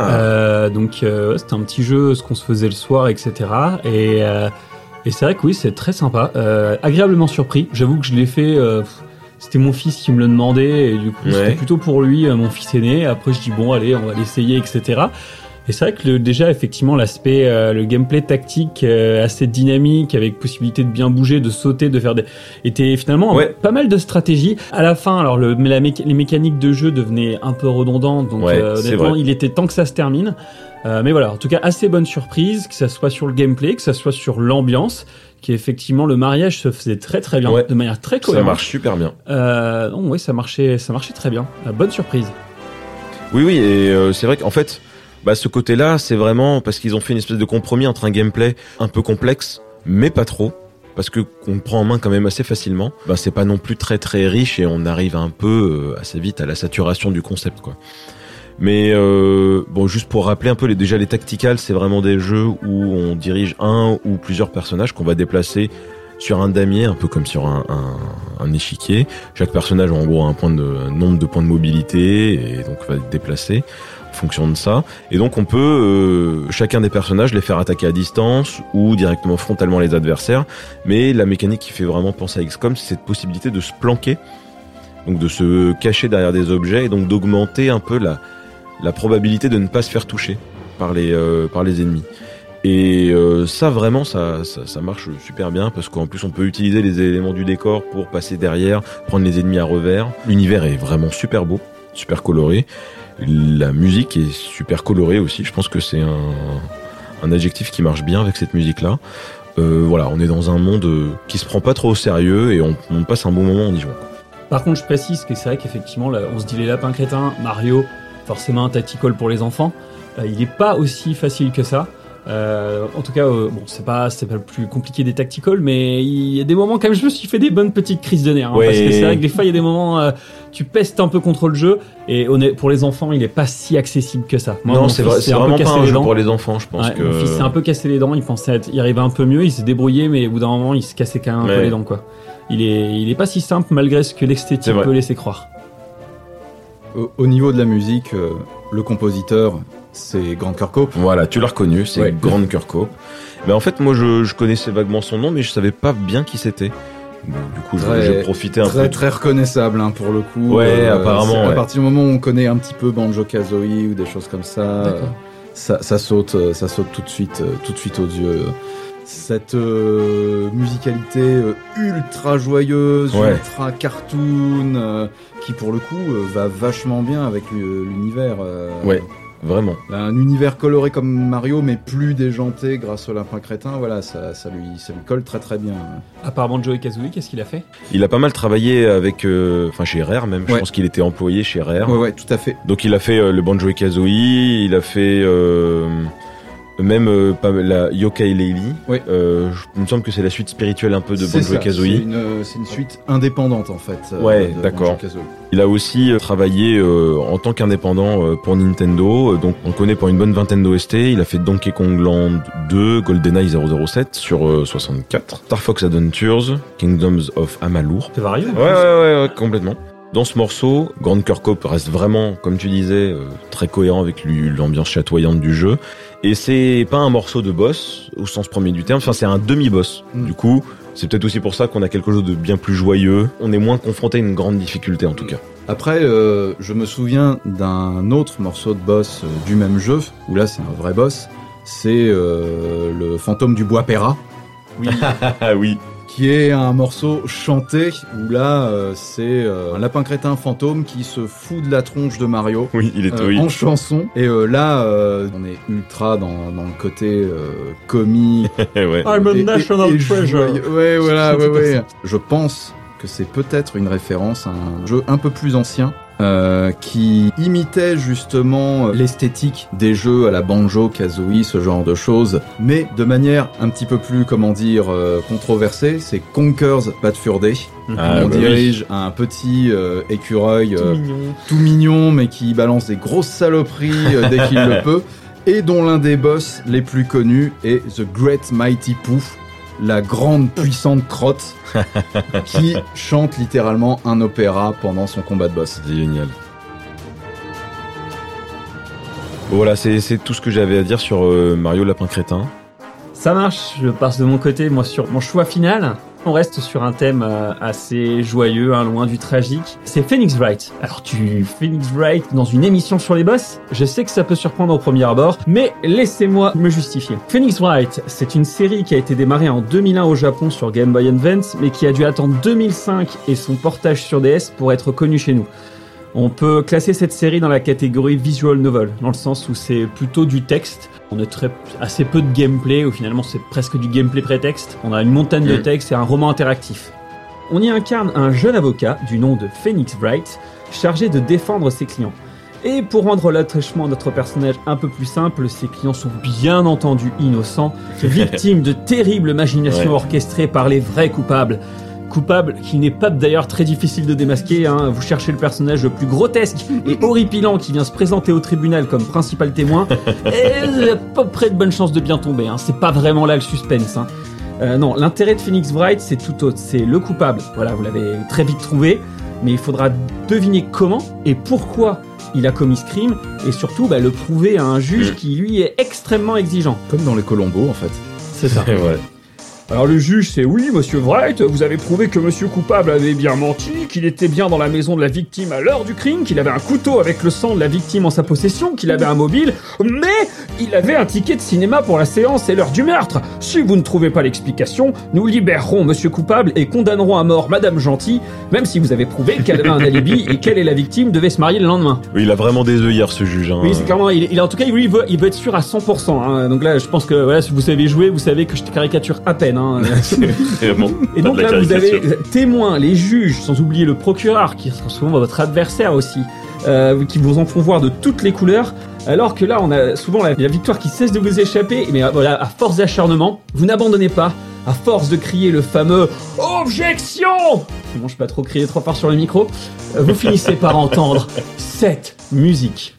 Donc c'était un petit jeu, ce qu'on se faisait le soir, etc. Et c'est vrai que oui, c'est très sympa. Agréablement surpris. J'avoue que je l'ai fait... C'était mon fils qui me le demandait et du coup c'était plutôt pour lui, mon fils aîné. Après je dis bon allez, on va l'essayer, etc. Et c'est vrai que déjà effectivement l'aspect, le gameplay tactique assez dynamique avec possibilité de bien bouger, de sauter, de faire était finalement pas mal de stratégie. À la fin, alors les mécaniques de jeu devenaient un peu redondantes, donc honnêtement il était temps que ça se termine. Mais voilà, en tout cas assez bonne surprise, que ça soit sur le gameplay, que ça soit sur l'ambiance. Qui effectivement le mariage se faisait très très bien, de manière très cohérente. Ça marche super bien. Ça marchait très bien. Bonne surprise. Oui, et c'est vrai qu'en fait, ce côté-là, c'est vraiment parce qu'ils ont fait une espèce de compromis entre un gameplay un peu complexe, mais pas trop, parce que qu'on le prend en main quand même assez facilement. C'est pas non plus très très riche et on arrive un peu assez vite à la saturation du concept, quoi. Mais juste pour rappeler un peu les tacticals, c'est vraiment des jeux où on dirige un ou plusieurs personnages qu'on va déplacer sur un damier, un peu comme sur un échiquier. Chaque personnage a en gros un nombre de points de mobilité et donc va être déplacé en fonction de ça. Et donc on peut chacun des personnages les faire attaquer à distance ou directement frontalement les adversaires. Mais la mécanique qui fait vraiment penser à XCOM, c'est cette possibilité de se planquer, donc de se cacher derrière des objets et donc d'augmenter un peu la probabilité de ne pas se faire toucher par les ennemis. Et ça vraiment ça marche super bien parce qu'en plus on peut utiliser les éléments du décor pour passer derrière, prendre les ennemis à revers. L'univers est vraiment super beau, super coloré. La musique est super colorée aussi. Je pense que c'est un adjectif qui marche bien avec cette musique-là. On est dans un monde qui se prend pas trop au sérieux et on passe un bon moment en y jouant. Par contre, je précise que c'est vrai qu'effectivement, là, on se dit les lapins crétins, Mario, forcément un tactical pour les enfants. Il est pas aussi facile que ça. En tout cas, c'est pas le plus compliqué des tacticals, mais il y a des moments quand même, je me suis fait des bonnes petites crises de nerfs, parce que c'est vrai que des fois il y a des moments, tu pestes un peu contre le jeu, et pour les enfants, il est pas si accessible que ça. Moi, c'est vraiment pas un jeu pour les enfants, je pense que. Mon fils s'est un peu cassé les dents, il pensait y arriver un peu mieux, il s'est débrouillé, mais au bout d'un moment, il se cassait quand même un peu les dents, quoi. Il est pas si simple malgré ce que l'esthétique peut laisser croire. Au niveau de la musique, le compositeur, c'est Grant Kirkhope. Voilà, tu l'as reconnu, c'est Grant Kirkhope. Mais en fait, moi, je connaissais vaguement son nom, mais je savais pas bien qui c'était. Bon, du coup, j'ai profité un peu. Très reconnaissable, pour le coup. Apparemment. À partir du moment où on connaît un petit peu Banjo-Kazooie ou des choses comme ça, ça saute tout de suite aux yeux. Cette musicalité ultra joyeuse, ultra cartoon, qui pour le coup va vachement bien avec l'univers. vraiment. Un univers coloré comme Mario, mais plus déjanté grâce au lapin crétin, voilà, ça lui colle très très bien. À part Banjo-Kazooie, qu'est-ce qu'il a fait ? Il a pas mal travaillé avec, chez Rare même. Je pense qu'il était employé chez Rare. Ouais, tout à fait. Donc il a fait le Banjo-Kazooie, il a fait même la Yokai Laylee. Oui. Il me semble que c'est la suite spirituelle un peu de Banjo-Kazooie. C'est une suite indépendante en fait. Ouais, d'accord. Il a aussi travaillé en tant qu'indépendant pour Nintendo. Donc on le connaît pour une bonne vingtaine d'OST. Il a fait Donkey Kong Land 2, GoldenEye 007 sur 64, Star Fox Adventures, Kingdoms of Amalur. C'est varié. Ouais, complètement. Dans ce morceau, Grand Cœur Cop reste vraiment, comme tu disais, très cohérent avec l'ambiance chatoyante du jeu. Et c'est pas un morceau de boss, au sens premier du terme, enfin c'est un demi-boss. Du coup, c'est peut-être aussi pour ça qu'on a quelque chose de bien plus joyeux. On est moins confronté à une grande difficulté en tout cas. Après, je me souviens d'un autre morceau de boss du même jeu, où là c'est un vrai boss, c'est le fantôme du bois Pera. Oui. Oui. Qui est un morceau chanté où là c'est un lapin crétin fantôme qui se fout de la tronche de Mario. Oui, il est en chanson. Et là on est ultra dans le côté comique. Ouais. I'm a national treasure. Ouais, voilà, ouais. Je pense que c'est peut-être une référence à un jeu un peu plus ancien. Qui imitait justement l'esthétique des jeux à la Banjo-Kazooie, ce genre de choses, mais de manière un petit peu plus, controversée. C'est Conker's Bad Fur Day. On dirige un petit écureuil tout mignon, mais qui balance des grosses saloperies dès qu'il le peut, et dont l'un des boss les plus connus est The Great Mighty Pooh, la grande puissante crotte qui chante littéralement un opéra pendant son combat de boss. C'est génial. Voilà, c'est tout ce que j'avais à dire sur Mario Lapin Crétin. Ça marche, je passe de mon côté, moi sur mon choix final. On reste sur un thème assez joyeux, loin du tragique. C'est Phoenix Wright. Alors Phoenix Wright dans une émission sur les boss, je sais que ça peut surprendre au premier abord, mais laissez-moi me justifier. Phoenix Wright, c'est une série qui a été démarrée en 2001 au Japon sur Game Boy Advance, mais qui a dû attendre 2005 et son portage sur DS pour être connu chez nous. On peut classer cette série dans la catégorie visual novel, dans le sens où c'est plutôt du texte. On a assez peu de gameplay, ou finalement c'est presque du gameplay prétexte. On a une montagne de texte et un roman interactif. On y incarne un jeune avocat du nom de Phoenix Wright, chargé de défendre ses clients. Et pour rendre l'attachement de notre personnage un peu plus simple, ses clients sont bien entendu innocents, victimes de terribles machinations orchestrées par les vrais coupables. Coupable qui n'est pas d'ailleurs très difficile de démasquer, Vous cherchez le personnage le plus grotesque et horripilant qui vient se présenter au tribunal comme principal témoin, et il a pas près de bonnes chances de bien tomber, C'est pas vraiment là le suspense, Non, l'intérêt de Phoenix Wright, c'est tout autre. C'est le coupable. Voilà, vous l'avez très vite trouvé, mais il faudra deviner comment et pourquoi il a commis ce crime, et surtout le prouver à un juge qui, lui, est extrêmement exigeant. Comme dans les Colombo, en fait. C'est ça. Ouais. Alors le juge, c'est oui, monsieur Wright, vous avez prouvé que monsieur coupable avait bien menti, qu'il était bien dans la maison de la victime à l'heure du crime, qu'il avait un couteau avec le sang de la victime en sa possession, qu'il avait un mobile, mais il avait un ticket de cinéma pour la séance et l'heure du meurtre. Si vous ne trouvez pas l'explication, nous libérerons monsieur coupable et condamnerons à mort madame gentille, même si vous avez prouvé qu'elle avait un alibi et qu'elle et la victime devaient se marier le lendemain. Oui, il a vraiment des œillères ce juge. Oui, c'est clairement, en tout cas, il veut être sûr à 100%. Donc là, je pense que voilà, si vous savez jouer, vous savez que je te caricature à peine. Et donc là, vous avez témoins, les juges, sans oublier le procureur, qui sera souvent votre adversaire aussi, qui vous en font voir de toutes les couleurs. Alors que là, on a souvent la victoire qui cesse de vous échapper. Mais voilà, à force d'acharnement, vous n'abandonnez pas. À force de crier le fameux « Objection !» Bon, je peux pas trop crier trop fort sur le micro. Vous finissez par entendre cette musique.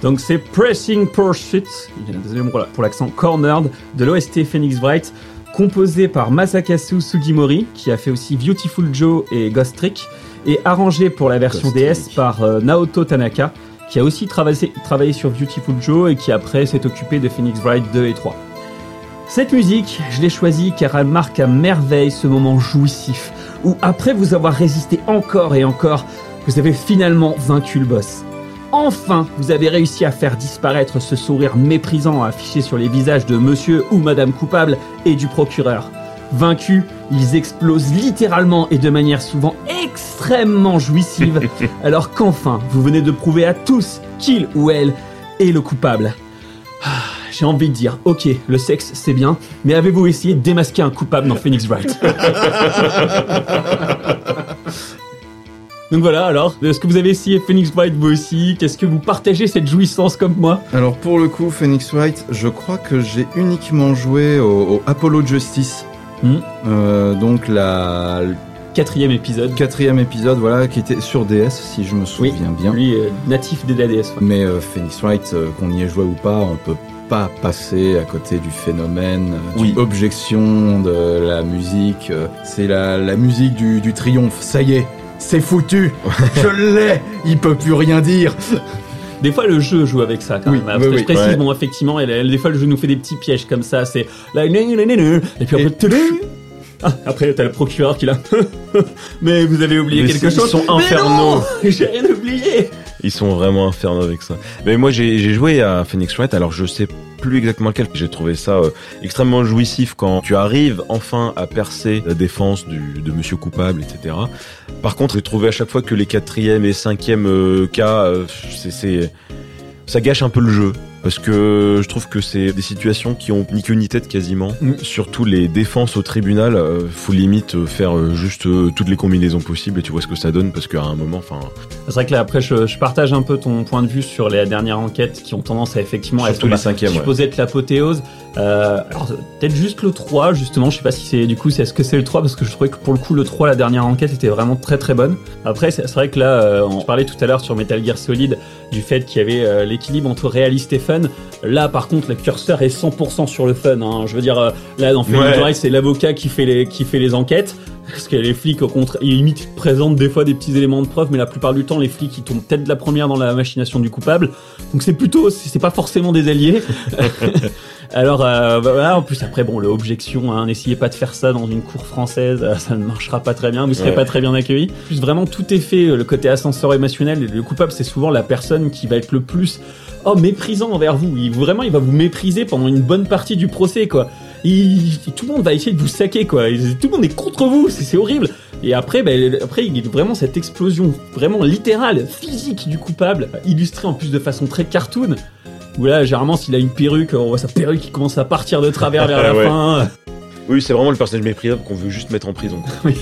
Donc c'est Pressing Pursuit, désolé pour l'accent, Cornered, de l'OST Phoenix Wright, composé par Masakazu Sugimori, qui a fait aussi Beautiful Joe et Ghost Trick, et arrangé pour la version DS par Naoto Tanaka, qui a aussi travaillé sur Beautiful Joe et qui après s'est occupé de Phoenix Wright 2 et 3. Cette musique, je l'ai choisie car elle marque à merveille ce moment jouissif, où après vous avoir résisté encore et encore, vous avez finalement vaincu le boss. Enfin, vous avez réussi à faire disparaître ce sourire méprisant affiché sur les visages de monsieur ou madame coupable et du procureur. Vaincus, ils explosent littéralement et de manière souvent extrêmement jouissive, alors qu'enfin, vous venez de prouver à tous qu'il ou elle est le coupable. J'ai envie de dire, ok, le sexe c'est bien, mais avez-vous essayé de démasquer un coupable dans Phoenix Wright? Donc voilà, alors, est-ce que vous avez essayé Phoenix Wright vous aussi? Qu'est-ce que vous partagez cette jouissance comme moi? Alors pour le coup, Phoenix Wright, je crois que j'ai uniquement joué au Apollo Justice. Donc la... Quatrième épisode, voilà, qui était sur DS, si je me souviens bien. Lui, natif des DS. Ouais. Mais Phoenix Wright, qu'on y ait joué ou pas, on peut pas passer à côté du phénomène, d'une objection de la musique. C'est la musique du triomphe, ça y est, c'est foutu, je l'ai, il peut plus rien dire. Des fois, le jeu joue avec ça, quand même. Parce que je précise, bon, effectivement, des fois, le jeu nous fait des petits pièges comme ça, c'est... Et puis après... après, t'as le procureur qui l'a... Mais vous avez oublié quelque chose. Ils sont infernaux. Mais non, j'ai rien oublié. Ils sont vraiment infernaux avec ça. Mais moi, j'ai joué à Phoenix Wright, alors je sais plus exactement lequel. J'ai trouvé ça extrêmement jouissif quand tu arrives enfin à percer la défense de monsieur coupable, etc. Par contre, j'ai trouvé à chaque fois que les 4e et 5e cas, ça gâche un peu le jeu. Parce que je trouve que c'est des situations qui ont ni queue ni tête quasiment. Surtout les défenses au tribunal, faut limite faire juste toutes les combinaisons possibles et tu vois ce que ça donne parce qu'à un moment, enfin... C'est vrai que là après je partage un peu ton point de vue sur les dernières enquêtes qui ont tendance à effectivement surtout être les 5e, supposé être l'apothéose. Alors peut-être juste le 3 justement, je sais pas si c'est du coup est-ce que c'est le 3 parce que je trouvais que pour le coup le 3 la dernière enquête était vraiment très très bonne. Après c'est vrai que là on parlait tout à l'heure sur Metal Gear Solid du fait qu'il y avait l'équilibre entre réaliste et fun. Là par contre le curseur est 100% sur le fun hein. Je veux dire là dans Phoenix Wright c'est l'avocat qui fait les enquêtes parce que les flics au contraire ils limite présentent des fois des petits éléments de preuve mais la plupart du temps les flics ils tombent peut-être de la première dans la machination du coupable donc c'est pas forcément des alliés. Alors voilà, en plus après bon l'objection hein, n'essayez pas de faire ça dans une cour française, ça ne marchera pas très bien, vous serez pas très bien accueillis. En plus vraiment tout est fait, le côté ascenseur émotionnel, le coupable c'est souvent la personne qui va être le plus méprisant envers vous. Il va vous mépriser pendant une bonne partie du procès quoi. Tout le monde va essayer de vous saquer quoi. Tout le monde est contre vous, c'est horrible. Et après il y a vraiment cette explosion vraiment littérale, physique du coupable, illustrée en plus de façon très cartoon. Où là, généralement, s'il a une perruque, on voit sa perruque qui commence à partir de travers vers la fin. Oui, c'est vraiment le personnage méprisable qu'on veut juste mettre en prison. Oui.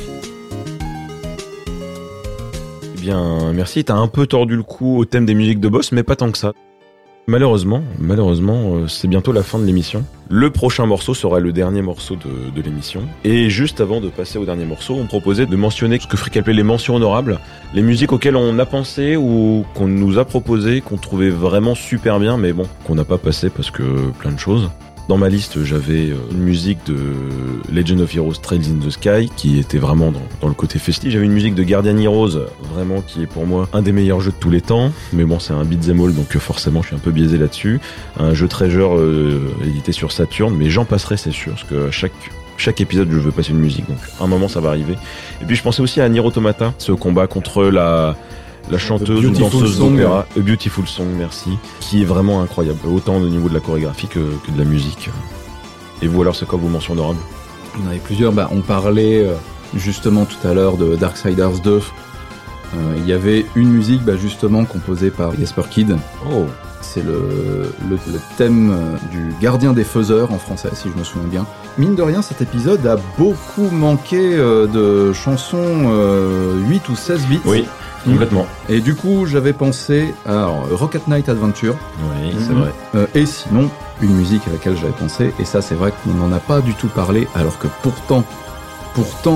Eh bien, merci. T'as un peu tordu le cou au thème des musiques de boss, mais pas tant que ça. Malheureusement, c'est bientôt la fin de l'émission. Le prochain morceau sera le dernier morceau de l'émission. Et juste avant de passer au dernier morceau, on proposait de mentionner ce que Frick appelait les mentions honorables. Les musiques auxquelles on a pensé ou qu'on nous a proposé, qu'on trouvait vraiment super bien, mais bon, qu'on n'a pas passé parce que plein de choses. Dans ma liste, j'avais une musique de Legend of Heroes Trails in the Sky, qui était vraiment dans le côté festif. J'avais une musique de Guardian Heroes, vraiment, qui est pour moi un des meilleurs jeux de tous les temps. Mais bon, c'est un beat'em all, donc forcément, je suis un peu biaisé là-dessus. Un jeu Treasure édité sur Saturn, mais j'en passerai, c'est sûr, parce que chaque épisode, je veux passer une musique, donc à un moment, ça va arriver. Et puis, je pensais aussi à Nier Automata, ce combat contre la chanteuse ou danseuse d'opéra, A Beautiful Song, merci, qui est vraiment incroyable, autant au niveau de la chorégraphie que de la musique. Et vous alors, c'est quoi vos mentions honorables? On avait plusieurs, on parlait justement tout à l'heure de Darksiders 2. Il y avait une musique justement composée par Jesper Kyd. Oh. C'est le thème du Gardien des Faiseurs en français, si je me souviens bien. Mine de rien, cet épisode a beaucoup manqué de chansons 8 ou 16 bits. Oui. Complètement. Et du coup, j'avais pensé à Rocket Knight Adventure. Oui, c'est vrai. Et sinon, une musique à laquelle j'avais pensé, et ça c'est vrai qu'on n'en a pas du tout parlé, alors que pourtant,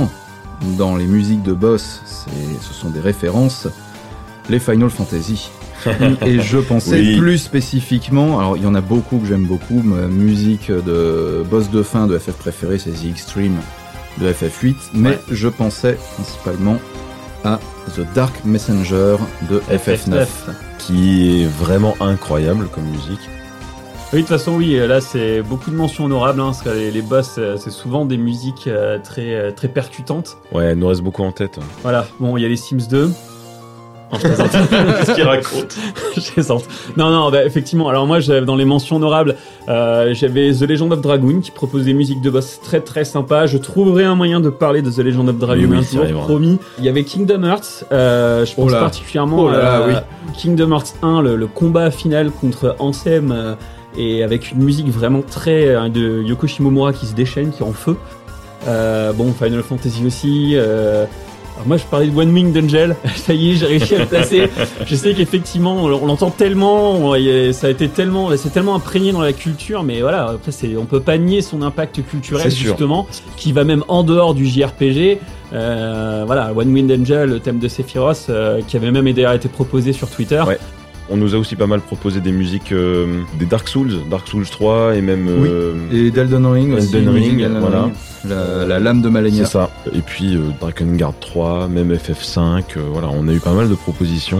dans les musiques de boss, ce sont des références, les Final Fantasy. Et je pensais Oui. plus spécifiquement, alors il y en a beaucoup que j'aime beaucoup, ma musique de boss de fin de FF préféré, c'est The Extreme de FF8, mais Ouais. je pensais principalement à The Dark Messenger de FF9. Qui est vraiment incroyable comme musique. Oui, de toute façon, oui, là, c'est beaucoup de mentions honorables, hein, parce que les boss, c'est souvent des musiques très percutantes. Ouais, elle nous reste beaucoup en tête. Voilà, bon, il y a les Sims 2. Non, je plaisante. Qu'est-ce qu'il raconte? Je plaisante. Non, bah, effectivement, alors moi, dans les mentions honorables, j'avais The Legend of Dragoon, qui propose des musiques de boss très sympas. Je trouverai un moyen de parler de The Legend of Dragoon Oui, un ça jour, arrivera. promis. Il y avait Kingdom Hearts, je pense là. particulièrement Oh là là, oui. Kingdom Hearts 1, le combat final contre Ansem, et avec une musique vraiment très de Yoko Shimomura qui se déchaîne, qui est en feu. Bon, Final Fantasy aussi. Alors moi, je parlais de One Winged Angel. Ça y est, j'ai réussi à le placer. Je sais qu'effectivement, on l'entend tellement, c'est tellement imprégné dans la culture, mais voilà, après, on peut pas nier son impact culturel, C'est sûr. justement, qui va même en dehors du JRPG. Voilà, One Winged Angel, le thème de Sephiroth, qui avait même d'ailleurs été proposé sur Twitter. Ouais. On nous a aussi pas mal proposé des musiques des Dark Souls 3 et même Et d'Elden Ring aussi. Elden musique Ring, d'Elden voilà. Ring. La lame de Malenia. c'est ça. Et puis Drakengard 3, même FF5, voilà, on a eu pas mal de propositions.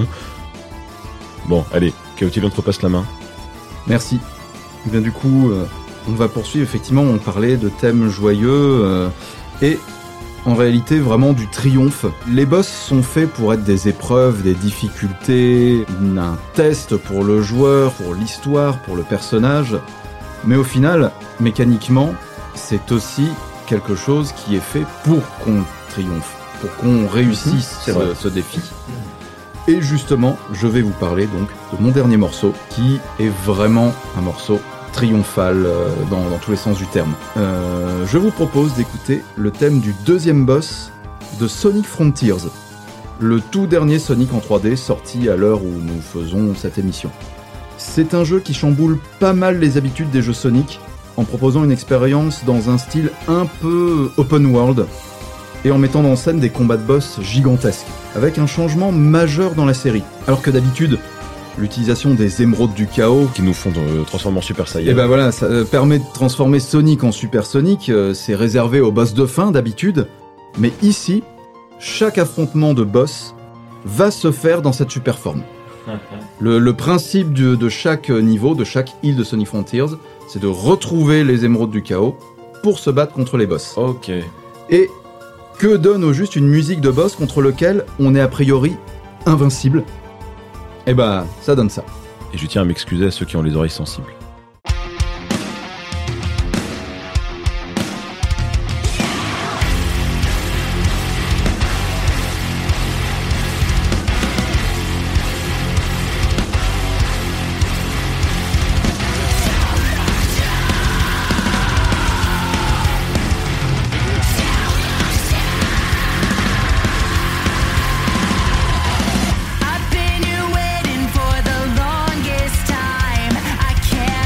Bon, allez, Chaotil, on te repasse la main. Merci. Et bien du coup, on va poursuivre. Effectivement, on parlait de thèmes joyeux et en réalité vraiment du triomphe. Les boss sont faits pour être des épreuves, des difficultés, un test pour le joueur, pour l'histoire, pour le personnage. Mais au final, mécaniquement, c'est aussi quelque chose qui est fait pour qu'on triomphe, pour qu'on réussisse c'est vrai. ce défi. Et justement, je vais vous parler donc de mon dernier morceau, qui est vraiment un morceau triomphal dans tous les sens du terme. Je vous propose d'écouter le thème du deuxième boss de Sonic Frontiers, le tout dernier Sonic en 3D sorti à l'heure où nous faisons cette émission. C'est un jeu qui chamboule pas mal les habitudes des jeux Sonic, en proposant une expérience dans un style un peu open world, et en mettant en scène des combats de boss gigantesques, avec un changement majeur dans la série. Alors que d'habitude, l'utilisation des émeraudes du chaos, Qui nous font transformer en Super Saiyan. et ben voilà, ça permet de transformer Sonic en Super Sonic, c'est réservé aux boss de fin d'habitude, mais ici, chaque affrontement de boss va se faire dans cette super forme. Le principe de chaque niveau, de chaque île de Sonic Frontiers, c'est de retrouver les émeraudes du chaos pour se battre contre les boss. Ok. Et que donne au juste une musique de boss contre lequel on est a priori invincible? Et bah, ça donne ça. Et je tiens à m'excuser à ceux qui ont les oreilles sensibles. I've been here waiting for the longest time. I can't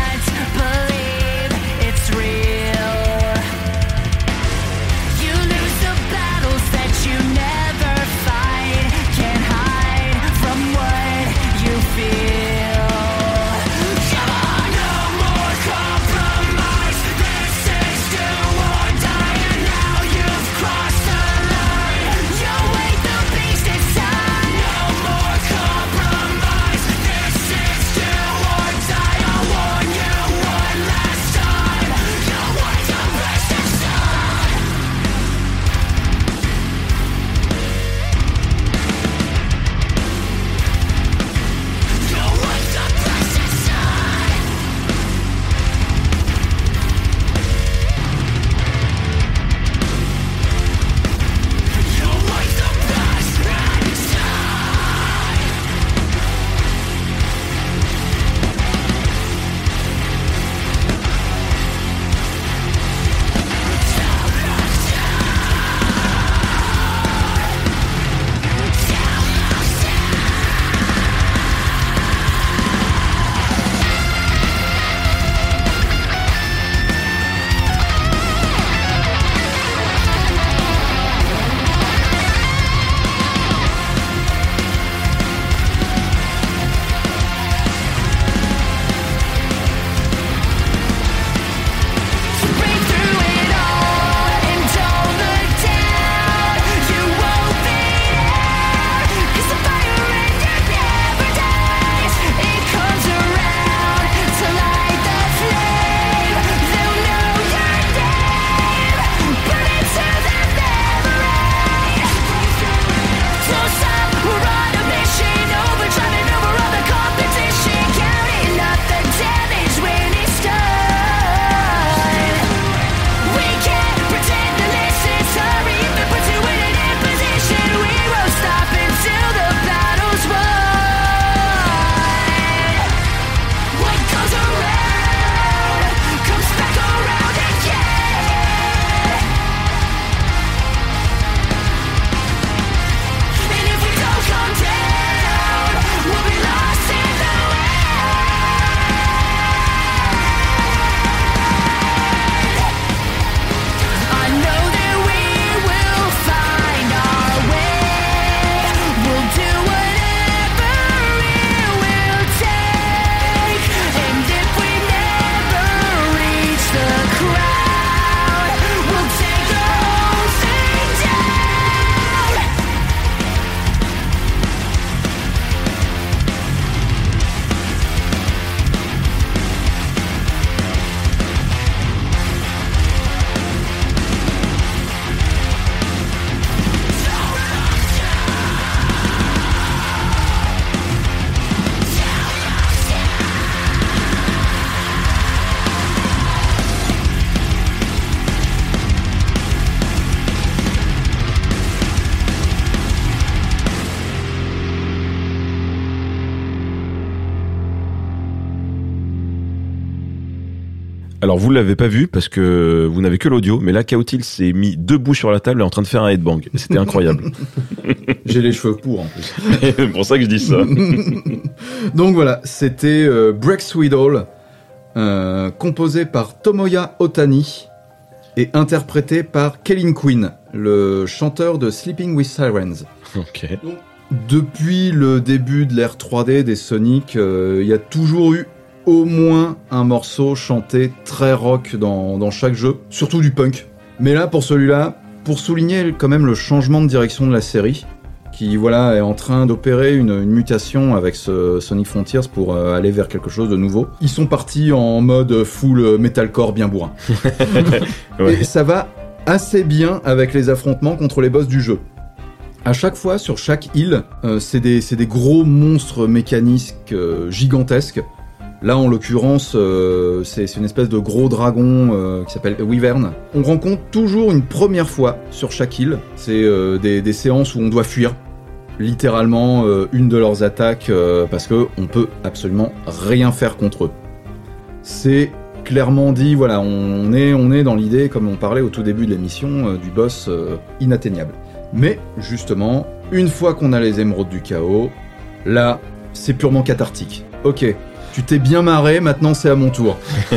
Alors vous l'avez pas vu parce que vous n'avez que l'audio, mais là Kaotil s'est mis debout sur la table et est en train de faire un headbang. C'était incroyable. J'ai les cheveux pour en plus. C'est pour ça que je dis ça. Donc voilà, c'était Break Sweetall, composé par Tomoya Otani et interprété par Kellin Quinn, le chanteur de Sleeping with Sirens. Ok. Donc, depuis le début de l'ère 3D des Sonic, il y a toujours eu au moins un morceau chanté très rock dans chaque jeu, surtout du punk. Mais là, pour celui-là, pour souligner quand même le changement de direction de la série, qui voilà est en train d'opérer une mutation avec ce Sonic Frontiers pour aller vers quelque chose de nouveau, ils sont partis en mode full metalcore bien bourrin. Ouais. Et ça va assez bien avec les affrontements contre les boss du jeu. À chaque fois, sur chaque île, c'est des gros monstres mécaniques gigantesques. Là, en l'occurrence, c'est une espèce de gros dragon qui s'appelle Wyvern. On rencontre toujours une première fois sur chaque île. C'est des séances où on doit fuir, littéralement, une de leurs attaques, parce que on peut absolument rien faire contre eux. C'est clairement dit, voilà, on est dans l'idée, comme on parlait au tout début de l'émission, du boss inatteignable. Mais, justement, une fois qu'on a les émeraudes du chaos, là, c'est purement cathartique. Ok. Tu t'es bien marré, maintenant c'est à mon tour.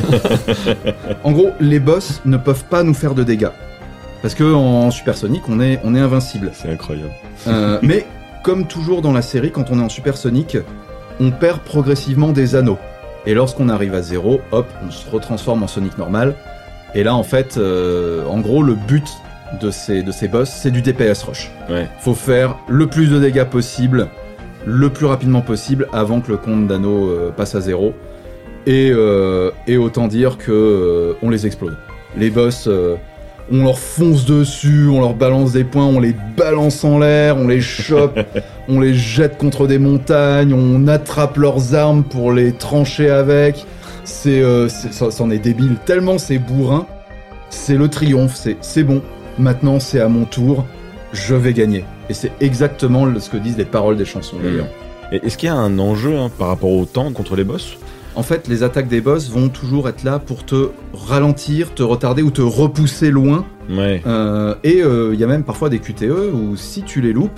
En gros, les boss ne peuvent pas nous faire de dégâts. Parce que en Super Sonic, on est invincible. C'est incroyable. Mais, comme toujours dans la série, quand on est en Super Sonic, on perd progressivement des anneaux. Et lorsqu'on arrive à 0, hop, on se retransforme en Sonic normal. Et là, en fait, en gros, le but de ces boss, c'est du DPS rush. Ouais. Faut faire le plus de dégâts possible, le plus rapidement possible avant que le compte d'anneaux passe à 0. Et autant dire que on les explose. Les boss, on leur fonce dessus, on leur balance des points, on les balance en l'air, on les chope, on les jette contre des montagnes, on attrape leurs armes pour les trancher avec. C'en est débile, tellement c'est bourrin. C'est le triomphe, c'est bon, maintenant c'est à mon tour, je vais gagner. Et c'est exactement ce que disent les paroles des chansons d'ailleurs. Et est-ce qu'il y a un enjeu par rapport au temps contre les boss ? En fait, les attaques des boss vont toujours être là pour te ralentir, te retarder ou te repousser loin. Ouais. Et il y a même parfois des QTE où si tu les loupes,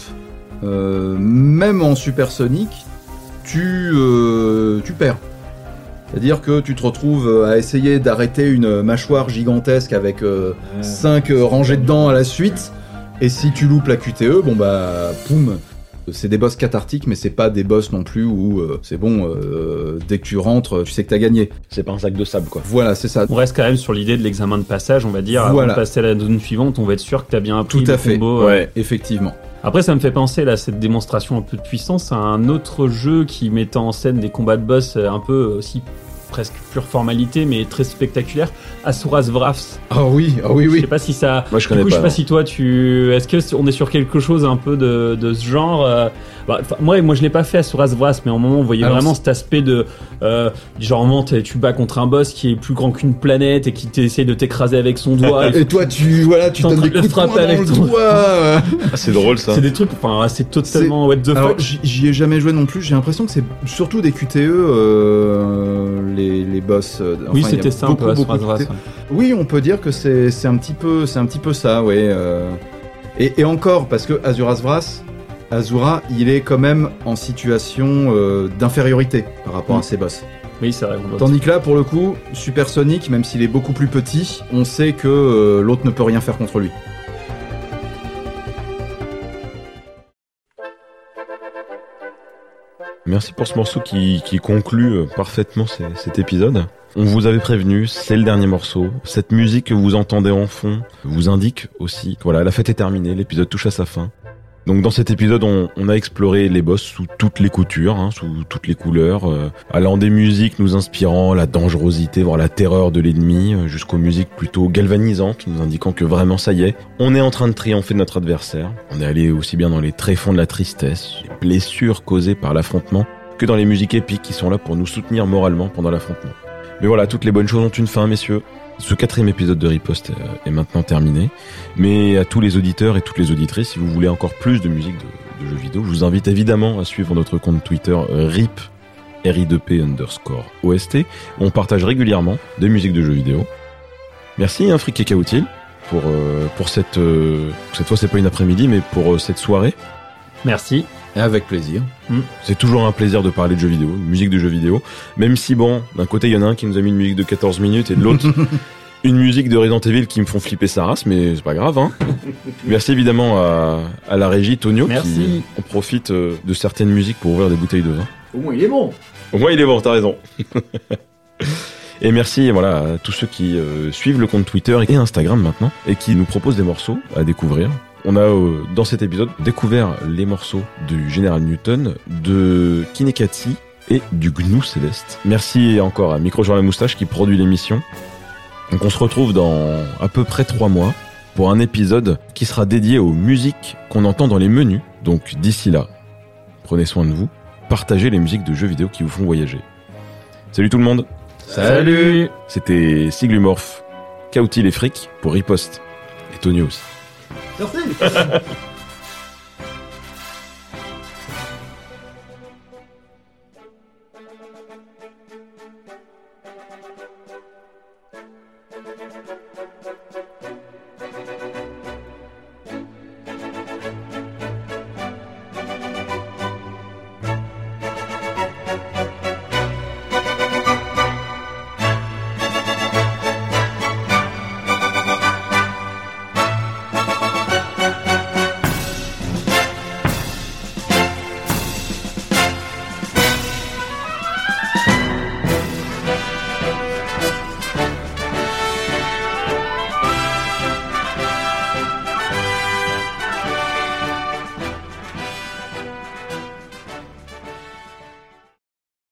même en Super Sonic, tu perds. C'est-à-dire que tu te retrouves à essayer d'arrêter une mâchoire gigantesque avec 5 rangées de dents à la suite. Et si tu loupes la QTE, bon bah, poum. C'est des boss cathartiques, mais c'est pas des boss non plus où c'est bon, dès que tu rentres, tu sais que t'as gagné. C'est pas un sac de sable, quoi. Voilà, c'est ça. On reste quand même sur l'idée de l'examen de passage, on va dire. Voilà. Avant de passer à la zone suivante, on va être sûr que t'as bien appris tout à le fait. combo. Ouais, effectivement. Après, ça me fait penser, là, cette démonstration un peu de puissance, à un autre jeu qui mettait en scène des combats de boss un peu aussi presque pure formalité, mais très spectaculaire, Asura's Wrath. Ah oui. Je sais pas si ça... Moi, je connais pas. Je sais pas si toi, est-ce que on est sur quelque chose un peu de ce genre moi, je l'ai pas fait Asura's Wrath, mais au moment, on voyait vraiment cet aspect de... genre, tu bats contre un boss qui est plus grand qu'une planète et qui essaye de t'écraser avec son doigt. Et toi, tu donnes des coups de poing avec ton doigt. C'est drôle, ça. C'est des trucs, c'est totalement what the fuck. Alors, j'y ai jamais joué non plus, j'ai l'impression que c'est surtout des QTE, les boss. Oui, c'était ça un peu Asura's Wrath. Oui, on peut dire que c'est un petit peu ça, ouais. Et encore, parce que Asura's Wrath, Asura, il est quand même en situation d'infériorité par rapport à ses boss. Oui, c'est vrai. Tandis que là, pour le coup, Super Sonic, même s'il est beaucoup plus petit, on sait que l'autre ne peut rien faire contre lui. Merci pour ce morceau qui conclut parfaitement cet épisode. On vous avait prévenu, c'est le dernier morceau. Cette musique que vous entendez en fond vous indique aussi que voilà, la fête est terminée, l'épisode touche à sa fin. Donc dans cet épisode, on a exploré les boss sous toutes les coutures, sous toutes les couleurs, allant des musiques nous inspirant la dangerosité, voire la terreur de l'ennemi, jusqu'aux musiques plutôt galvanisantes, nous indiquant que vraiment ça y est, on est en train de triompher de notre adversaire. On est allé aussi bien dans les tréfonds de la tristesse, les blessures causées par l'affrontement, que dans les musiques épiques qui sont là pour nous soutenir moralement pendant l'affrontement. Mais voilà, toutes les bonnes choses ont une fin, messieurs. Ce 4e épisode de Riposte est maintenant terminé. Mais à tous les auditeurs et toutes les auditrices, si vous voulez encore plus de musique de jeux vidéo, je vous invite évidemment à suivre notre compte Twitter RIP ri2p_OST. On partage régulièrement des musiques de jeux vidéo. Merci Frick et Kautil pour cette fois c'est pas une après-midi mais pour cette soirée. Merci. Et avec plaisir. C'est toujours un plaisir de parler de jeux vidéo, de musique de jeux vidéo. Même si bon, d'un côté il y en a un qui nous a mis une musique de 14 minutes et de l'autre une musique de Resident Evil qui me font flipper sa race, mais c'est pas grave, hein. Merci évidemment à la régie Tonio qui on profite de certaines musiques pour ouvrir des bouteilles de vin. Au moins il est bon. Au moins il est bon, t'as raison. Et merci voilà, à tous ceux qui suivent le compte Twitter et Instagram maintenant et qui nous proposent des morceaux à découvrir. On a dans cet épisode découvert les morceaux du General Newton, de Kinekatsi et du GNU Céleste. Merci encore à Micro sur la moustache qui produit l'émission. Donc on se retrouve dans à peu près 3 mois pour un épisode qui sera dédié aux musiques qu'on entend dans les menus. Donc d'ici là, prenez soin de vous, partagez les musiques de jeux vidéo qui vous font voyager. Salut tout le monde. Salut. C'était Siglumorph, Kautil et Frick pour Riposte. Et Tonio aussi. Merci.